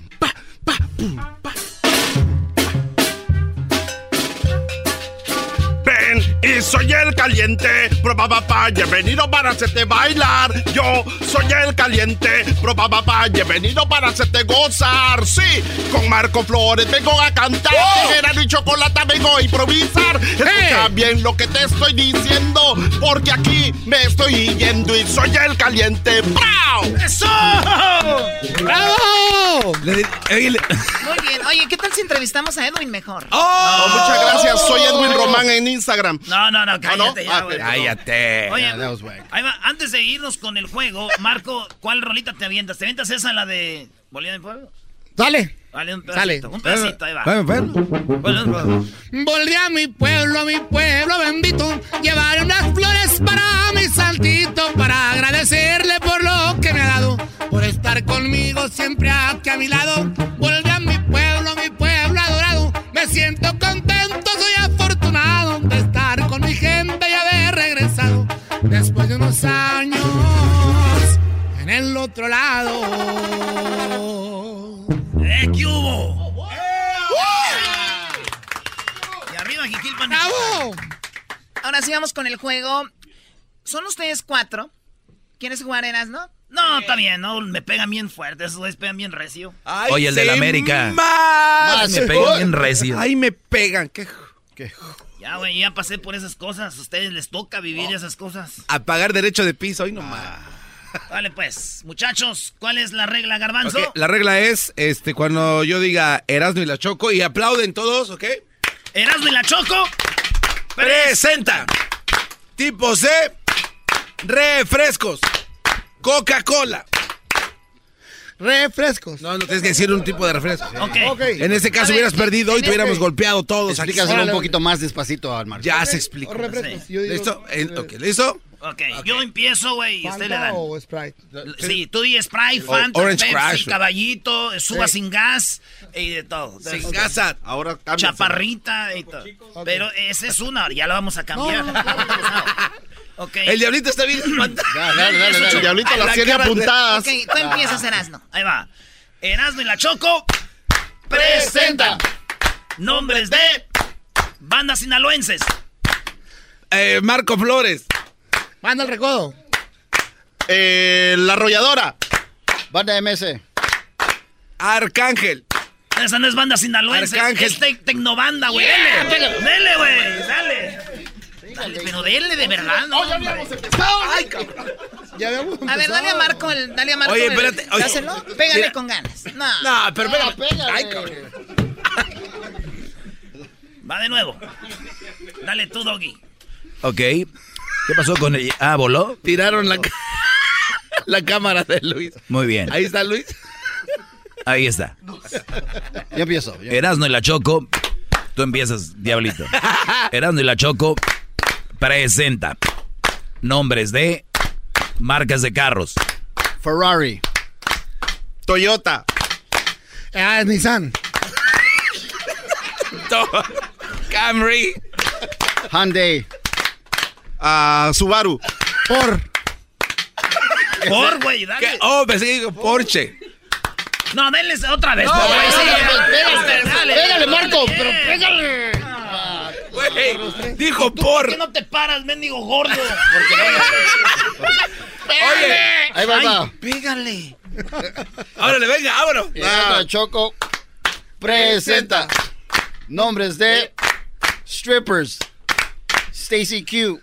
Speaker 14: Y soy el caliente, papá, he venido para hacerte bailar. Yo soy el caliente, papá, he venido para hacerte gozar. Sí, con Marco Flores vengo a cantar. Erasmo y Chocolata vengo a improvisar. Escucha bien lo que te estoy diciendo, porque aquí me estoy yendo y soy el caliente. ¡Bravo!
Speaker 5: ¡Eso!
Speaker 15: ¡Bravo! Muy bien. Oye, ¿qué tal si entrevistamos a Edwin mejor?
Speaker 14: Muchas gracias. Soy Edwin Román en Instagram.
Speaker 5: No, cállate ya, güey.
Speaker 20: Cállate.
Speaker 5: Oye, ahí va, antes de irnos con el juego, Marco, ¿cuál rolita te avientas? ¿Te avientas esa, la de Volví a mi pueblo?
Speaker 3: Dale.
Speaker 5: Vale, un pedacito, ahí va.
Speaker 4: Volví a mi pueblo bendito, llevaré unas flores para mi santito, para agradecerle por lo que me ha dado, por estar conmigo siempre aquí a mi lado. Volví a mi pueblo adorado, me siento contento, soy afortunado de estar con mi gente y haber regresado después de unos años en el otro lado.
Speaker 5: ¿Qué hubo? Y arriba, Jiquilpan.
Speaker 15: ¡Bravo! Ahora sí vamos con el juego. Son ustedes 4. ¿Quieres jugar, Erasmo?
Speaker 5: No, está bien, no, me pegan bien fuerte, esos güeyes pegan bien recio.
Speaker 8: Ay,
Speaker 2: oye, el de la América. Me pegan bien recio.
Speaker 8: Ay, me pegan. ¿Qué?
Speaker 5: Ya, güey, ya pasé por esas cosas. A ustedes les toca vivir esas cosas.
Speaker 8: A pagar derecho de piso, hoy nomás.
Speaker 5: Vale, pues, muchachos, ¿cuál es la regla, Garbanzo?
Speaker 8: Okay, la regla es, cuando yo diga Erasmo y la Choco y aplauden todos, ¿ok?
Speaker 5: Erasmo y la Choco
Speaker 8: presenta tipos de refrescos. Coca-Cola.
Speaker 3: Refrescos.
Speaker 8: No, tienes que decir un tipo de refresco.
Speaker 5: Okay.
Speaker 8: En ese caso hubieras perdido y te hubiéramos golpeado todos.
Speaker 9: Explícaselo un poquito más despacito al Marcio.
Speaker 8: Ya se explica.
Speaker 3: Refrescos.
Speaker 8: ¿Listo? ¿Listo?
Speaker 5: Ok, yo empiezo, güey, y usted le dan.
Speaker 3: ¿O Sprite?
Speaker 5: Sí, tú di Sprite, Fanta,
Speaker 8: Orange
Speaker 5: Pepsi,
Speaker 8: Crush.
Speaker 5: Caballito, suba sin gas y de todo.
Speaker 8: Sin gas. Ahora
Speaker 5: Chaparrita y todo. Pero esa es una, ya la vamos a cambiar. Okay.
Speaker 8: El diablito está bien espantado.
Speaker 9: Dale. El diablito las tiene apuntadas.
Speaker 5: Ok, tú empiezas, Erasmo. Ahí va. Erasmo y la Choco presenta nombres de bandas sinaloenses.
Speaker 8: Marco Flores.
Speaker 3: Banda El Recodo.
Speaker 9: La Arrolladora. Banda MS.
Speaker 8: Arcángel.
Speaker 5: Esa no es banda sinaloense.
Speaker 8: Arcángel.
Speaker 5: Es tecnobanda, güey. Dele, güey. Dale, pero dele de verdad, ¿no?
Speaker 9: Ya habíamos empezado.
Speaker 3: Ay, cabrón. Ya habíamos empezado.
Speaker 15: A ver, dale a Marco
Speaker 8: Oye, espérate. Oye,
Speaker 15: dáselo. Pégale con ganas.
Speaker 8: No, pero
Speaker 9: pégale.
Speaker 8: Ay, cabrón.
Speaker 5: Va de nuevo. Dale tú, Doggy.
Speaker 2: Ok. ¿Qué pasó con ella? Ah, ¿voló?
Speaker 8: Tiraron la cámara de Luis.
Speaker 2: Muy bien.
Speaker 8: Ahí está Luis.
Speaker 2: Ahí está.
Speaker 9: Ya empiezo.
Speaker 2: Erasmo y la Choco. Tú empiezas, diablito. Erasmo y la Choco presenta nombres de marcas de carros.
Speaker 9: Ferrari.
Speaker 20: Toyota.
Speaker 3: Nissan.
Speaker 8: Camry.
Speaker 20: Hyundai. Subaru.
Speaker 5: Por, güey, dale.
Speaker 8: Oh, pensé que digo Porsche.
Speaker 5: No, denle otra vez.
Speaker 9: Pégale, Marco, pero pégale.
Speaker 8: Güey, dijo por.
Speaker 5: ¿Por qué no te paras, mendigo gordo?
Speaker 8: Oye,
Speaker 9: ahí va.
Speaker 5: Pégale.
Speaker 8: Órale, venga, vámonos.
Speaker 9: Choco presenta nombres de strippers. Stacy Q.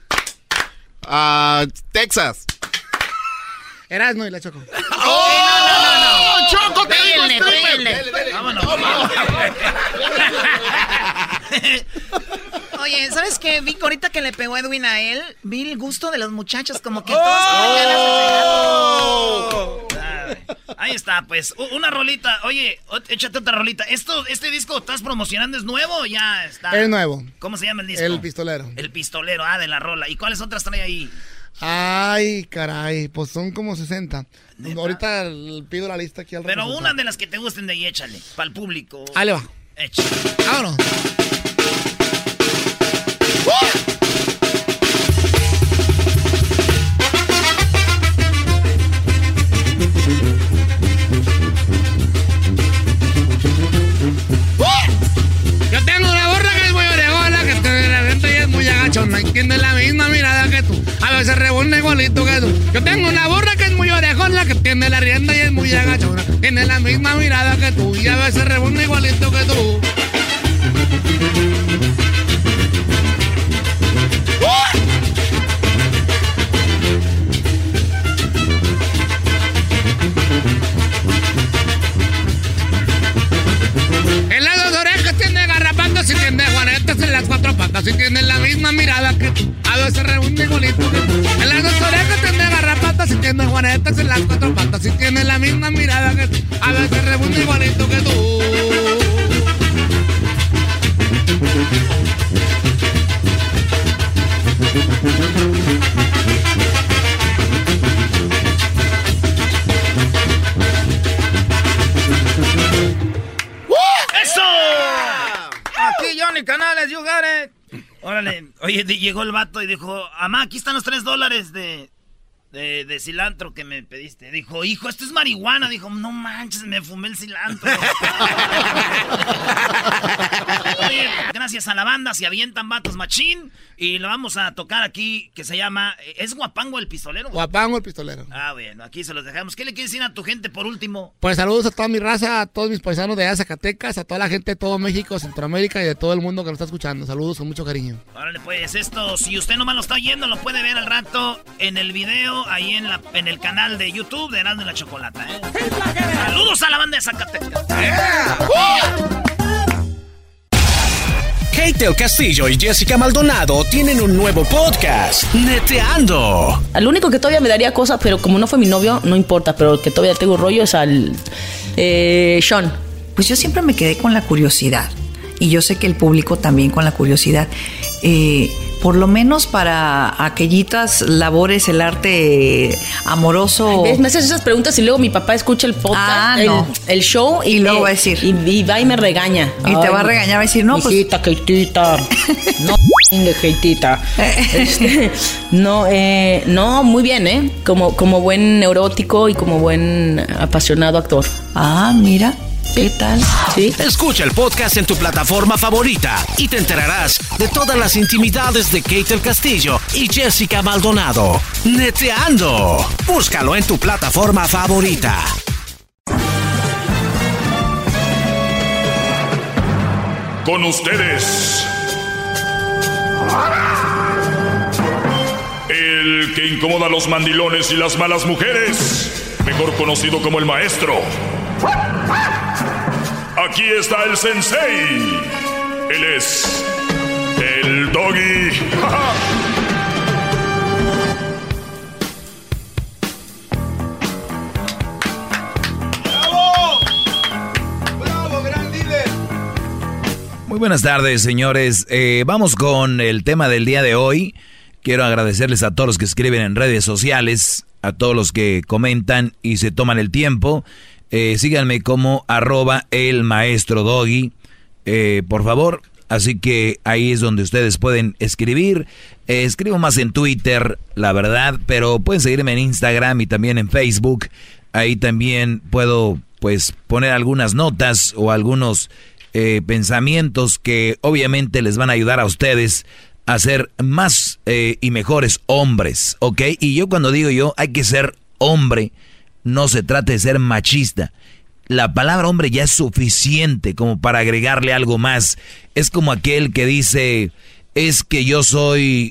Speaker 20: Texas.
Speaker 3: Erasmo y la Choco.
Speaker 9: ¡Oh! ¡Choco, te digo
Speaker 5: Pégale. Vámonos.
Speaker 15: Oye, ¿sabes qué? Vi ahorita que le pegó Edwin a él, vi el gusto de los muchachos, como que todos tienen ganas de pegar.
Speaker 5: Ahí está, pues, una rolita. Oye, échate otra rolita. ¿Este disco estás promocionando es nuevo o ya está?
Speaker 3: Es nuevo.
Speaker 5: ¿Cómo se llama el disco?
Speaker 3: El Pistolero.
Speaker 5: El Pistolero, de la rola. ¿Y cuáles otras trae ahí?
Speaker 3: Ay, caray, pues son como 60. Ahorita pido la lista aquí al
Speaker 5: Pero
Speaker 3: representante.
Speaker 5: una de las que te gusten de ahí, échale, para el público.
Speaker 3: Ahí le va.
Speaker 5: Échale.
Speaker 3: Vámonos.
Speaker 4: Yo tengo una borra que es muy orejona, que te la renta y es muy agachona, y tiene la misma mirada que tú, a veces rebunda igualito que tú. Yo tengo una borra que es muy orejona, que tiene la rienda y es muy agachona, tiene la misma mirada que tú, y a veces rebunda igualito que tú. En las dos orejas tiene garrapatas y tiene juanetas en las cuatro patas y tiene la misma mirada que tú. A veces rebunda igualito que tú. En las dos orejas tiene garrapatas y tiene juanetas en las cuatro patas y tiene la misma mirada que tú. A veces rebunda igualito que tú.
Speaker 5: ¡Eso! Aquí Johnny Canales, you got it. Órale, oye, llegó el vato y dijo, amá, aquí están los $3 de de cilantro que me pediste. Dijo, hijo, esto es marihuana. Dijo, no manches, me fumé el cilantro. Oye, gracias a la banda, se avientan vatos machín. Y lo vamos a tocar aquí, que se llama... ¿Es Guapango el Pistolero?
Speaker 3: Guapango el Pistolero.
Speaker 5: Ah, bueno, aquí se los dejamos. ¿Qué le quieres decir a tu gente por último?
Speaker 3: Pues saludos a toda mi raza, a todos mis paisanos de allá de Zacatecas, a toda la gente de todo México, Centroamérica y de todo el mundo que nos está escuchando. Saludos con mucho cariño.
Speaker 5: Órale, pues esto, si usted nomás lo está oyendo, lo puede ver al rato en el video, ahí en el canal de YouTube de Erasmo y la Chocolata, ¿eh? Saludos a la banda de Zacatecas.
Speaker 10: Kate del Castillo y Jessica Maldonado tienen un nuevo podcast, Neteando.
Speaker 11: Al único que todavía me daría cosa, pero como no fue mi novio, no importa, pero el que todavía tengo rollo es al Sean.
Speaker 12: Pues yo siempre me quedé con la curiosidad, y yo sé que el público también con la curiosidad. Por lo menos para aquellitas labores, el arte amoroso.
Speaker 11: ¿Ves? Me haces esas preguntas y luego mi papá escucha el podcast,
Speaker 12: no.
Speaker 11: el show, y
Speaker 12: luego va a decir.
Speaker 11: Y va y me regaña.
Speaker 12: Y te va a regañar, va a decir, no,
Speaker 11: hijita,
Speaker 12: pues.
Speaker 11: Keitita. No, de Keitita. No, muy bien, ¿eh? Como buen neurótico y como buen apasionado actor.
Speaker 12: Ah, mira. ¿Qué tal?
Speaker 11: ¿Sí?
Speaker 10: Escucha el podcast en tu plataforma favorita y te enterarás de todas las intimidades de Kate del Castillo y Jessica Maldonado. Neteando. Búscalo en tu plataforma favorita.
Speaker 22: Con ustedes, el que incomoda a los mandilones y las malas mujeres, mejor conocido como el maestro. Aquí está el sensei. Él es el Doggy.
Speaker 8: ¡Bravo! ¡Bravo, gran líder!
Speaker 2: Muy buenas tardes, señores. Vamos con el tema del día de hoy. Quiero agradecerles a todos los que escriben en redes sociales, a todos los que comentan y se toman el tiempo. Síganme como @elmaestrodoggy, por favor. Así que ahí es donde ustedes pueden escribir. Escribo más en Twitter, la verdad, pero pueden seguirme en Instagram y también en Facebook. Ahí también puedo, pues, poner algunas notas o algunos pensamientos que obviamente les van a ayudar a ustedes a ser más y mejores hombres, ¿ok? Y yo cuando digo hay que ser hombre, no se trata de ser machista. La palabra hombre ya es suficiente como para agregarle algo más. Es como aquel que dice, es que yo soy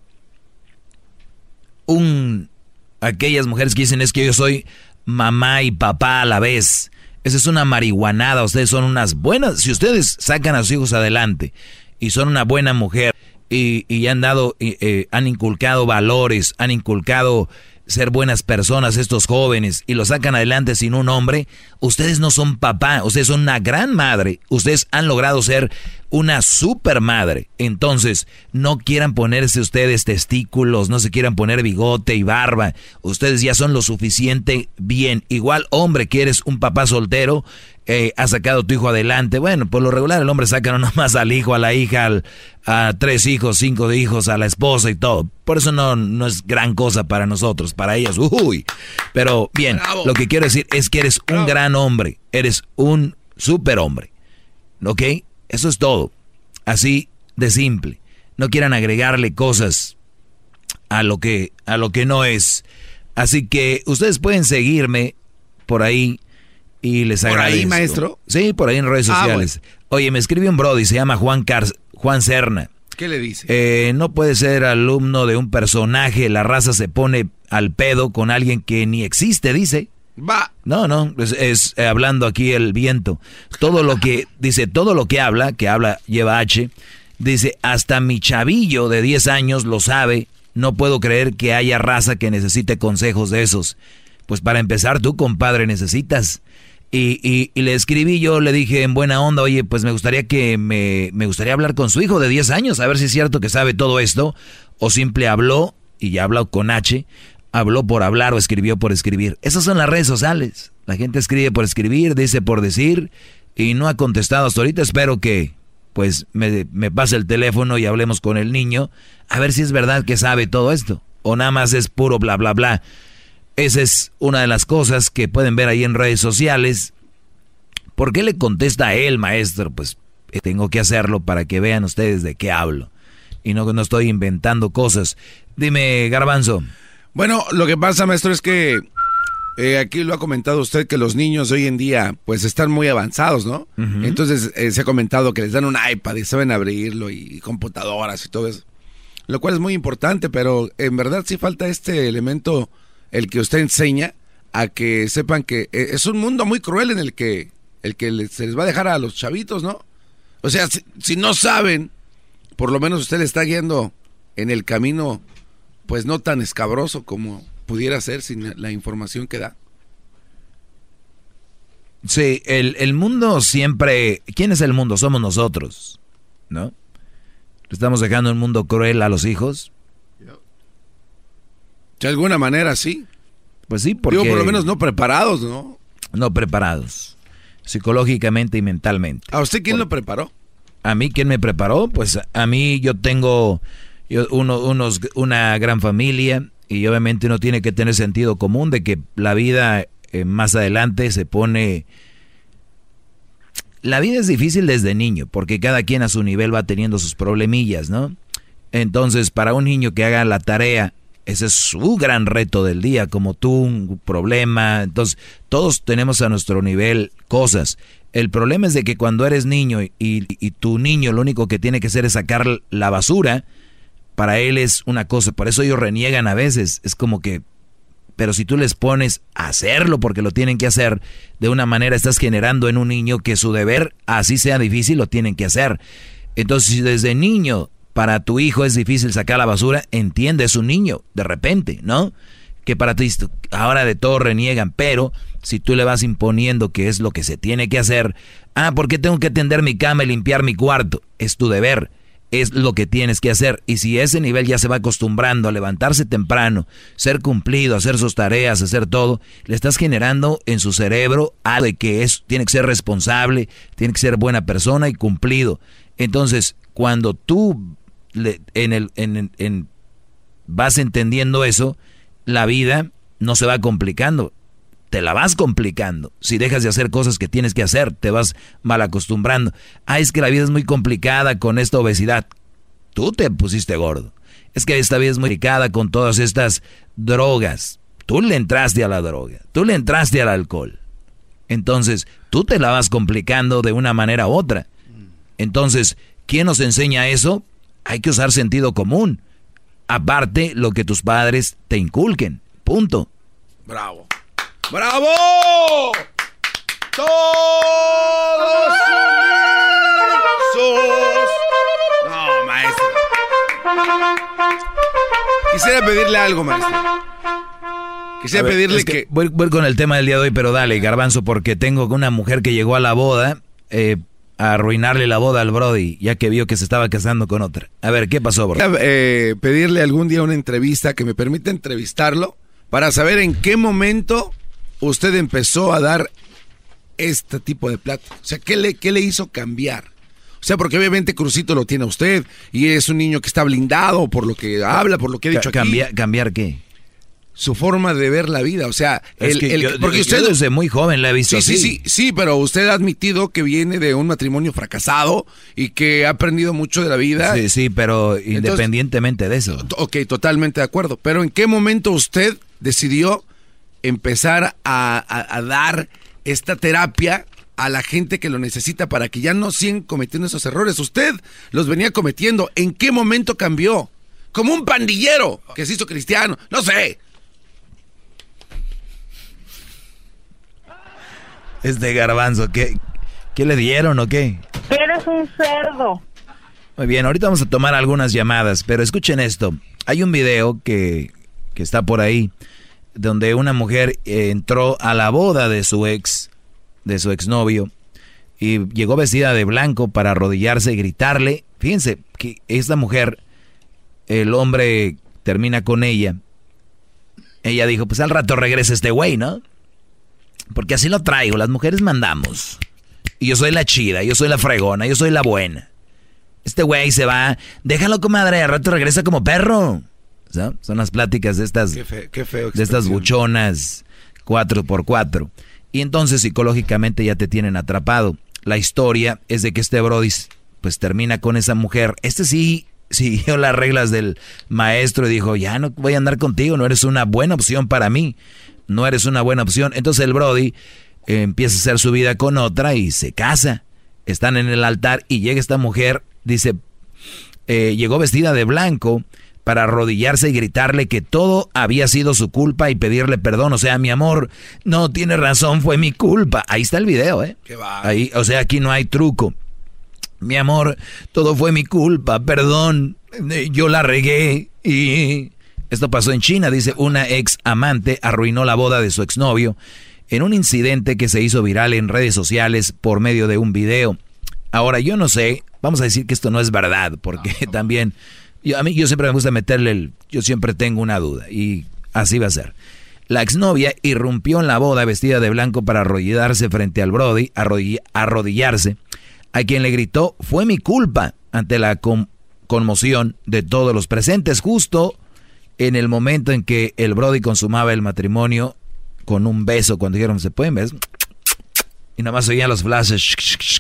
Speaker 2: aquellas mujeres que dicen, es que yo soy mamá y papá a la vez. Esa es una marihuanada. Ustedes son unas buenas, si ustedes sacan a sus hijos adelante y son una buena mujer y han inculcado valores, han inculcado ser buenas personas estos jóvenes y lo sacan adelante sin un hombre, ustedes no son papá, ustedes son una gran madre, ustedes han logrado ser una super madre. Entonces, no quieran ponerse ustedes testículos, no se quieran poner bigote y barba, ustedes ya son lo suficiente bien. Igual hombre, que eres un papá soltero, has sacado a tu hijo adelante. Bueno, por lo regular el hombre saca no nomás al hijo, a la hija, a 3 hijos, 5 hijos, a la esposa y todo. Por eso no es gran cosa para nosotros, para ellas, uy. Pero bien, bravo. Lo que quiero decir es que eres un gran hombre, eres un super hombre, ¿ok? Eso es todo, así de simple. No quieran agregarle cosas a lo que no es. Así que ustedes pueden seguirme por ahí y les agradezco. ¿Por ahí,
Speaker 8: maestro?
Speaker 2: Sí, por ahí en redes sociales. Bueno. Oye, me escribe un brody, se llama Juan Serna.
Speaker 8: ¿Qué le dice?
Speaker 2: No puede ser alumno de un personaje, la raza se pone al pedo con alguien que ni existe, dice.
Speaker 8: Va.
Speaker 2: No, es hablando aquí el viento. Todo lo que habla, lleva H, dice, hasta mi chavillo de 10 años lo sabe, no puedo creer que haya raza que necesite consejos de esos. Pues para empezar tú, compadre, necesitas. Y le escribí, yo le dije en buena onda, oye, pues me gustaría hablar con su hijo de 10 años, a ver si es cierto que sabe todo esto, o simple habló, y ya habló con H, habló por hablar o escribió por escribir. Esas son las redes sociales. La gente escribe por escribir, dice por decir, y no ha contestado hasta ahorita. Espero que pues me pase el teléfono y hablemos con el niño, a ver si es verdad que sabe todo esto.
Speaker 7: o nada más es puro bla, bla, bla. Esa es una de las cosas que pueden ver ahí en redes sociales. ¿Por qué le contesta a él, maestro? Pues tengo que hacerlo para que vean ustedes de qué hablo. Y no estoy inventando cosas. Dime, Garbanzo.
Speaker 8: Bueno, lo que pasa, maestro, es que aquí lo ha comentado usted, que los niños hoy en día pues están muy avanzados, ¿no? Uh-huh. Entonces se ha comentado que les dan un iPad y saben abrirlo y computadoras y todo eso. Lo cual es muy importante, pero en verdad sí falta este elemento, el que usted enseña, a que sepan que es un mundo muy cruel en el que se les va a dejar a los chavitos, ¿no? O sea, si no saben, por lo menos usted le está guiando en el camino, pues no tan escabroso como pudiera ser sin la información que da.
Speaker 7: Sí, el mundo siempre... ¿Quién es el mundo? Somos nosotros, ¿no? ¿Le estamos dejando un mundo cruel a los hijos?
Speaker 8: De alguna manera, sí.
Speaker 7: Pues sí, porque...
Speaker 8: Digo, por lo menos no preparados, ¿no?
Speaker 7: No preparados, psicológicamente y mentalmente.
Speaker 8: ¿A usted quién lo preparó?
Speaker 7: ¿A mí quién me preparó? Pues a mí yo tengo una gran familia y obviamente uno tiene que tener sentido común de que la vida más adelante se pone... La vida es difícil desde niño porque cada quien a su nivel va teniendo sus problemillas, ¿no? Entonces, para un niño que haga la tarea, ese es su gran reto del día, como tú, un problema. Entonces, todos tenemos a nuestro nivel cosas. El problema es de que cuando eres niño y tu niño lo único que tiene que hacer es sacar la basura, para él es una cosa. Por eso ellos reniegan a veces. Es como que, pero si tú les pones a hacerlo porque lo tienen que hacer, de una manera estás generando en un niño que su deber, así sea difícil, lo tienen que hacer. Entonces, si desde niño para tu hijo es difícil sacar la basura, entiende, es un niño, de repente, ¿no? Que para ti ahora de todo reniegan, pero si tú le vas imponiendo que es lo que se tiene que hacer, ¿por qué tengo que tender mi cama y limpiar mi cuarto? Es tu deber, es lo que tienes que hacer. Y si ese nivel ya se va acostumbrando a levantarse temprano, ser cumplido, hacer sus tareas, hacer todo, le estás generando en su cerebro algo de que tiene que ser responsable, tiene que ser buena persona y cumplido. Entonces, cuando tú vas entendiendo eso, la vida no se va complicando, te la vas complicando. Si dejas de hacer cosas que tienes que hacer, te vas mal acostumbrando. Es que la vida es muy complicada con esta obesidad. Tú te pusiste gordo. Es que esta vida es muy complicada con todas estas drogas. Tú le entraste a la droga, tú le entraste al alcohol. Entonces, tú te la vas complicando de una manera u otra. Entonces, ¿quién nos enseña eso? Hay que usar sentido común. Aparte, lo que tus padres te inculquen. Punto.
Speaker 8: ¡Bravo! ¡Bravo! ¡Todos unidos! No, maestro. Quisiera pedirle algo, maestro. Quisiera pedirle que...
Speaker 7: Voy con el tema del día de hoy, pero dale, Garbanzo, porque tengo una mujer que llegó a la boda... a arruinarle la boda al Brody, ya que vio que se estaba casando con otra. A ver, ¿qué pasó, Brody?
Speaker 8: Pedirle algún día una entrevista, que me permita entrevistarlo, para saber en qué momento usted empezó a dar este tipo de plática. O sea, ¿qué le hizo cambiar? O sea, porque obviamente Crucito lo tiene a usted, y es un niño que está blindado por lo que habla, por lo que ha dicho aquí.
Speaker 7: ¿Cambiar qué?
Speaker 8: Su forma de ver la vida, o sea,
Speaker 7: porque usted desde muy joven la ha visto así.
Speaker 8: Sí, pero usted ha admitido que viene de un matrimonio fracasado y que ha aprendido mucho de la vida.
Speaker 7: Sí, pero independientemente de eso.
Speaker 8: Ok, totalmente de acuerdo. Pero ¿en qué momento usted decidió empezar a dar esta terapia a la gente que lo necesita para que ya no sigan cometiendo esos errores? Usted los venía cometiendo. ¿En qué momento cambió? Como un pandillero que se hizo cristiano, no sé.
Speaker 7: Garbanzo, ¿qué le dieron o qué?
Speaker 21: Eres un cerdo.
Speaker 7: Muy bien, ahorita vamos a tomar algunas llamadas, pero escuchen esto. Hay un video que está por ahí, donde una mujer entró a la boda de su exnovio, y llegó vestida de blanco para arrodillarse y gritarle. Fíjense que esta mujer, el hombre termina con ella. Ella dijo, pues al rato regresa este güey, ¿no? Porque así lo traigo, las mujeres mandamos. Y yo soy la chida, yo soy la fregona, yo soy la buena. Este güey se va, déjalo, comadre, al rato regresa como perro. ¿no? Son las pláticas de estas,
Speaker 8: qué feo
Speaker 7: de estas buchonas 4x4. Y entonces psicológicamente ya te tienen atrapado. La historia es de que este brody pues termina con esa mujer. Sí siguió las reglas del maestro y dijo, ya no voy a andar contigo, no eres una buena opción para mí. No eres una buena opción. Entonces el brody empieza a hacer su vida con otra y se casa. Están en el altar y llega esta mujer, dice, llegó vestida de blanco para arrodillarse y gritarle que todo había sido su culpa y pedirle perdón. O sea, mi amor, no tiene razón, fue mi culpa. Ahí está el video,
Speaker 8: Qué va.
Speaker 7: Ahí, o sea, aquí no hay truco. Mi amor, todo fue mi culpa, perdón, yo la regué. Y esto pasó en China, dice, una ex amante arruinó la boda de su exnovio en un incidente que se hizo viral en redes sociales por medio de un video. Ahora, yo no sé, vamos a decir que esto no es verdad, porque también, yo siempre me gusta meterle yo siempre tengo una duda, y así va a ser. La exnovia irrumpió en la boda vestida de blanco para arrodillarse frente al brody, arrodillarse, a quien le gritó, fue mi culpa, ante la conmoción de todos los presentes, justo en el momento en que el brody consumaba el matrimonio con un beso, cuando dijeron, ¿se pueden ver? Y nada más oían los flashes.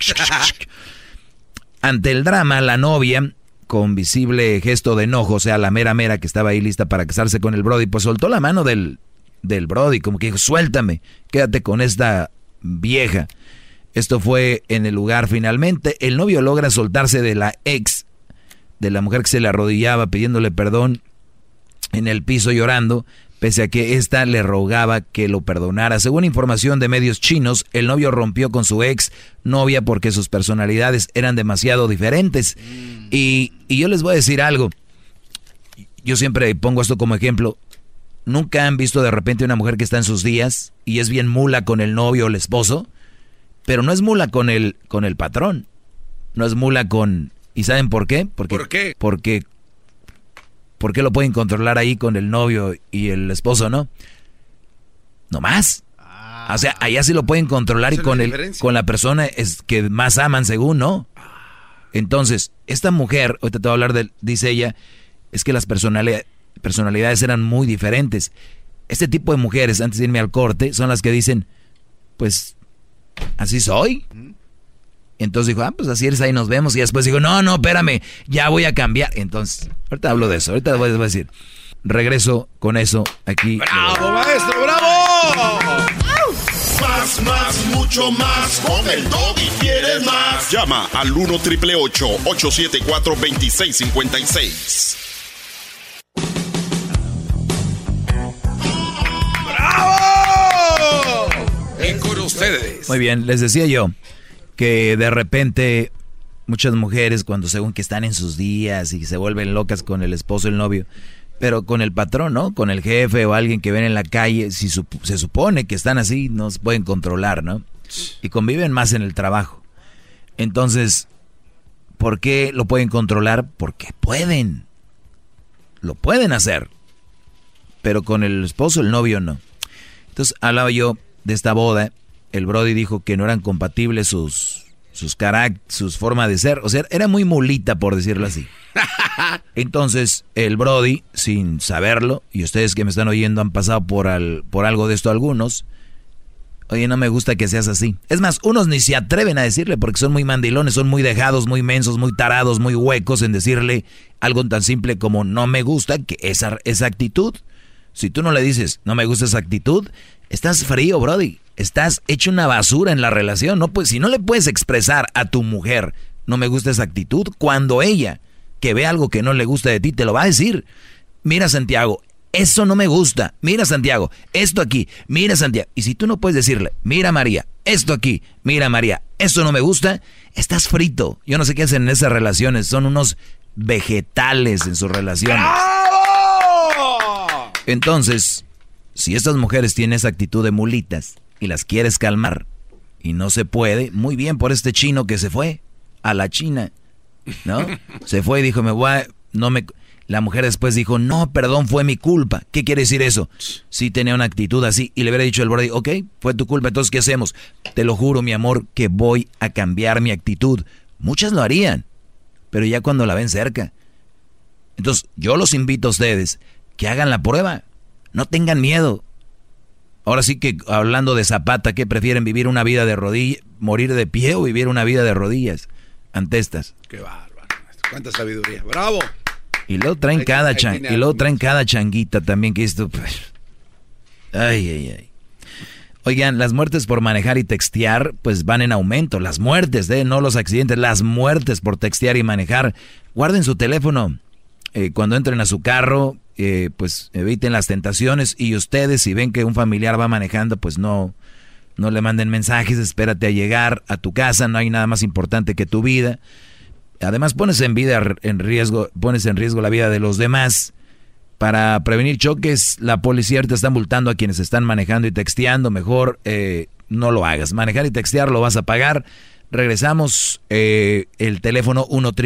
Speaker 7: Ante el drama, la novia, con visible gesto de enojo, o sea, la mera que estaba ahí lista para casarse con el brody, pues soltó la mano del brody, como que dijo, suéltame, quédate con esta vieja. Esto fue en el lugar finalmente. El novio logra soltarse de la ex, de la mujer que se le arrodillaba pidiéndole perdón en el piso llorando, pese a que ésta le rogaba que lo perdonara. Según información de medios chinos, el novio rompió con su ex novia porque sus personalidades eran demasiado diferentes. Y yo les voy a decir algo. Yo siempre pongo esto como ejemplo. ¿Nunca han visto de repente una mujer que está en sus días y es bien mula con el novio o el esposo? Pero no es mula con el patrón. No es mula con... ¿Y saben por qué? ¿Por qué? Porque lo pueden controlar ahí con el novio y el esposo, ¿no? No más. O sea, allá sí lo pueden controlar y con la persona que más aman, según, ¿no? Entonces, esta mujer, ahorita te voy a hablar dice ella, es que las personalidades eran muy diferentes. Este tipo de mujeres, antes de irme al corte, son las que dicen, pues, así soy. Entonces dijo, pues así eres, ahí nos vemos. Y después dijo, no, espérame, ya voy a cambiar. Entonces, ahorita hablo de eso, ahorita voy a decir. Regreso con eso aquí.
Speaker 14: ¡Bravo, maestro, bravo! Más, mucho más. Con el Doggy quieres más. Llama al 1-888-874-2656.
Speaker 8: ¡Bravo! Y con ustedes.
Speaker 7: Muy bien, les decía yo que de repente muchas mujeres cuando según que están en sus días y se vuelven locas con el esposo, el novio, pero con el patrón, ¿no? Con el jefe o alguien que ven en la calle, si se supone que están así, no se pueden controlar, ¿no? Y conviven más en el trabajo. Entonces, ¿por qué lo pueden controlar? Porque pueden. Lo pueden hacer. Pero con el esposo, el novio, no. Entonces, hablaba yo de esta boda. El brody dijo que no eran compatibles sus formas de ser. O sea, era muy mulita, por decirlo así. Entonces, el brody, sin saberlo, y ustedes que me están oyendo han pasado por algo de esto algunos, oye, no me gusta que seas así. Es más, unos ni se atreven a decirle porque son muy mandilones, son muy dejados, muy mensos, muy tarados, muy huecos en decirle algo tan simple como no me gusta que esa actitud. Si tú no le dices no me gusta esa actitud, estás frío, brody. Estás hecho una basura en la relación. No, pues, si no le puedes expresar a tu mujer no me gusta esa actitud, cuando ella que ve algo que no le gusta de ti te lo va a decir. Mira, Santiago, eso no me gusta. Mira, Santiago, esto aquí. Mira, Santiago. Y si tú no puedes decirle, mira, María, esto aquí. Mira, María, esto no me gusta, estás frito. Yo no sé qué hacen en esas relaciones. Son unos vegetales en sus relaciones. ¡Bravo! Entonces, si estas mujeres tienen esa actitud de mulitas y las quieres calmar y no se puede, muy bien por este chino que se fue a la China, ¿no? Se fue y dijo, la mujer después dijo, no, perdón, fue mi culpa. ¿Qué quiere decir eso? Sí tenía una actitud así y le hubiera dicho el brody, ok, fue tu culpa, entonces ¿qué hacemos? Te lo juro, mi amor, que voy a cambiar mi actitud. Muchas lo harían, pero ya cuando la ven cerca. Entonces, yo los invito a ustedes que hagan la prueba. No tengan miedo. Ahora sí que hablando de Zapata, ¿qué prefieren, vivir una vida de rodillas, morir de pie o vivir una vida de rodillas ante estas?
Speaker 8: Qué bárbaro. Cuánta sabiduría. ¡Bravo!
Speaker 7: Y luego traen cada changuita también, que esto... Pues, ay. Oigan, las muertes por manejar y textear, pues van en aumento. Las muertes, no los accidentes, las muertes por textear y manejar. Guarden su teléfono cuando entren a su carro, pues eviten las tentaciones. Y ustedes, si ven que un familiar va manejando, pues no le manden mensajes, espérate a llegar a tu casa, no hay nada más importante que tu vida. Además pones en riesgo la vida de los demás. Para prevenir choques, la policía te está multando a quienes están manejando y texteando. Mejor no lo hagas. Manejar y textear lo vas a pagar. Regresamos, el teléfono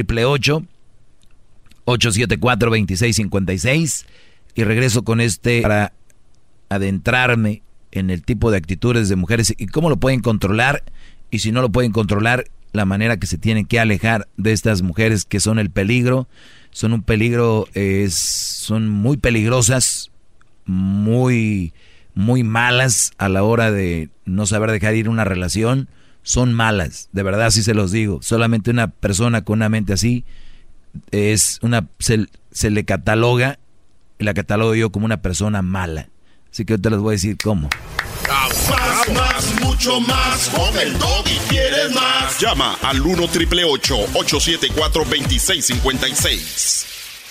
Speaker 7: 1-888-874-2656. Y regreso con para adentrarme en el tipo de actitudes de mujeres y cómo lo pueden controlar. Y si no lo pueden controlar, la manera que se tienen que alejar de estas mujeres que son el peligro. Son un peligro, son muy peligrosas, muy malas a la hora de no saber dejar ir una relación. Son malas, de verdad, sí se los digo. Solamente una persona con una mente así se le cataloga, y la catalogo yo como una persona mala. Así que ahorita les voy a decir cómo.
Speaker 14: Más, mucho más. Con el Doggy quieres más. Llama al 1-888-874-2656.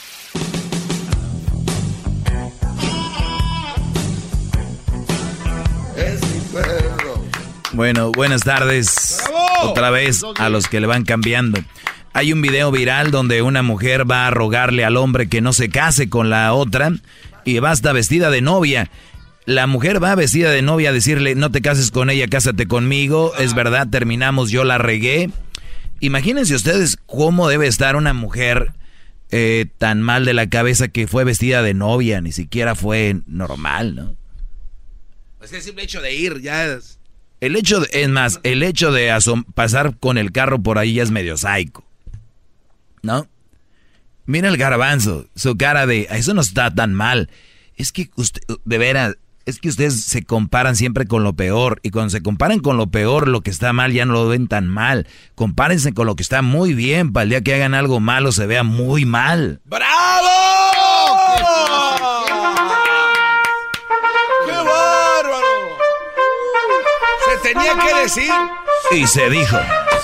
Speaker 8: Es mi perro.
Speaker 7: Bueno, buenas tardes. ¡Bravo! Otra vez a los que le van cambiando. Hay un video viral donde una mujer va a rogarle al hombre que no se case con la otra y va hasta vestida de novia. La mujer va vestida de novia a decirle, no te cases con ella, cásate conmigo. Es verdad, terminamos, yo la regué. Imagínense ustedes cómo debe estar una mujer tan mal de la cabeza que fue vestida de novia. Ni siquiera fue normal, ¿no?
Speaker 8: Es que el simple hecho de ir ya es...
Speaker 7: El hecho de pasar con el carro por ahí ya es medio sádico, ¿no? Mira el garbanzo, su cara de, eso no está tan mal. Es que usted, de veras... Es que ustedes se comparan siempre con lo peor. Y cuando se comparan con lo peor, lo que está mal ya no lo ven tan mal. Compárense con lo que está muy bien. Para el día que hagan algo malo se vea muy mal.
Speaker 8: ¡Bravo! ¡Qué bárbaro! Se tenía que decir.
Speaker 7: Y se dijo.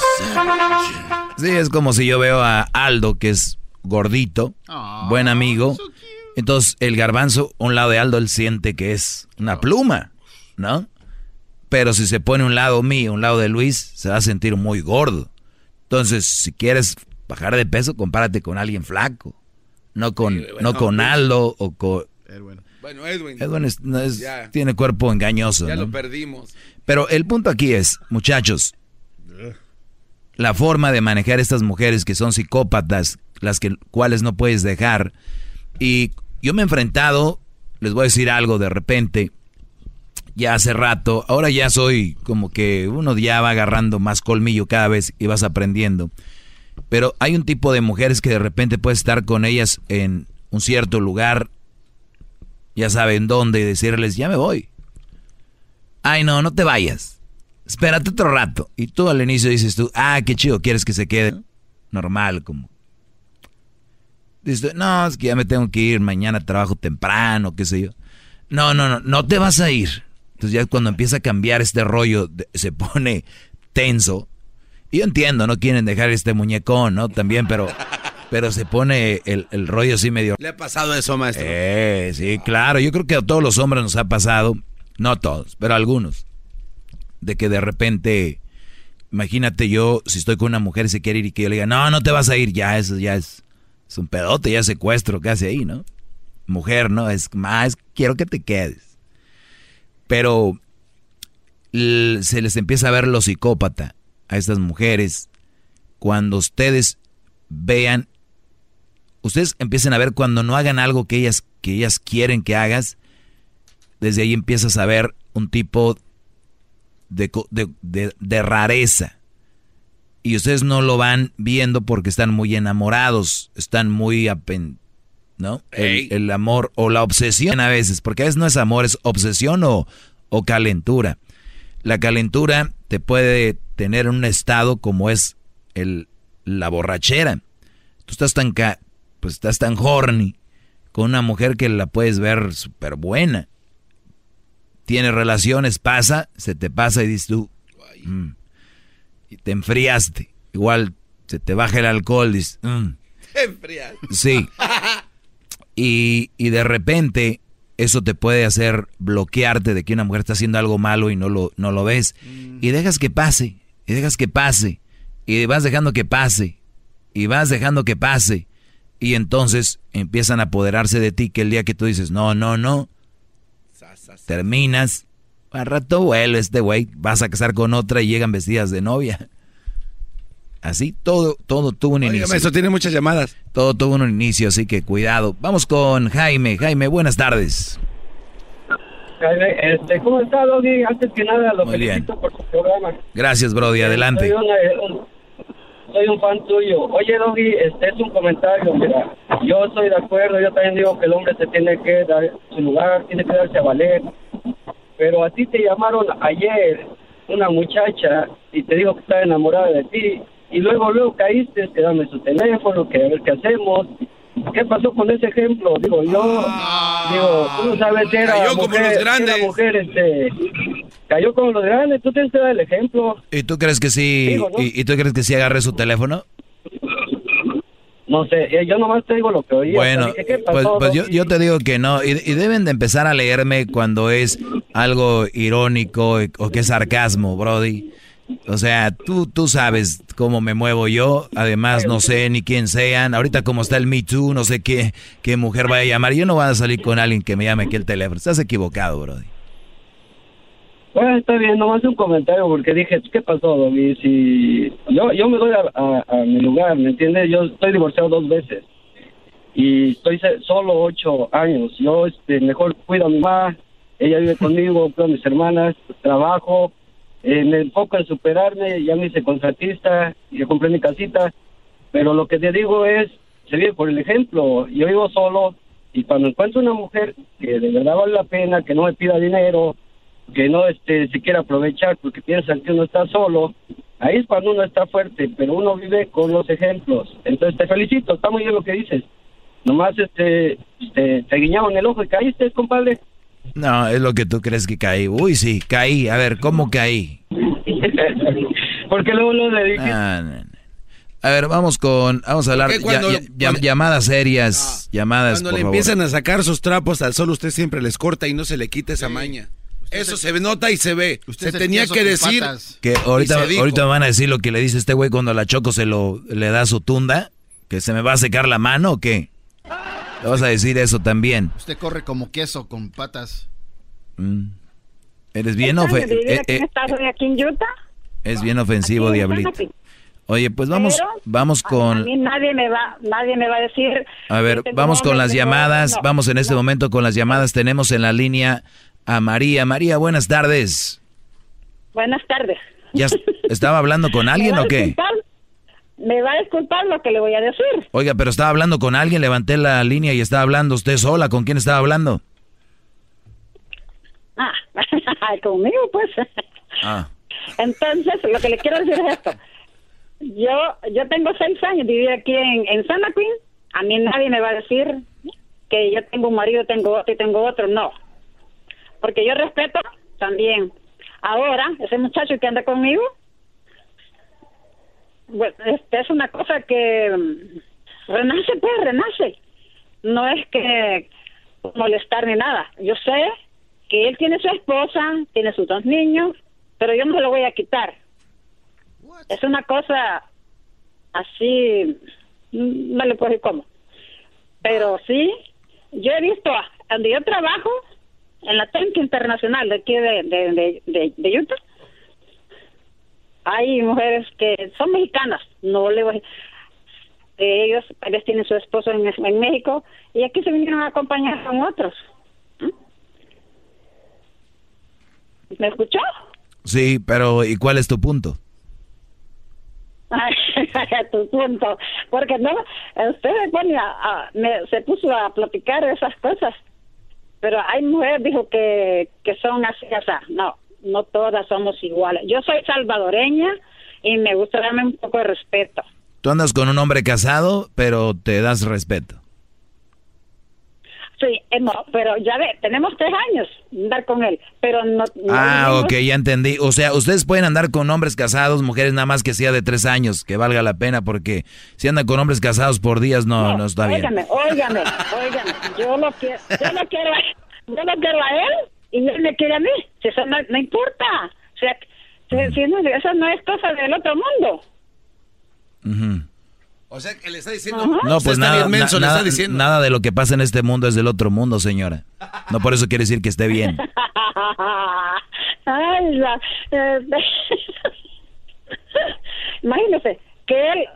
Speaker 7: Sí, es como si yo veo a Aldo, que es gordito, buen amigo. Entonces, el garbanzo, a un lado de Aldo, él siente que es una pluma, ¿no? Pero si se pone a un lado mío, a un lado de Luis, se va a sentir muy gordo. Entonces, si quieres bajar de peso, compárate con alguien flaco. No con Aldo o con...
Speaker 8: Edwin. Bueno, Edwin
Speaker 7: tiene cuerpo engañoso,
Speaker 8: ya, ¿no? Lo perdimos.
Speaker 7: Pero el punto aquí es, muchachos, la forma de manejar estas mujeres que son psicópatas, cuales no puedes dejar. Y yo me he enfrentado, les voy a decir algo de repente, ya hace rato, ahora ya soy como que uno ya va agarrando más colmillo cada vez y vas aprendiendo. Pero hay un tipo de mujeres que de repente puedes estar con ellas en un cierto lugar, ya saben dónde, y decirles, ya me voy. Ay, no te vayas, espérate otro rato. Y tú al inicio dices tú, qué chido, ¿quieres que se quede? Normal, como. Dices, no, es que ya me tengo que ir, mañana trabajo temprano, qué sé yo. No te vas a ir. Entonces ya cuando empieza a cambiar este rollo, se pone tenso. Y yo entiendo, no quieren dejar este muñecón, ¿no? También, pero se pone el rollo así medio...
Speaker 8: ¿Le ha pasado eso, maestro?
Speaker 7: Sí, claro. Yo creo que a todos los hombres nos ha pasado, no todos, pero a algunos, de que de repente, imagínate yo, si estoy con una mujer y se quiere ir y que yo le diga, no te vas a ir, ya eso ya es un pedote, ya secuestro casi ahí, ¿no? Mujer, ¿no? Es más, quiero que te quedes. Pero se les empieza a ver lo psicópata a estas mujeres cuando ustedes vean, ustedes empiezan a ver cuando no hagan algo que ellas quieren que hagas, desde ahí empiezas a ver un tipo de rareza. Y ustedes no lo van viendo porque están muy enamorados, están muy ¿no? El amor o la obsesión a veces, porque a veces no es amor, es obsesión o calentura. La calentura te puede tener en un estado como es la borrachera. Tú estás tan horny con una mujer que la puedes ver súper buena. Tienes relaciones, se te pasa y dices tú, y te enfriaste. Igual se te baja el alcohol, dices,
Speaker 8: Te enfriaste.
Speaker 7: Sí. Y de repente eso te puede hacer bloquearte de que una mujer está haciendo algo malo y no lo ves. Y dejas que pase, y dejas que pase, y vas dejando que pase, y vas dejando que pase. Y entonces empiezan a apoderarse de ti, que el día que tú dices, no, terminas, al rato vuelve este güey, vas a casar con otra y llegan vestidas de novia. Así, todo tuvo un inicio.
Speaker 8: Eso tiene muchas llamadas.
Speaker 7: Todo tuvo un inicio, así que cuidado. Vamos con Jaime. Jaime, buenas tardes.
Speaker 1: Jaime, ¿cómo está, Doggy? Antes que nada, lo felicito por su programa.
Speaker 7: Gracias, Brody, adelante.
Speaker 1: Soy un fan tuyo. Oye, Doggy, es un comentario, mira. Yo estoy de acuerdo, yo también digo que el hombre se tiene que dar su lugar, tiene que darse a valer. Pero a ti te llamaron ayer una muchacha y te dijo que estaba enamorada de ti. Y luego caíste, que dame su teléfono, que a ver qué hacemos. ¿Qué pasó con ese ejemplo? Tú no sabes,
Speaker 8: cayó como los grandes.
Speaker 1: Era mujer, cayó como los grandes, tú tienes que dar el ejemplo.
Speaker 7: ¿Y tú crees que sí?
Speaker 1: Digo, ¿no?
Speaker 7: ¿Y tú crees que sí agarre su teléfono?
Speaker 1: No sé, yo nomás te digo lo que oí.
Speaker 7: Bueno,
Speaker 1: dije, ¿qué pasó,
Speaker 7: pues yo te digo que no, y deben de empezar a leerme cuando es algo irónico o que es sarcasmo, Brody. O sea, tú sabes cómo me muevo yo, además no sé ni quién sean, ahorita como está el Me Too, no sé qué mujer vaya a llamar, yo no voy a salir con alguien que me llame aquí el teléfono, estás equivocado, Brody.
Speaker 1: Bueno, está bien, nomás un comentario, porque dije, ¿qué pasó, David? Si yo me doy a mi lugar, ¿me entiendes? Yo estoy divorciado 2 veces y estoy solo 8 años, yo mejor cuido a mi mamá, ella vive conmigo, cuido a mis hermanas, trabajo, me enfoco en superarme, ya me hice contratista, ya compré mi casita, pero lo que te digo es, se vive por el ejemplo. Yo vivo solo y cuando encuentro una mujer que de verdad vale la pena, que no me pida dinero, que no se quiera aprovechar porque piensan que uno está solo, ahí es cuando uno está fuerte, pero uno vive con los ejemplos. Entonces te felicito, está muy bien lo que dices. Nomás te guiñaron el ojo y caíste, compadre.
Speaker 7: No, es lo que tú crees que caí. Uy, sí, caí. A ver, ¿cómo caí?
Speaker 1: Porque luego lo dedicas.
Speaker 7: No. A ver, vamos a hablar llamadas serias, llamadas,
Speaker 8: cuando
Speaker 7: por
Speaker 8: le
Speaker 7: favor.
Speaker 8: empiezan a sacar sus trapos al sol, usted siempre les corta y no se le quita esa maña. Eso se nota y se ve. Usted se tenía que decir
Speaker 7: que ahorita me van a decir lo que le dice este güey cuando a la Choco le da su tunda, que se me va a secar la mano o qué. ¿Le vas a decir eso también?
Speaker 9: Usted corre como queso con patas.
Speaker 7: Eres bien ofensivo.
Speaker 21: aquí en Utah?
Speaker 7: Es bien ofensivo, diablito. Oye, pues vamos con...
Speaker 21: A mí nadie me va a decir...
Speaker 7: A ver, vamos con las llamadas. Vamos en este momento con las llamadas. Tenemos en la línea a María. María, buenas tardes.
Speaker 21: Buenas tardes.
Speaker 7: ¿Ya estaba hablando con alguien o qué?
Speaker 21: Me va a disculpar lo que le voy a decir.
Speaker 7: Oiga, pero estaba hablando con alguien, levanté la línea y estaba hablando usted sola. ¿Con quién estaba hablando?
Speaker 21: Conmigo, pues. Entonces, lo que le quiero decir es esto. Yo tengo 6 años, viví aquí en San Queen. A mí nadie me va a decir que yo tengo un marido, tengo otro y tengo otro. No. Porque yo respeto también. Ahora, ese muchacho que anda conmigo, bueno, es una cosa que renace. No es que molestar ni nada. Yo sé que él tiene su esposa, tiene sus 2 niños, pero yo no lo voy a quitar. Es una cosa así, no le puedo decir cómo. Pero sí, yo he visto, donde yo trabajo, en la Tanque Internacional de aquí de Utah, hay mujeres que son mexicanas, no le voy a decir. Ellos a veces tienen su esposo en México y aquí se vinieron a acompañar con otros. ¿Me escuchó?
Speaker 7: Sí, pero ¿y cuál es tu punto?
Speaker 21: tu punto, porque no, usted se pone se puso a platicar esas cosas, pero hay mujeres, dijo que son así, o sea, no todas somos iguales. Yo soy salvadoreña y me gusta darme un poco de respeto.
Speaker 7: Tú andas con un hombre casado, pero te das respeto.
Speaker 21: Sí, no, pero ya ve, tenemos 3 años de andar con él, pero no
Speaker 7: ok, ya entendí. O sea, ustedes pueden andar con hombres casados, mujeres nada más que sea de 3 años, que valga la pena, porque si andan con hombres casados por días no está bien.
Speaker 21: Óigame, yo lo quiero a él y él me quiere a mí. Si eso no importa, o sea, si no, eso no es cosa del otro mundo.
Speaker 8: O sea, que le está diciendo...
Speaker 7: No, pues nada de lo que pasa en este mundo es del otro mundo, señora. No por eso quiere decir que esté bien.
Speaker 21: Ay, imagínese que él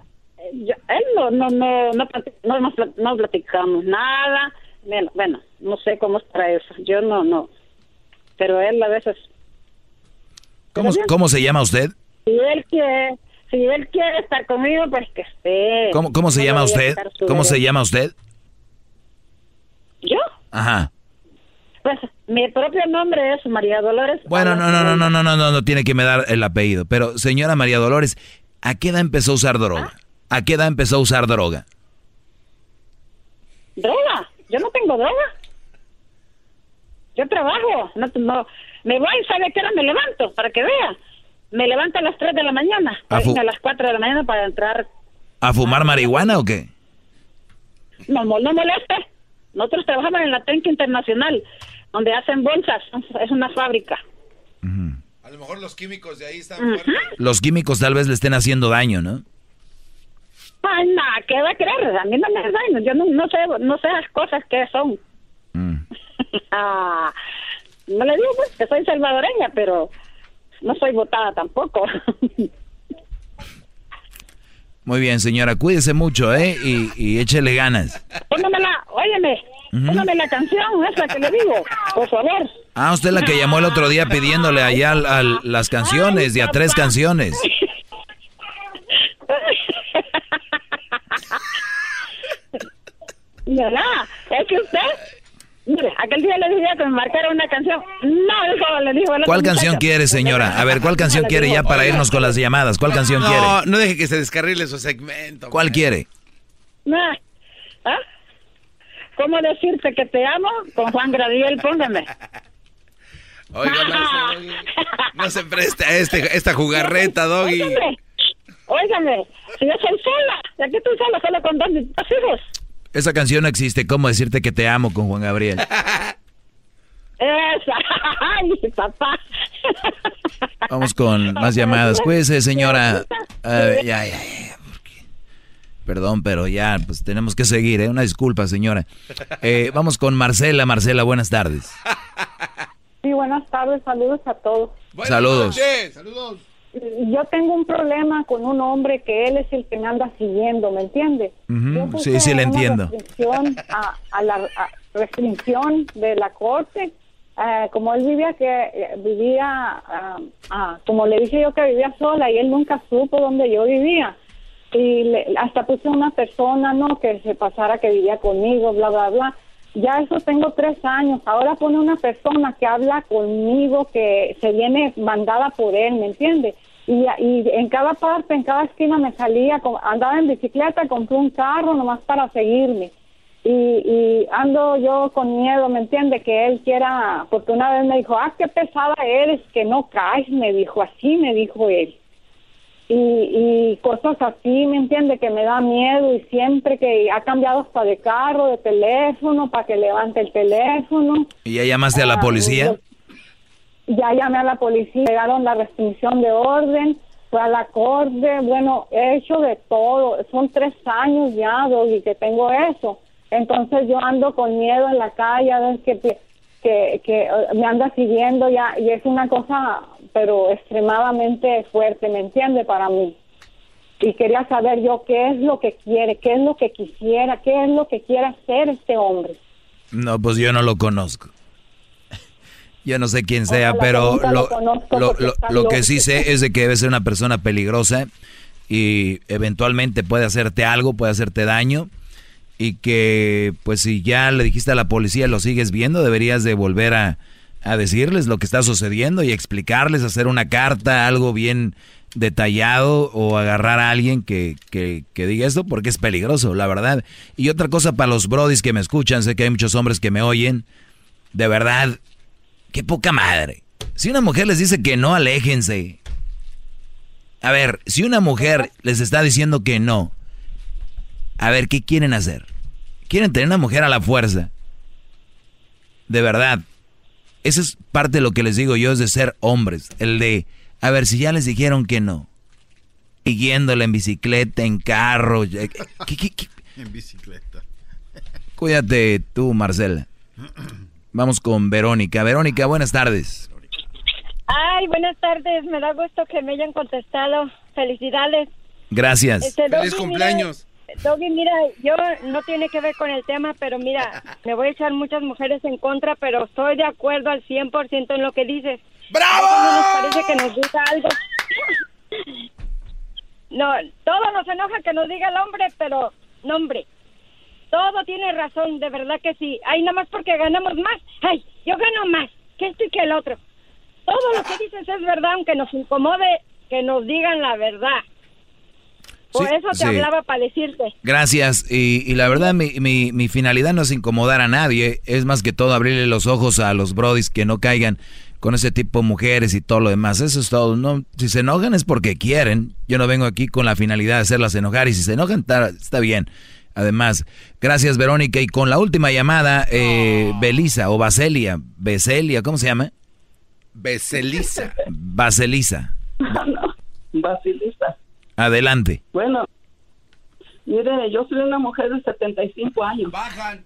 Speaker 21: no platicamos nada. Bueno, no sé cómo es para eso. Yo no. Pero él a veces...
Speaker 7: ¿Cómo se llama usted?
Speaker 21: Si él quiere estar conmigo, pues que esté.
Speaker 7: ¿Cómo se llama usted? ¿Cómo se llama usted?
Speaker 21: ¿Yo?
Speaker 7: Ajá.
Speaker 21: Pues mi propio nombre es María Dolores.
Speaker 7: Bueno, no tiene que me dar el apellido. Pero, señora María Dolores, ¿a qué edad empezó a usar droga? ¿A qué edad empezó a usar droga?
Speaker 21: ¿Droga? Yo no tengo droga. Yo trabajo. No, me voy, ¿sabe a qué hora me levanto? Para que vea. Me levanto a las 3 de la mañana, a las 4 de la mañana para entrar.
Speaker 7: ¿A fumar marihuana o qué?
Speaker 21: No moleste. Nosotros trabajamos en la Tenca Internacional, donde hacen bolsas. Es una fábrica.
Speaker 8: A lo mejor los químicos de ahí están
Speaker 21: fuertes.
Speaker 7: Los químicos tal vez le estén haciendo daño, ¿no?
Speaker 21: Ay, no, ¿qué va a creer? A mí no me hace daño. Yo no sé las cosas que son. No le digo pues que soy salvadoreña, pero... no soy votada tampoco.
Speaker 7: Muy bien, señora, cuídese mucho, y échele ganas.
Speaker 21: Póngame la canción esa que le digo, por favor.
Speaker 7: Usted es la que llamó el otro día pidiéndole allá las canciones, de a 3 canciones.
Speaker 21: Mira, es que usted... Mire, aquel día le dije que me marcara una canción. No, eso le dijo el otro
Speaker 7: ¿Cuál canción quiere, señora? A ver, ¿cuál canción quiere ya para irnos con las llamadas? ¿Cuál canción quiere?
Speaker 8: No deje que se descarrile su segmento.
Speaker 7: ¿Cuál quiere?
Speaker 21: ¿Cómo decirte que te amo? Con Juan Gabriel, póngame.
Speaker 8: Oiga, no se preste a esta jugarreta, Doggy.
Speaker 21: Óigame, si yo soy sola, y aquí estoy sola con 2 hijos.
Speaker 7: Esa canción no existe. ¿Cómo decirte que te amo con Juan Gabriel?
Speaker 21: Esa. Ay, papá.
Speaker 7: Vamos con más llamadas. Cuídese, señora. Ya. Perdón, pero ya, pues tenemos que seguir, ¿eh? Una disculpa, señora. Vamos con Marcela. Marcela, buenas tardes.
Speaker 17: Sí, buenas tardes. Saludos a todos.
Speaker 7: Saludos.
Speaker 8: Saludos.
Speaker 17: Yo tengo un problema con un hombre que él es el que me anda siguiendo, ¿me entiende?
Speaker 7: Sí, le entiendo.
Speaker 17: A la restricción de la corte, como él vivía, como le dije yo que vivía sola y él nunca supo dónde yo vivía. Y hasta puse una persona, ¿no? Que se pasara que vivía conmigo, bla, bla, bla. Ya eso tengo 3 años. Ahora pone una persona que habla conmigo, que se viene mandada por él, ¿me entiende? Y en cada parte, en cada esquina me salía, andaba en bicicleta, compré un carro nomás para seguirme. Y ando yo con miedo, ¿me entiende? Que él quiera, porque una vez me dijo, qué pesada eres, que no caes, me dijo, así me dijo él. Y cosas así, ¿me entiende? Que me da miedo, y siempre que ha cambiado hasta de carro, de teléfono, para que levante el teléfono.
Speaker 7: ¿Y ya llamaste a la policía?
Speaker 17: Ya llamé a la policía, llegaron la restricción de orden, fue a la corte, bueno, he hecho de todo, son 3 años ya, Doggy, que tengo eso. Entonces yo ando con miedo en la calle, a ver que me anda siguiendo ya, y es una cosa, pero extremadamente fuerte, ¿me entiende? Para mí. Y quería saber yo qué es lo que quiere, qué es lo que quisiera, qué es lo que quiere hacer este hombre.
Speaker 7: No, pues yo no lo conozco. Yo no sé quién sea, pero lo que sí sé es de que debe ser una persona peligrosa. y eventualmente puede hacerte algo, puede hacerte daño, y que pues si ya le dijiste a la policía, lo sigues viendo, deberías de volver a decirles lo que está sucediendo y explicarles, hacer una carta, algo bien detallado, o agarrar a alguien que diga esto, porque es peligroso, la verdad. Y otra cosa para los brodis que me escuchan, sé que hay muchos hombres que me oyen, de verdad, qué poca madre. Si una mujer les dice que no, aléjense. A ver, si una mujer les está diciendo que no, a ver, ¿qué quieren hacer? ¿Quieren tener una mujer a la fuerza? De verdad, esa es parte de lo que les digo yo, es de ser hombres, el de... A ver, si ya les dijeron que no, siguiéndole en bicicleta, en carro, ¿qué?
Speaker 9: En bicicleta.
Speaker 7: Cuídate tú, Marcela. Vamos con Verónica. Verónica, buenas tardes.
Speaker 13: Ay, buenas tardes, me da gusto que me hayan contestado. Felicidades.
Speaker 7: Gracias.
Speaker 13: Feliz cumpleaños. Doggy, mira, yo no tiene que ver con el tema, pero mira, me voy a echar muchas mujeres en contra, pero estoy de acuerdo al 100% en lo que dices.
Speaker 16: ¡Bravo!
Speaker 13: No nos parece que nos diga algo. No, todo nos enoja que nos diga el hombre, pero no, hombre, todo tiene razón, de verdad que sí. Ay, nada más porque ganamos más. Ay, yo gano más que esto y que el otro. Todo lo que dices es verdad, aunque nos incomode que nos digan la verdad. Por eso te hablaba para decirte.
Speaker 7: Gracias, y la verdad mi finalidad no es incomodar a nadie, es más que todo abrirle los ojos a los brodis que no caigan con ese tipo de mujeres y todo lo demás. Eso es todo. No, si se enojan es porque quieren. Yo no vengo aquí con la finalidad de hacerlas enojar, y si se enojan está bien. Además, gracias, Verónica. Y con la última llamada, Belisa o Baselia, ¿cómo se llama?
Speaker 8: Baselisa.
Speaker 7: Baselisa.
Speaker 18: No, Basilisa.
Speaker 7: Adelante.
Speaker 18: Bueno, mire, yo soy una mujer de 75 años.
Speaker 8: Bajan.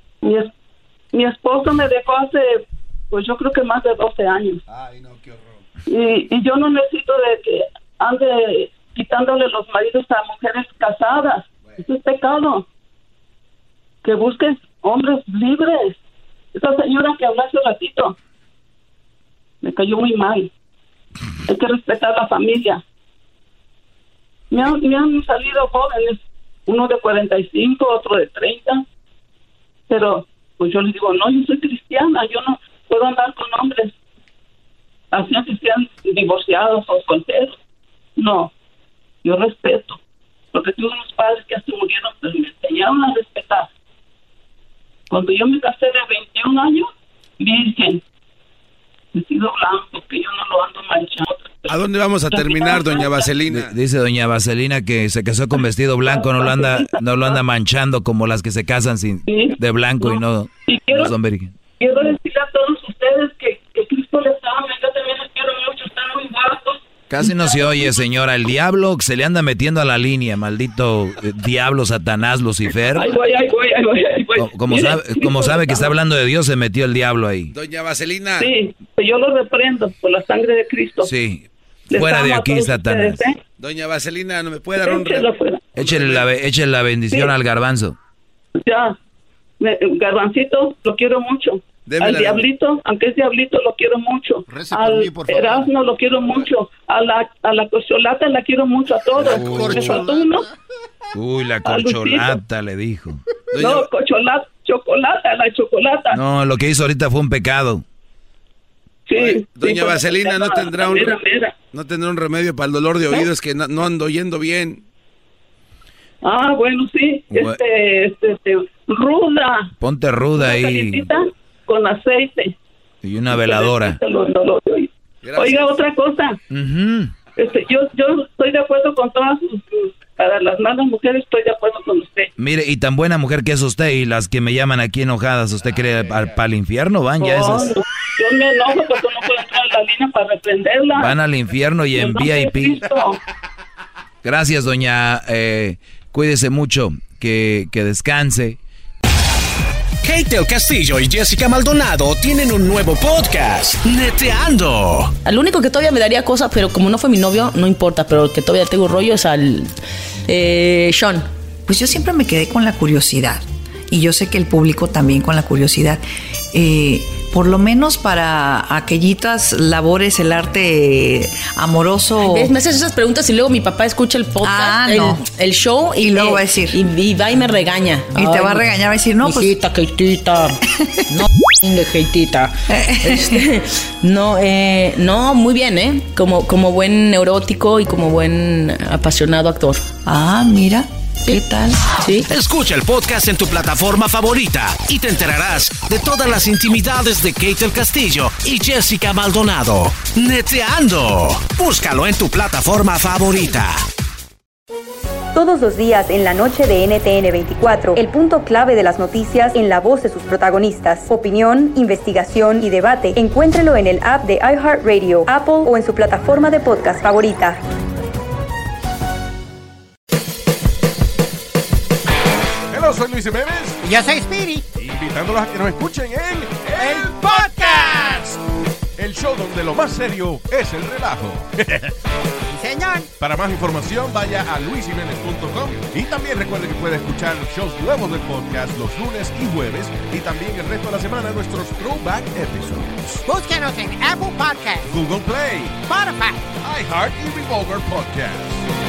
Speaker 18: Mi esposo me dejó hace, pues yo creo que más de 12 años.
Speaker 8: Ay, no, qué horror.
Speaker 18: Y yo no necesito de que ande quitándole los maridos a mujeres casadas. Bueno. Eso es pecado. Que busques hombres libres. Esa señora que habló hace ratito me cayó muy mal. Hay que respetar la familia. Me han salido jóvenes, uno de 45, otro de 30, pero pues yo les digo, no, yo soy cristiana, yo no puedo andar con hombres, así que sean divorciados o solteros. No, yo respeto, porque tuve unos padres que hasta murieron, pero me enseñaron a respetar. Cuando yo me casé de 21 años, virgen, vestido blanco, que yo no lo ando manchando.
Speaker 8: ¿A dónde vamos a terminar, doña Vaselina?
Speaker 7: Dice doña Vaselina que se casó con vestido blanco, no lo anda manchando como las que se casan de blanco y no son virgen.
Speaker 18: Quiero decirle a todos ustedes que Cristo les ama, yo también les quiero mucho, están muy guapos.
Speaker 7: Casi no se oye, señora, el diablo se le anda metiendo a la línea, maldito diablo, Satanás, Lucifer.
Speaker 18: Ahí voy.
Speaker 7: Como sabe que está hablando de Dios, se metió el diablo ahí.
Speaker 8: Doña Vaselina.
Speaker 18: Sí, yo lo reprendo por la sangre de Cristo.
Speaker 7: Sí. Fuera de aquí, Satanás.
Speaker 18: Ustedes, ¿eh?
Speaker 8: Doña Vaselina, ¿no me puede dar un...
Speaker 7: Échele la bendición al garbanzo.
Speaker 18: Ya, garbancito, lo quiero mucho. Al diablito, aunque es diablito, lo quiero mucho. Al mí, Erasmo lo quiero mucho. A la cocholata la quiero mucho, a todos.
Speaker 7: Uy, la corcholata le dijo.
Speaker 18: No, chocolata, la chocolata.
Speaker 7: No, lo que hizo ahorita fue un pecado.
Speaker 18: Sí.
Speaker 8: Doña Vaselina, ¿no tendrá un remedio para el dolor de oídos? Que no ando oyendo bien.
Speaker 18: Ah, bueno, sí. Ruda.
Speaker 7: Ponte ruda ahí.
Speaker 18: Con aceite.
Speaker 7: Y una veladora.
Speaker 18: Oiga, otra cosa. Yo estoy de acuerdo con todas para las malas mujeres estoy de acuerdo con usted.
Speaker 7: Mire, y tan buena mujer que es usted, y las que me llaman aquí enojadas, ¿usted cree para el infierno van ya esas?
Speaker 18: Yo me enojo porque no puedo entrar a la línea para reprenderla.
Speaker 7: Van al infierno y en VIP. Gracias, doña. Cuídese mucho, que descanse.
Speaker 10: Kate del Castillo y Jessica Maldonado tienen un nuevo podcast, Neteando.
Speaker 11: Al único que todavía me daría cosas, pero como no fue mi novio, no importa, pero el que todavía tengo rollo es al Sean.
Speaker 12: Pues yo siempre me quedé con la curiosidad, y yo sé que el público también con la curiosidad. por lo menos para aquellitas labores, el arte amoroso.
Speaker 11: ¿Ves? Me haces esas preguntas y luego mi papá escucha el podcast, el show, y
Speaker 12: luego va a decir.
Speaker 11: Y va y me regaña.
Speaker 12: Y te va a regañar, va a decir, no,
Speaker 11: hijita, pues. Keitita. No, Keitita. No, muy bien, ¿eh? Como buen neurótico y como buen apasionado actor.
Speaker 12: Ah, mira. ¿Qué tal?
Speaker 11: ¿Sí?
Speaker 10: Escucha el podcast en tu plataforma favorita y te enterarás de todas las intimidades de Kate el Castillo y Jessica Maldonado. Neteando. Búscalo en tu plataforma favorita.
Speaker 6: Todos los días en la noche de NTN 24, el punto clave de las noticias en la voz de sus protagonistas. Opinión, investigación y debate. Encuéntrelo en el app de iHeartRadio, Apple o en su plataforma de podcast favorita.
Speaker 19: Hola, soy Luis Jiménez.
Speaker 23: Y yo soy Speedy.
Speaker 19: Invitándolos a que nos escuchen en El Podcast. El show donde lo más serio es el relajo.
Speaker 23: Sí, señor.
Speaker 19: Para más información, vaya a luisjimenez.com y también recuerde que puede escuchar shows nuevos del podcast los lunes y jueves y también el resto de la semana nuestros throwback episodes.
Speaker 23: Búsquenos en Apple Podcasts,
Speaker 19: Google Play,
Speaker 23: Spotify,
Speaker 19: iHeart y Revolver Podcasts.